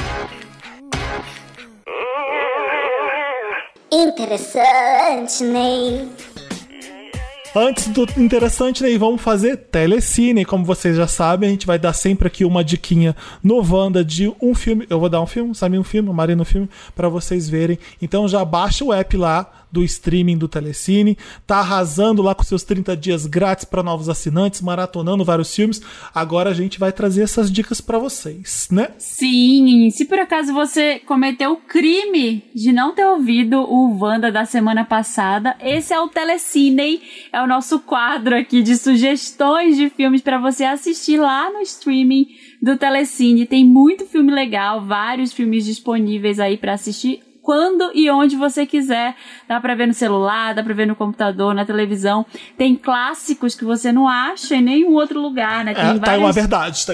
Interessante, Ney. Antes do interessante, né, vamos fazer telecine. Como vocês já sabem, a gente vai dar sempre aqui uma diquinha no Wanda de um filme. Eu vou dar um filme, Samir um filme, Marina um filme, pra vocês verem. Então já baixa o app lá do streaming do Telecine, tá arrasando lá com seus 30 dias grátis para novos assinantes, maratonando vários filmes. Agora a gente vai trazer essas dicas para vocês, né? Sim, se por acaso você cometeu o crime de não ter ouvido o Wanda da semana passada, esse é o Telecine, é o nosso quadro aqui de sugestões de filmes para você assistir lá no streaming do Telecine. Tem muito filme legal, vários filmes disponíveis aí para assistir quando e onde você quiser. Dá pra ver no celular, dá pra ver no computador, na televisão. Tem clássicos que você não acha em nenhum outro lugar, né? Tem várias... Tá aí uma verdade. Isso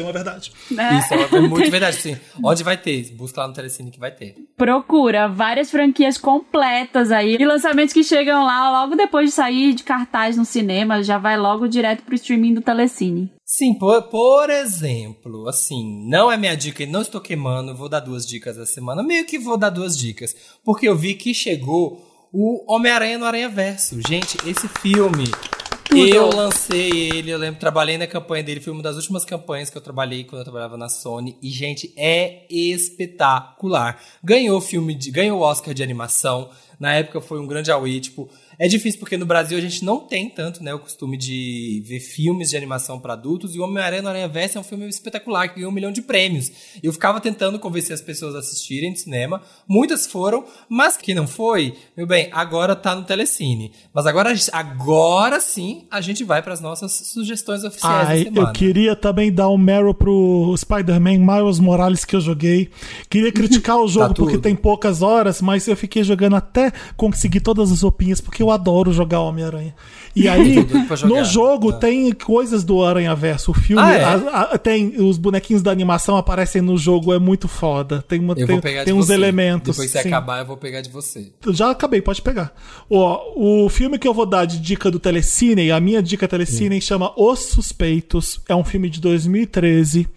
é muito verdade, sim. Onde vai ter? Busca lá no Telecine que vai ter. Procura várias franquias completas aí. E lançamentos que chegam lá logo depois de sair de cartaz no cinema, já vai logo direto pro streaming do Telecine. Sim, por exemplo, assim, não é minha dica e não estou queimando, vou dar 2 dicas da semana, meio que vou dar 2 dicas, porque eu vi que chegou o Homem-Aranha no Aranhaverso. Gente, esse filme, eu lancei ele, eu lembro, trabalhei na campanha dele, foi uma das últimas campanhas que eu trabalhei quando eu trabalhava na Sony, e, gente, é espetacular. Ganhou o Oscar de animação, na época foi um grande auê, tipo... É difícil porque no Brasil a gente não tem tanto, né, o costume de ver filmes de animação para adultos, e o Homem-Aranha no Aranhaverso é um filme espetacular, que ganhou 1 milhão de prêmios. Eu ficava tentando convencer as pessoas a assistirem no cinema, muitas foram, mas que não foi, meu bem, agora tá no Telecine. Mas agora sim a gente vai para as nossas sugestões oficiais da semana. Eu queria também dar um Meryl pro Spider-Man Miles Morales que eu joguei. Queria criticar o jogo porque tem poucas horas, mas eu fiquei jogando até conseguir todas as roupinhas, porque eu adoro jogar Homem-Aranha. E aí, no jogo, tem coisas do Aranhaverso. O filme, tem os bonequinhos da animação aparecem no jogo, é muito foda. Tem uns elementos. Depois que você acabar, eu vou pegar de você. Já acabei, pode pegar. O filme que eu vou dar de dica do Telecine, a minha dica Telecine, chama Os Suspeitos. É um filme de 2013.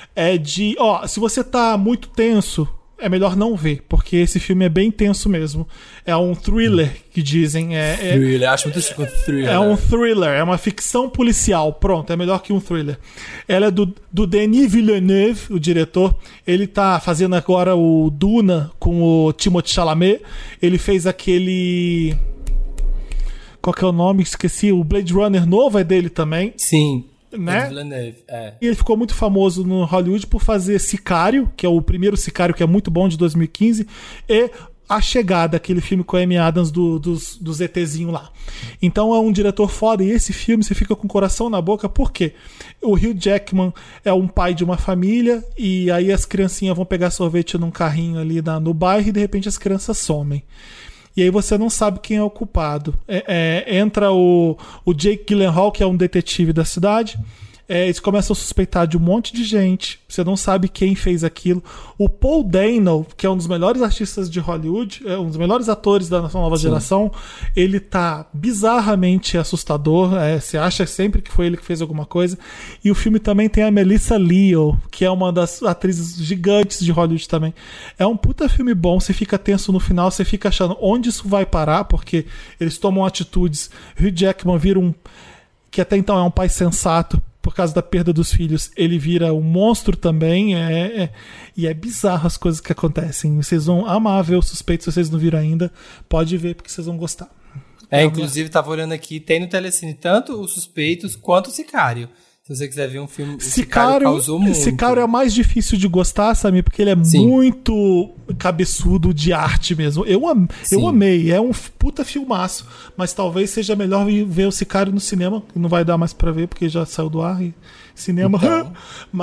Se você tá muito tenso, é melhor não ver, porque esse filme é bem tenso mesmo. É um thriller, que dizem. Thriller, acho muito chique com thriller. É um thriller, é uma ficção policial. Pronto, é melhor que um thriller. Ela é do Denis Villeneuve, o diretor. Ele tá fazendo agora o Duna com o Timothée Chalamet. Ele fez aquele... Qual que é o nome? Esqueci. O Blade Runner novo é dele também. Sim. Né? E ele ficou muito famoso no Hollywood por fazer Sicário, que é o primeiro Sicário, que é muito bom, de 2015, e A Chegada, aquele filme com a Amy Adams dos ETzinho lá. Então é um diretor foda, e esse filme você fica com o coração na boca, porque o Hugh Jackman é um pai de uma família, e aí as criancinhas vão pegar sorvete num carrinho ali no bairro, e de repente as crianças somem. E aí você não sabe quem é o culpado. Entra o Jake Gyllenhaal, que é um detetive da cidade. Eles começam a suspeitar de um monte de gente. Você não sabe quem fez aquilo. O Paul Dano, que é um dos melhores artistas de Hollywood, um dos melhores atores da nova geração, ele tá bizarramente assustador. Você acha sempre que foi ele que fez alguma coisa. E o filme também tem a Melissa Leo, que é uma das atrizes gigantes de Hollywood também. É um puta filme bom. Você fica tenso no final, você fica achando onde isso vai parar, porque eles tomam atitudes. Hugh Jackman vira que até então é um pai sensato, por causa da perda dos filhos, ele vira um monstro também, e é bizarro as coisas que acontecem. Vocês vão amar ver o Suspeito, se vocês não viram ainda, pode ver, porque vocês vão gostar. Inclusive, tava olhando aqui, tem no Telecine tanto os Suspeitos quanto o Sicário. Se você quiser ver um filme, o Sicário causou muito. Sicário é mais difícil de gostar, sabe? Porque ele é muito cabeçudo de arte mesmo. Eu amei, é um puta filmaço. Mas talvez seja melhor ver o Sicário no cinema, que não vai dar mais pra ver, porque já saiu do ar e cinema. Então.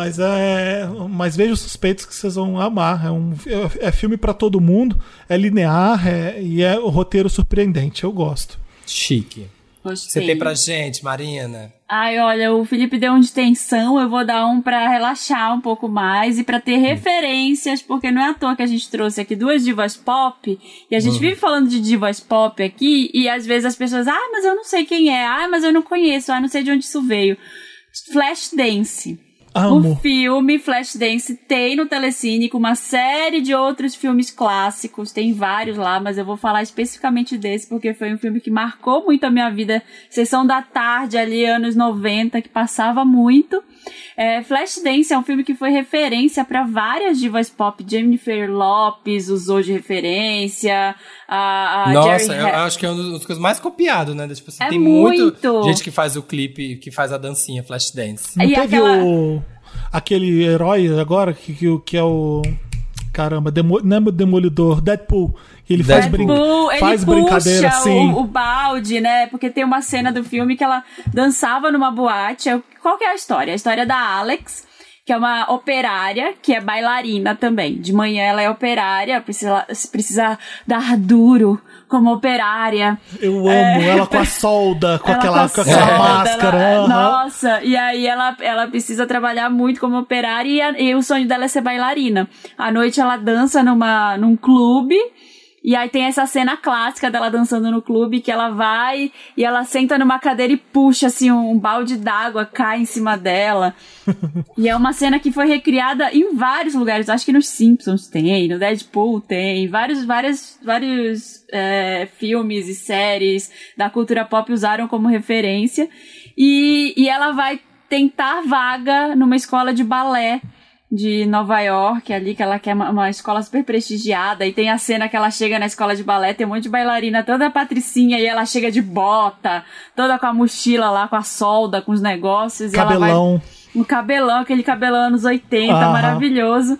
Mas veja os Suspeitos que vocês vão amar. É filme pra todo mundo, é linear e é o roteiro surpreendente. Eu gosto. Chique. Gostei. Você tem pra gente, Marina? Ai, olha, o Felipe deu um de tensão, eu vou dar um pra relaxar um pouco mais e pra ter referências, porque não é à toa que a gente trouxe aqui 2 divas pop, e a gente vive falando de divas pop aqui, e às vezes as pessoas, mas eu não sei quem é, mas eu não conheço, não sei de onde isso veio. Flashdance. Amo. O filme Flashdance tem no Telecine com uma série de outros filmes clássicos, tem vários lá, mas eu vou falar especificamente desse porque foi um filme que marcou muito a minha vida, sessão da tarde ali, anos 90, que passava muito. Flashdance é um filme que foi referência para várias divas pop. Jennifer Lopez usou de referência, Nossa, Jerry eu acho que é uma das coisas mais copiadas, né? Tipo assim, tem muito gente que faz o clipe, que faz a dancinha Flashdance. Não E teve aquele herói agora que é o... Caramba, não é o Demolidor, Deadpool. Ele faz brincadeira assim. O balde, né? Porque tem uma cena do filme que ela dançava numa boate. Qual que é a história? A história da Alex, que é uma operária, que é bailarina também. De manhã ela é operária, precisa dar duro como operária. Eu amo ela com a solda, com aquela máscara. Nossa, e aí ela precisa trabalhar muito como operária e o sonho dela é ser bailarina. À noite ela dança num clube. E aí tem essa cena clássica dela dançando no clube, que ela vai e ela senta numa cadeira e puxa, assim, um balde d'água, cai em cima dela. E é uma cena que foi recriada em vários lugares. Acho que nos Simpsons tem, no Deadpool tem, vários filmes e séries da cultura pop usaram como referência. E ela vai tentar vaga numa escola de balé de Nova York, ali, que ela quer uma escola super prestigiada, e tem a cena que ela chega na escola de balé, tem um monte de bailarina, toda patricinha, e ela chega de bota, toda com a mochila lá, com a solda, com os negócios, cabelão. E ela vai... Um cabelão, aquele cabelão anos 80, maravilhoso.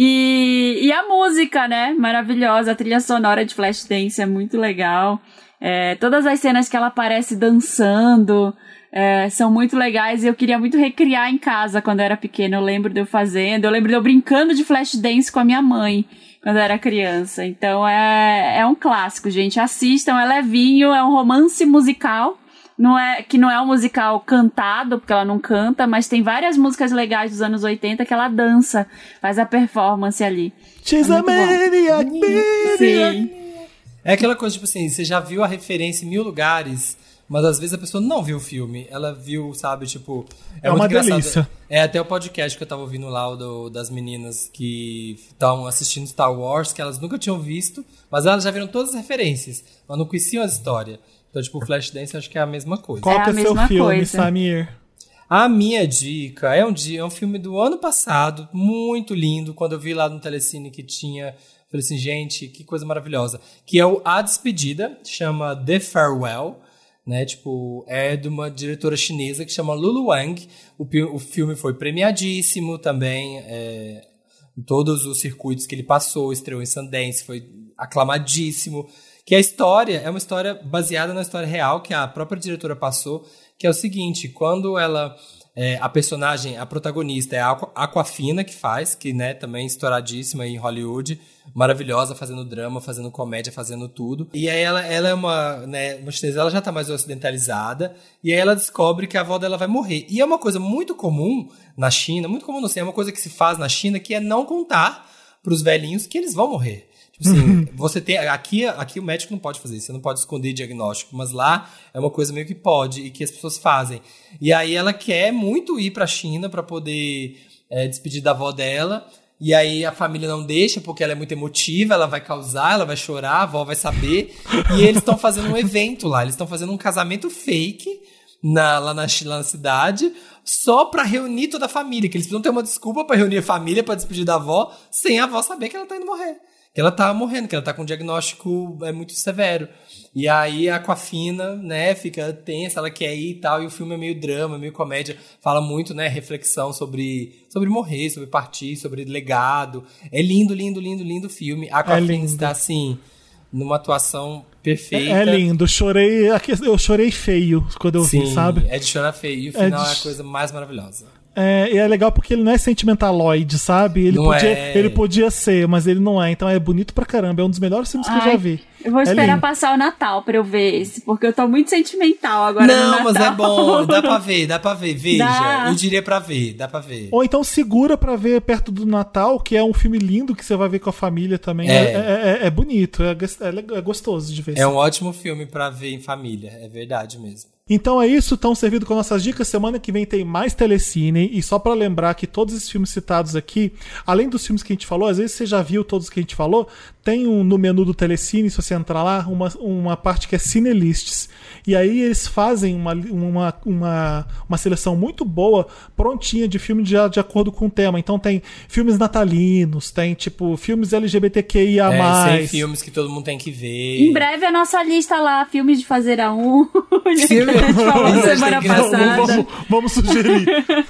E a música, né, maravilhosa, a trilha sonora de Flashdance é muito legal. Todas as cenas que ela aparece dançando... são muito legais e eu queria muito recriar em casa quando eu era pequena. Eu lembro de eu fazendo, eu lembro de eu brincando de Flashdance com a minha mãe quando eu era criança. Então é um clássico, gente. Assistam, é levinho, é um romance musical. Não é um musical cantado, porque ela não canta, mas tem várias músicas legais dos anos 80 que ela dança, faz a performance ali. She's a maniac, Sim. É aquela coisa, tipo assim, você já viu a referência em 1000 lugares, mas às vezes a pessoa não viu o filme. Ela viu, sabe, tipo... É uma delícia. Até o podcast que eu tava ouvindo lá, das meninas que estavam assistindo Star Wars, que elas nunca tinham visto, mas elas já viram todas as referências, mas não conheciam as histórias. Então, tipo, o Flashdance acho que é a mesma coisa. Qual que é o seu filme, Samir? A minha dica é um filme do ano passado, muito lindo, quando eu vi lá no Telecine que tinha... Falei assim, gente, que coisa maravilhosa. Que é o A Despedida, chama The Farewell, né? Tipo, é de uma diretora chinesa que chama Lulu Wang. O filme foi premiadíssimo também, em todos os circuitos que ele passou, estreou em Sundance, foi aclamadíssimo. Que a história é uma história baseada na história real que a própria diretora passou, que é o seguinte, quando ela... a personagem, a protagonista é a Awkwafina que faz, que, né, também estouradíssima em Hollywood, maravilhosa, fazendo drama, fazendo comédia, fazendo tudo. E aí ela é uma chinesa, ela já tá mais ocidentalizada, e aí ela descobre que a avó dela vai morrer. E é uma coisa muito comum na China, muito comum, não sei, é uma coisa que se faz na China, que é não contar pros velhinhos que eles vão morrer. Assim, você tem aqui o médico não pode fazer isso, você não pode esconder diagnóstico, mas lá é uma coisa meio que pode e que as pessoas fazem. E aí ela quer muito ir pra China pra poder despedir da avó dela, e aí a família não deixa porque ela é muito emotiva, ela vai causar, ela vai chorar, a avó vai saber, e eles estão fazendo um evento lá, eles estão fazendo um casamento fake lá na cidade, só pra reunir toda a família, que eles precisam ter uma desculpa pra reunir a família, pra despedir da avó, sem a avó saber que ela tá indo morrer. Que ela tá morrendo, que ela tá com um diagnóstico muito severo. E aí a Awkwafina, né, fica tensa, ela quer ir e tal, e o filme é meio drama, meio comédia, fala muito, né, reflexão sobre morrer, sobre partir, sobre legado. É lindo, lindo, lindo, lindo filme. A Awkwafina está, assim, numa atuação perfeita. É lindo, eu chorei feio quando eu vi, sabe? É de chorar feio, e o final é a coisa mais maravilhosa. E é legal porque ele não é sentimentaloide, sabe? Ele podia ser, mas ele não é. Então é bonito pra caramba. É um dos melhores filmes que eu já vi. Eu vou esperar passar o Natal pra eu ver esse, porque eu tô muito sentimental agora no Natal. Não, mas é bom. Dá pra ver. Veja. Eu diria pra ver. Dá pra ver. Ou então segura pra ver perto do Natal, que é um filme lindo que você vai ver com a família também. É bonito. É gostoso de ver. É um ótimo filme pra ver em família. É verdade mesmo. Então é isso, estão servido com nossas dicas. Semana que vem tem mais Telecine. E só pra lembrar que todos esses filmes citados aqui, além dos filmes que a gente falou, às vezes você já viu todos que a gente falou, tem no menu do Telecine, se você entrar lá, uma parte que é Cinelists. E aí eles fazem uma seleção muito boa, prontinha, de filme de acordo com o tema. Então tem filmes natalinos, tem tipo filmes LGBTQIA+. Tem filmes que todo mundo tem que ver. Em breve a nossa lista lá, filmes de fazer a um. A gente falou semana passada. Vamos sugerir.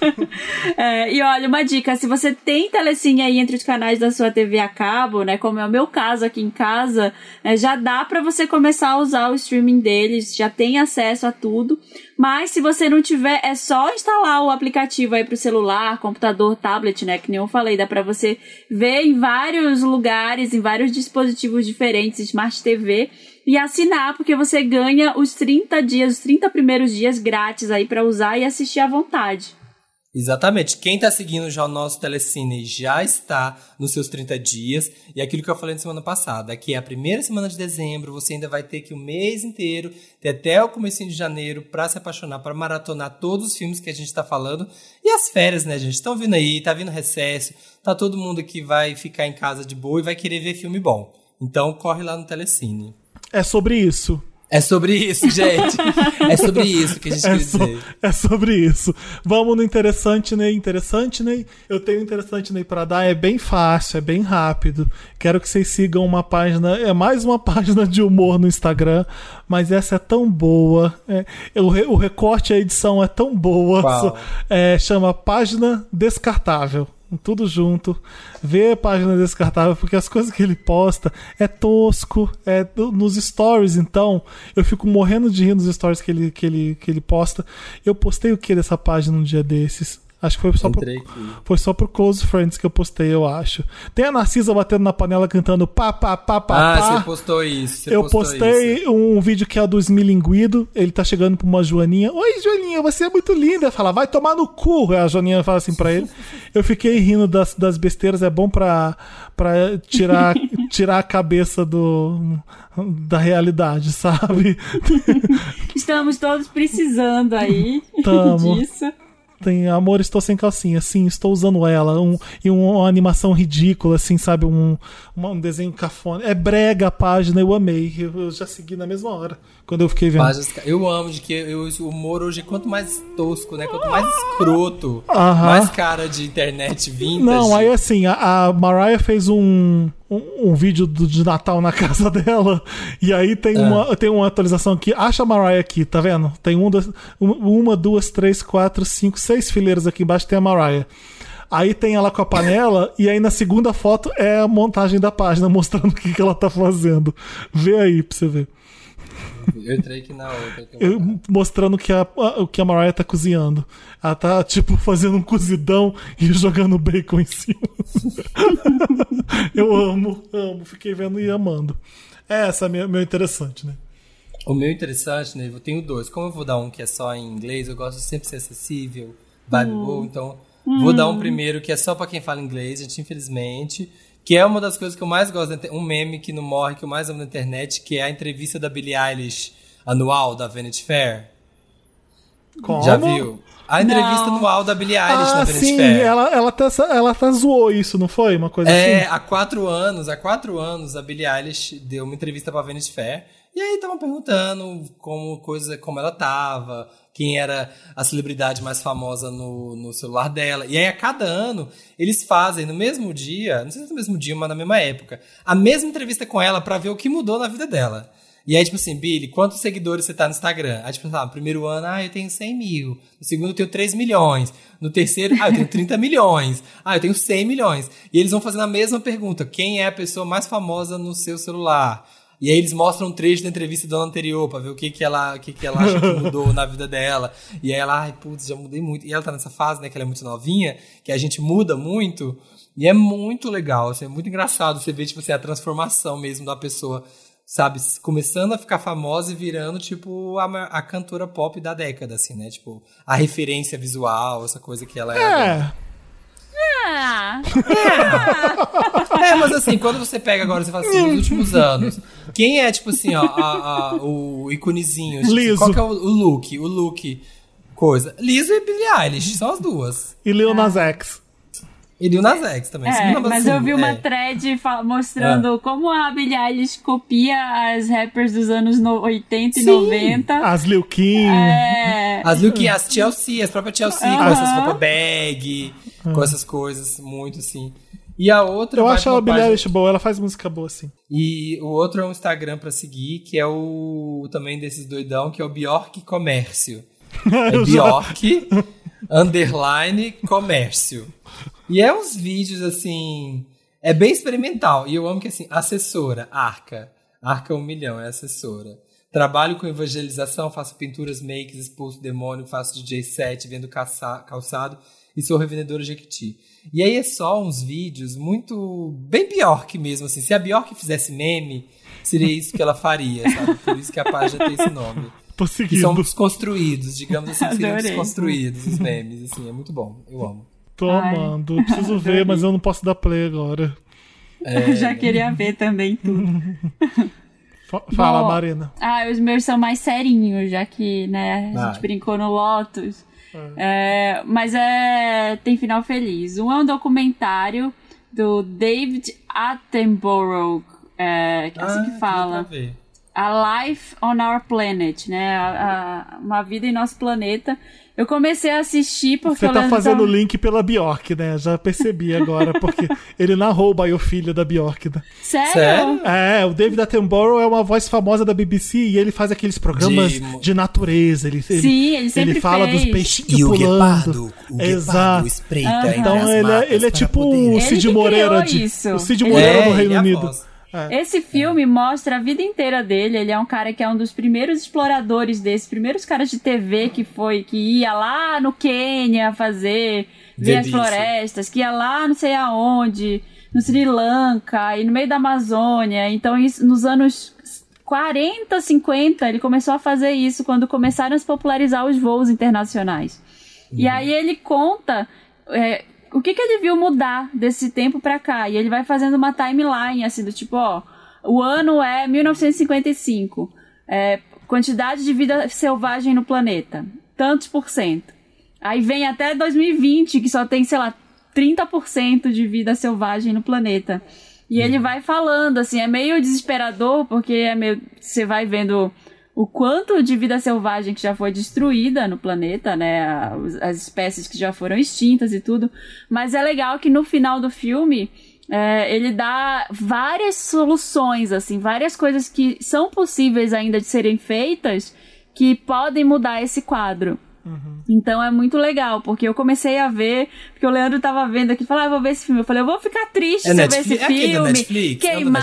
E olha, uma dica, se você tem Telecine aí entre os canais da sua TV a cabo, né, como é o meu caso aqui em casa, já dá pra você começar a usar o streaming deles, já tem acesso a tudo, mas se você não tiver, é só instalar o aplicativo aí pro celular, computador, tablet, né, que nem eu falei, dá pra você ver em vários lugares, em vários dispositivos diferentes, Smart TV, e assinar, porque você ganha os 30 primeiros dias grátis aí pra usar e assistir à vontade. Exatamente. Quem tá seguindo já o nosso Telecine já está nos seus 30 dias. E aquilo que eu falei na semana passada, que é a primeira semana de dezembro, você ainda vai ter que o mês inteiro, ter até o comecinho de janeiro, pra se apaixonar, pra maratonar todos os filmes que a gente tá falando. E as férias, né, gente? Estão vindo aí, tá vindo recesso, tá todo mundo que vai ficar em casa de boa e vai querer ver filme bom. Então corre lá no Telecine. É sobre isso. É sobre isso, gente. É sobre isso que a gente quer dizer. É sobre isso. Vamos no Interessante Ney. Interessante Ney. Eu tenho Interessante Ney pra dar. É bem fácil, é bem rápido. Quero que vocês sigam uma página. É mais uma página de humor no Instagram. Mas essa é tão boa. O recorte, a edição é tão boa. Chama Página Descartável. Tudo junto. Vê a página Descartável, porque as coisas que ele posta é tosco. Nos stories, então, eu fico morrendo de rir nos stories que ele posta. Eu postei o que dessa página um dia desses? Acho que foi só pro Close Friends que eu postei, eu acho. Tem a Narcisa batendo na panela cantando pá, pá, pá, pá, pá. Você postou isso. Eu postei um vídeo que é do Esmilinguido. Ele tá chegando pra uma Joaninha. Oi, Joaninha, você é muito linda. Ela fala, vai tomar no cu. A Joaninha fala assim pra ele. Eu fiquei rindo das besteiras. É bom pra tirar a cabeça da realidade, sabe? Estamos todos precisando aí disso. Tem amor, estou sem calcinha. Sim, estou usando ela. Uma animação ridícula, assim, sabe? Um desenho cafona. É brega a página, eu amei. Eu já segui na mesma hora, quando eu fiquei vendo. Eu amo de que o humor hoje, quanto mais tosco, né? Quanto mais escroto, mais cara de internet vintage. Não, aí assim, a Mariah fez um vídeo de Natal na casa dela, e aí tem uma atualização aqui. Acha a Mariah aqui, tá vendo? Tem uma, duas, três, quatro, cinco, 6 fileiras aqui embaixo, tem a Mariah. Aí tem ela com a panela, e aí na segunda foto é a montagem da página, mostrando o que ela tá fazendo. Vê aí pra você ver. Eu entrei aqui na outra. Mostrando o que a Mariah tá cozinhando. Ela tá, tipo, fazendo um cozidão e jogando bacon em cima. Eu amo. Fiquei vendo e amando. Essa é meu interessante, né? O meu interessante, né? Eu tenho 2. Como eu vou dar um que é só em inglês, eu gosto de sempre ser acessível, vibe boa. Então, vou dar um primeiro que é só pra quem fala inglês, gente, infelizmente. Que é uma das coisas que eu mais gosto, um meme que não morre, que eu mais amo na internet, que é a entrevista da Billie Eilish anual da Vanity Fair. Como? Já viu? A entrevista anual da Billie Eilish na Vanity Fair. Ela até zoou isso, não foi? Uma coisa assim? Há 4 anos a Billie Eilish deu uma entrevista pra Vanity Fair. E aí estavam perguntando como ela tava, quem era a celebridade mais famosa no celular dela. E aí, a cada ano, eles fazem no mesmo dia, não sei se no mesmo dia, mas na mesma época, a mesma entrevista com ela pra ver o que mudou na vida dela. E aí, tipo assim, Billie, quantos seguidores você tá no Instagram? Aí, tipo, no primeiro ano, eu tenho 100 mil. No segundo, eu tenho 3 milhões. No terceiro, eu tenho 30 milhões. Eu tenho 100 milhões. E eles vão fazendo a mesma pergunta. Quem é a pessoa mais famosa no seu celular? E aí eles mostram um trecho da entrevista do ano anterior pra ver o que ela acha que mudou na vida dela. E aí ela, ai, putz, já mudei muito. E ela tá nessa fase, né, que ela é muito novinha, que a gente muda muito. E é muito legal, assim, é muito engraçado você ver, tipo assim, a transformação mesmo da pessoa, sabe? Começando a ficar famosa e virando, tipo, a cantora pop da década, assim, né? Tipo, a referência visual, essa coisa que ela é. Mas assim, quando você pega agora, você fala assim, nos últimos anos, quem é, tipo assim, ó, o iconezinho? Tipo, Liso. qual que é o look, coisa? Liso e Billie Eilish, são as duas. E Lil Nas X. E Lil Nas X também. Mas eu vi uma thread mostrando como a Billie Eilish copia as rappers dos anos 80 e 90. As Lil Kim. As Lil Kim, as Chelsea, as próprias Chelsea, com essas roupas bag, com essas coisas, muito assim. E a outra... Eu acho a Billie Eilish boa, ela faz música boa, sim. E o outro é um Instagram pra seguir, que é o também desses doidão, que é o Bjork Comércio. É Bjork _ comércio. E é uns vídeos, assim... É bem experimental. E eu amo que, assim, assessora, Arca 1 milhão, é assessora. Trabalho com evangelização, faço pinturas, makes, expulso demônio, faço DJ set, vendo calçado e sou revendedora Jequiti. E aí é só uns vídeos muito... Bem Bjork mesmo, assim. Se a Bjork fizesse meme, seria isso que ela faria, sabe? Por isso que a página tem esse nome. Tô seguindo. Que são desconstruídos, digamos assim, que seriam desconstruídos os memes, assim. É muito bom, eu amo. Tô amando, eu preciso ver, mas eu não posso dar play agora. Eu já queria ver também tudo. Fala, Marina. Os meus são mais serinhos, já que, né, a gente brincou no Lotus. Mas tem final feliz. Um é um documentário do David Attenborough, que é assim que fala. A Life on Our Planet, né? Uma vida em nosso planeta. Eu comecei a assistir porque... Você tá fazendo o link pela Bjork, né? Já percebi agora, porque ele narrou o Biofilho da Bjork, né? Sério? O David Attenborough é uma voz famosa da BBC e ele faz aqueles programas de natureza. Ele sempre fala dos peixinhos e pulando. O guepardo espreita Então ele é tipo o Cid Moreira o Cid Moreira do Reino Unido. Esse filme mostra a vida inteira dele. Ele é um cara que é um dos primeiros exploradores primeiros caras de TV que ia lá no Quênia ver as florestas, que ia lá não sei aonde, no Sri Lanka e no meio da Amazônia. Então, isso, nos anos 40, 50, ele começou a fazer isso quando começaram a se popularizar os voos internacionais. E aí ele conta... o que ele viu mudar desse tempo pra cá? E ele vai fazendo uma timeline, assim, do tipo, o ano é 1955. Quantidade de vida selvagem no planeta. Tantos %. Aí vem até 2020, que só tem, sei lá, 30% de vida selvagem no planeta. E ele vai falando, assim, é meio desesperador, porque você vai vendo... o quanto de vida selvagem que já foi destruída no planeta, né? As espécies que já foram extintas e tudo. Mas é legal que no final do filme, ele dá várias soluções, assim, várias coisas que são possíveis ainda de serem feitas que podem mudar esse quadro. Então é muito legal, porque eu comecei a ver, porque o Leandro tava vendo aqui e falou, vou ver esse filme. Eu falei, eu vou ficar triste se eu ver esse filme.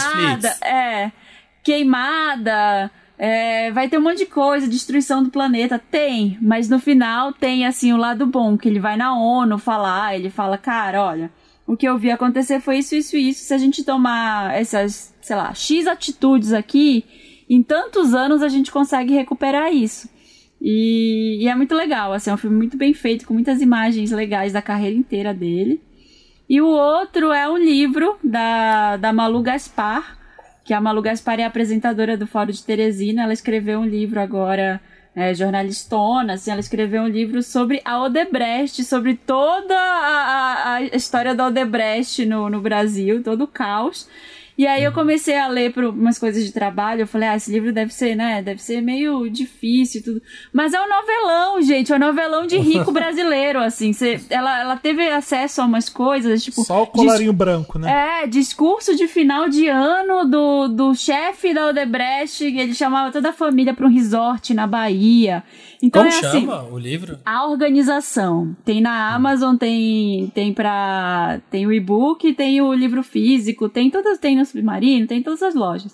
Queimada... vai ter um monte de coisa, destruição do planeta, mas no final tem, assim, o lado bom, que ele vai na ONU falar, ele fala, cara, olha, o que eu vi acontecer foi isso, se a gente tomar essas, sei lá, X atitudes aqui, em tantos anos a gente consegue recuperar isso. E é muito legal, assim, é um filme muito bem feito, com muitas imagens legais da carreira inteira dele. E o outro é um livro da Malu Gaspar, que a Malu Gaspar é apresentadora do Fórum de Teresina. Ela escreveu um livro agora, jornalistona, assim, ela escreveu um livro sobre a Odebrecht, sobre toda a história da Odebrecht no Brasil, todo o caos. E aí eu comecei a ler por umas coisas de trabalho, eu falei, esse livro deve ser, né, deve ser meio difícil e tudo. Mas é um novelão, gente, é um novelão de rico brasileiro, assim. Ela teve acesso a umas coisas, tipo... Só o colarinho branco, né? Discurso de final de ano do chefe da Odebrecht, ele chamava toda a família para um resort na Bahia. Então, como chama o livro? A Organização. Tem na Amazon, tem o e-book, tem o livro físico, tem no Submarino, tem em todas as lojas.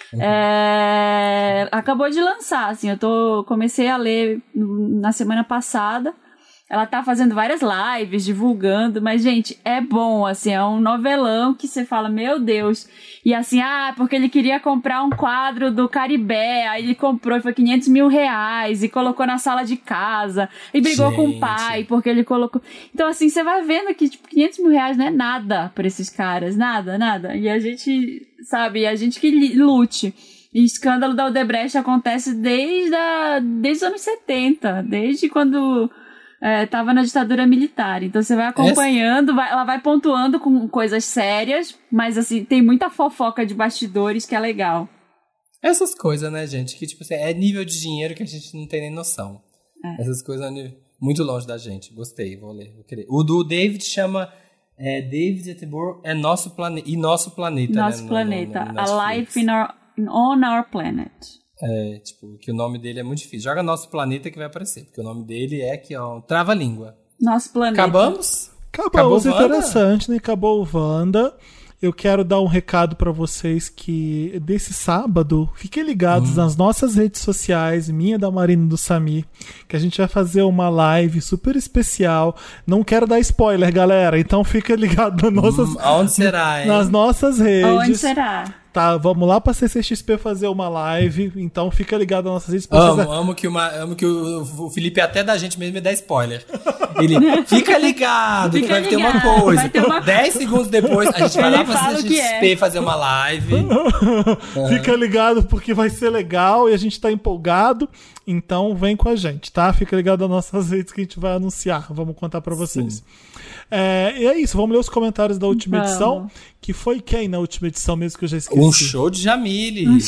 Acabou de lançar, assim, comecei a ler na semana passada. Ela tá fazendo várias lives, divulgando, mas, gente, é bom, assim, é um novelão que você fala, meu Deus. E assim, porque ele queria comprar um quadro do Caribé, aí ele comprou e foi R$500 mil e colocou na sala de casa, e brigou com o pai, porque ele colocou... Então, assim, você vai vendo que, tipo, R$500 mil não é nada pra esses caras, nada. E a gente, sabe, a gente que lute. E o escândalo da Odebrecht acontece desde os anos 70, desde quando... tava na ditadura militar, então você vai acompanhando, ela vai pontuando com coisas sérias, mas assim, tem muita fofoca de bastidores que é legal. Essas coisas, né, gente, que tipo assim, é nível de dinheiro que a gente não tem nem noção. Essas coisas muito longe da gente. Gostei, vou ler, vou querer. O do David chama David Attenborough, Nosso Planeta. Nosso Planeta, A Life on Our Planet. Que o nome dele é muito difícil. Joga Nosso Planeta que vai aparecer, porque o nome dele é aqui, ó, Trava-língua. Nosso Planeta. Acabamos? Acabou interessante, né? Acabou o Wanda. Eu quero dar um recado pra vocês que desse sábado, fiquem ligados nas nossas redes sociais, minha, da Marina e do Samir, que a gente vai fazer uma live super especial. Não quero dar spoiler, galera, então fica ligado nas nossas... Onde será, hein? Nas nossas redes. Onde será? Tá, vamos lá pra CCXP fazer uma live, então fica ligado nas nossas redes. Amo que o Felipe até da gente mesmo me dá spoiler. Ele, fica ligado, que vai ter uma coisa. 10 segundos depois, a gente vai lá pra CCXP fazer uma live. Fica ligado porque vai ser legal e a gente tá empolgado, então vem com a gente, tá? Fica ligado nas nossas redes que a gente vai anunciar, vamos contar pra vocês. E é isso, vamos ler os comentários da última edição, que foi quem na última edição mesmo que eu já esqueci? Um show de Jamile. Um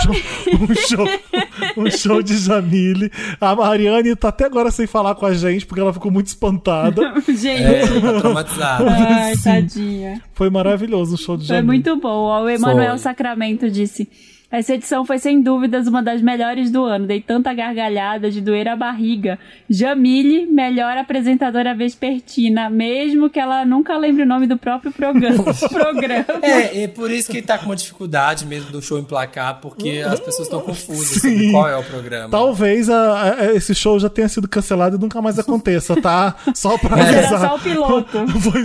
show de Jamile. A Mariane tá até agora sem falar com a gente, porque ela ficou muito espantada. Gente. Tá traumatizada. Ai, tadinha. Foi maravilhoso o show de Jamile. Foi muito bom. O Emanuel Sacramento disse... Essa edição foi sem dúvidas uma das melhores do ano. Dei tanta gargalhada de doer a barriga. Jamile, melhor apresentadora vespertina, mesmo que ela nunca lembre o nome do próprio programa. É por isso que tá com uma dificuldade mesmo do show emplacar, porque as pessoas estão confusas sobre qual é o programa. Talvez esse show já tenha sido cancelado e nunca mais aconteça, tá? Só pra avisar. Era só o piloto.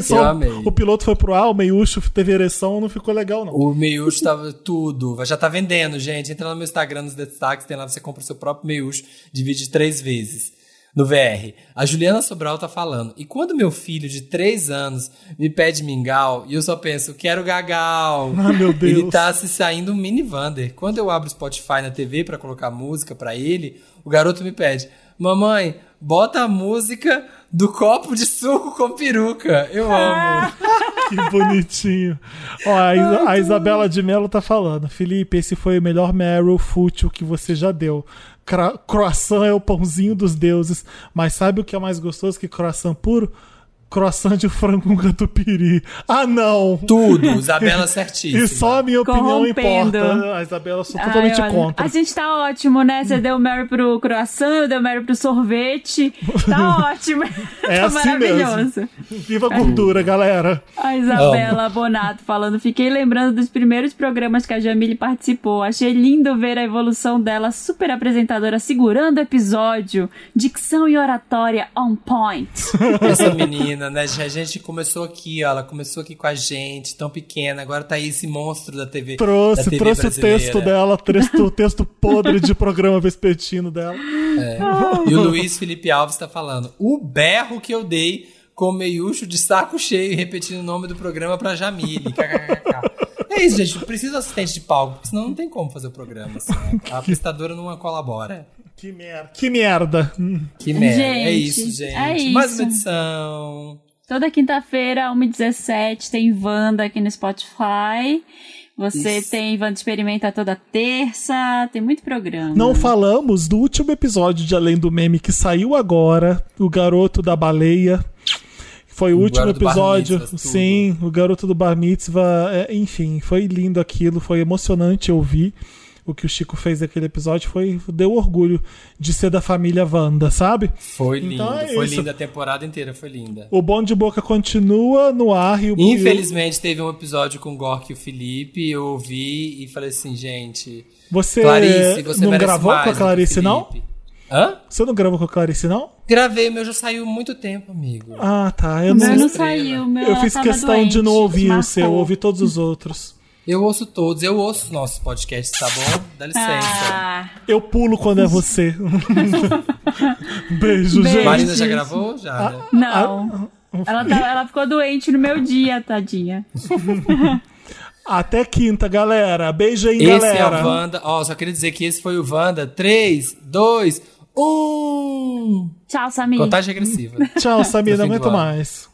O piloto foi pro ar, o Meiúcho teve ereção, não ficou legal, não. O Meiúcho tava tudo, já tá vendendo, gente. Entra no meu Instagram, nos destaques, tem lá, você compra o seu próprio Meiúcho, divide 3 vezes no VR. A Juliana Sobral tá falando, e quando meu filho de 3 anos me pede mingau, e eu só penso, quero gagal. Ah, meu Deus. Ele tá se saindo um mini Wander. Quando eu abro o Spotify na TV pra colocar música pra ele, o garoto me pede, mamãe, bota a música do copo de suco com peruca. Eu amo. Que bonitinho. Ó, a Isabela de Mello tá falando, Felipe, esse foi o melhor Meryl fútil que você já deu. Croissant é o pãozinho dos deuses, mas sabe o que é mais gostoso que croissant puro? Croissant de frango com catupiry. Ah, não! Tudo, Isabela certíssima. E só a minha opinião importa. A Isabela sou totalmente contra. A gente tá ótimo, né? Você deu o Mary pro croissant, eu dei o Mary pro sorvete. Tá ótimo. É tá assim maravilhoso. Mesmo. Viva a gordura, galera. A Isabela Bonato falando, fiquei lembrando dos primeiros programas que a Jamile participou. Achei lindo ver a evolução dela, super apresentadora, segurando o episódio. Dicção e oratória on point. Essa menina, né? A gente começou aqui, ó, ela começou aqui com a gente, tão pequena, agora tá aí esse monstro da TV. Trouxe o texto dela, o texto podre de programa vespertino dela. E o Luiz Felipe Alves tá falando, o berro que eu dei com o Meiúcho de saco cheio, repetindo o nome do programa pra Jamile. É isso, gente, precisa de assistente de palco, porque senão não tem como fazer o programa, assim, a apresentadora não colabora. Que merda. Que merda. Gente, é isso, gente. É isso. Mais uma edição. Toda quinta-feira, 1h17, tem Wanda aqui no Spotify. Você tem Wanda Experimenta toda terça. Tem muito programa. Não falamos do último episódio de Além do Meme que saiu agora. O Garoto da Baleia. Foi o último episódio. Sim, o Garoto do Bar Mitzvah. Enfim, foi lindo aquilo. Foi emocionante ouvir. o que o Chico fez naquele episódio deu orgulho de ser da família Wanda, sabe? Foi lindo, Então foi linda a temporada inteira, foi linda. O Bom de Boca continua no ar. Infelizmente teve um episódio com o Gork e o Felipe, eu ouvi e falei assim, gente... Clarice, você não gravou mais com a Clarice, não? Hã? Você não gravou com a Clarice, não? Gravei, o meu já saiu há muito tempo, amigo. Ah, tá. O meu não saiu, o meu Eu fiz questão doente, de não ouvir o seu, eu ouvi todos os outros. Eu ouço todos, eu ouço os nossos podcasts, tá bom? Dá licença. Eu pulo quando é você. Beijo, gente. Marina já gravou? Já, né? Não. Ela ficou doente no meu dia, tadinha. Até quinta, galera. Beijo aí, galera. Esse é o Wanda. Só queria dizer que esse foi o Wanda. 3, 2, 1. Tchau, Samir. Contagem regressiva. Tchau, Samir. Não aguento mais.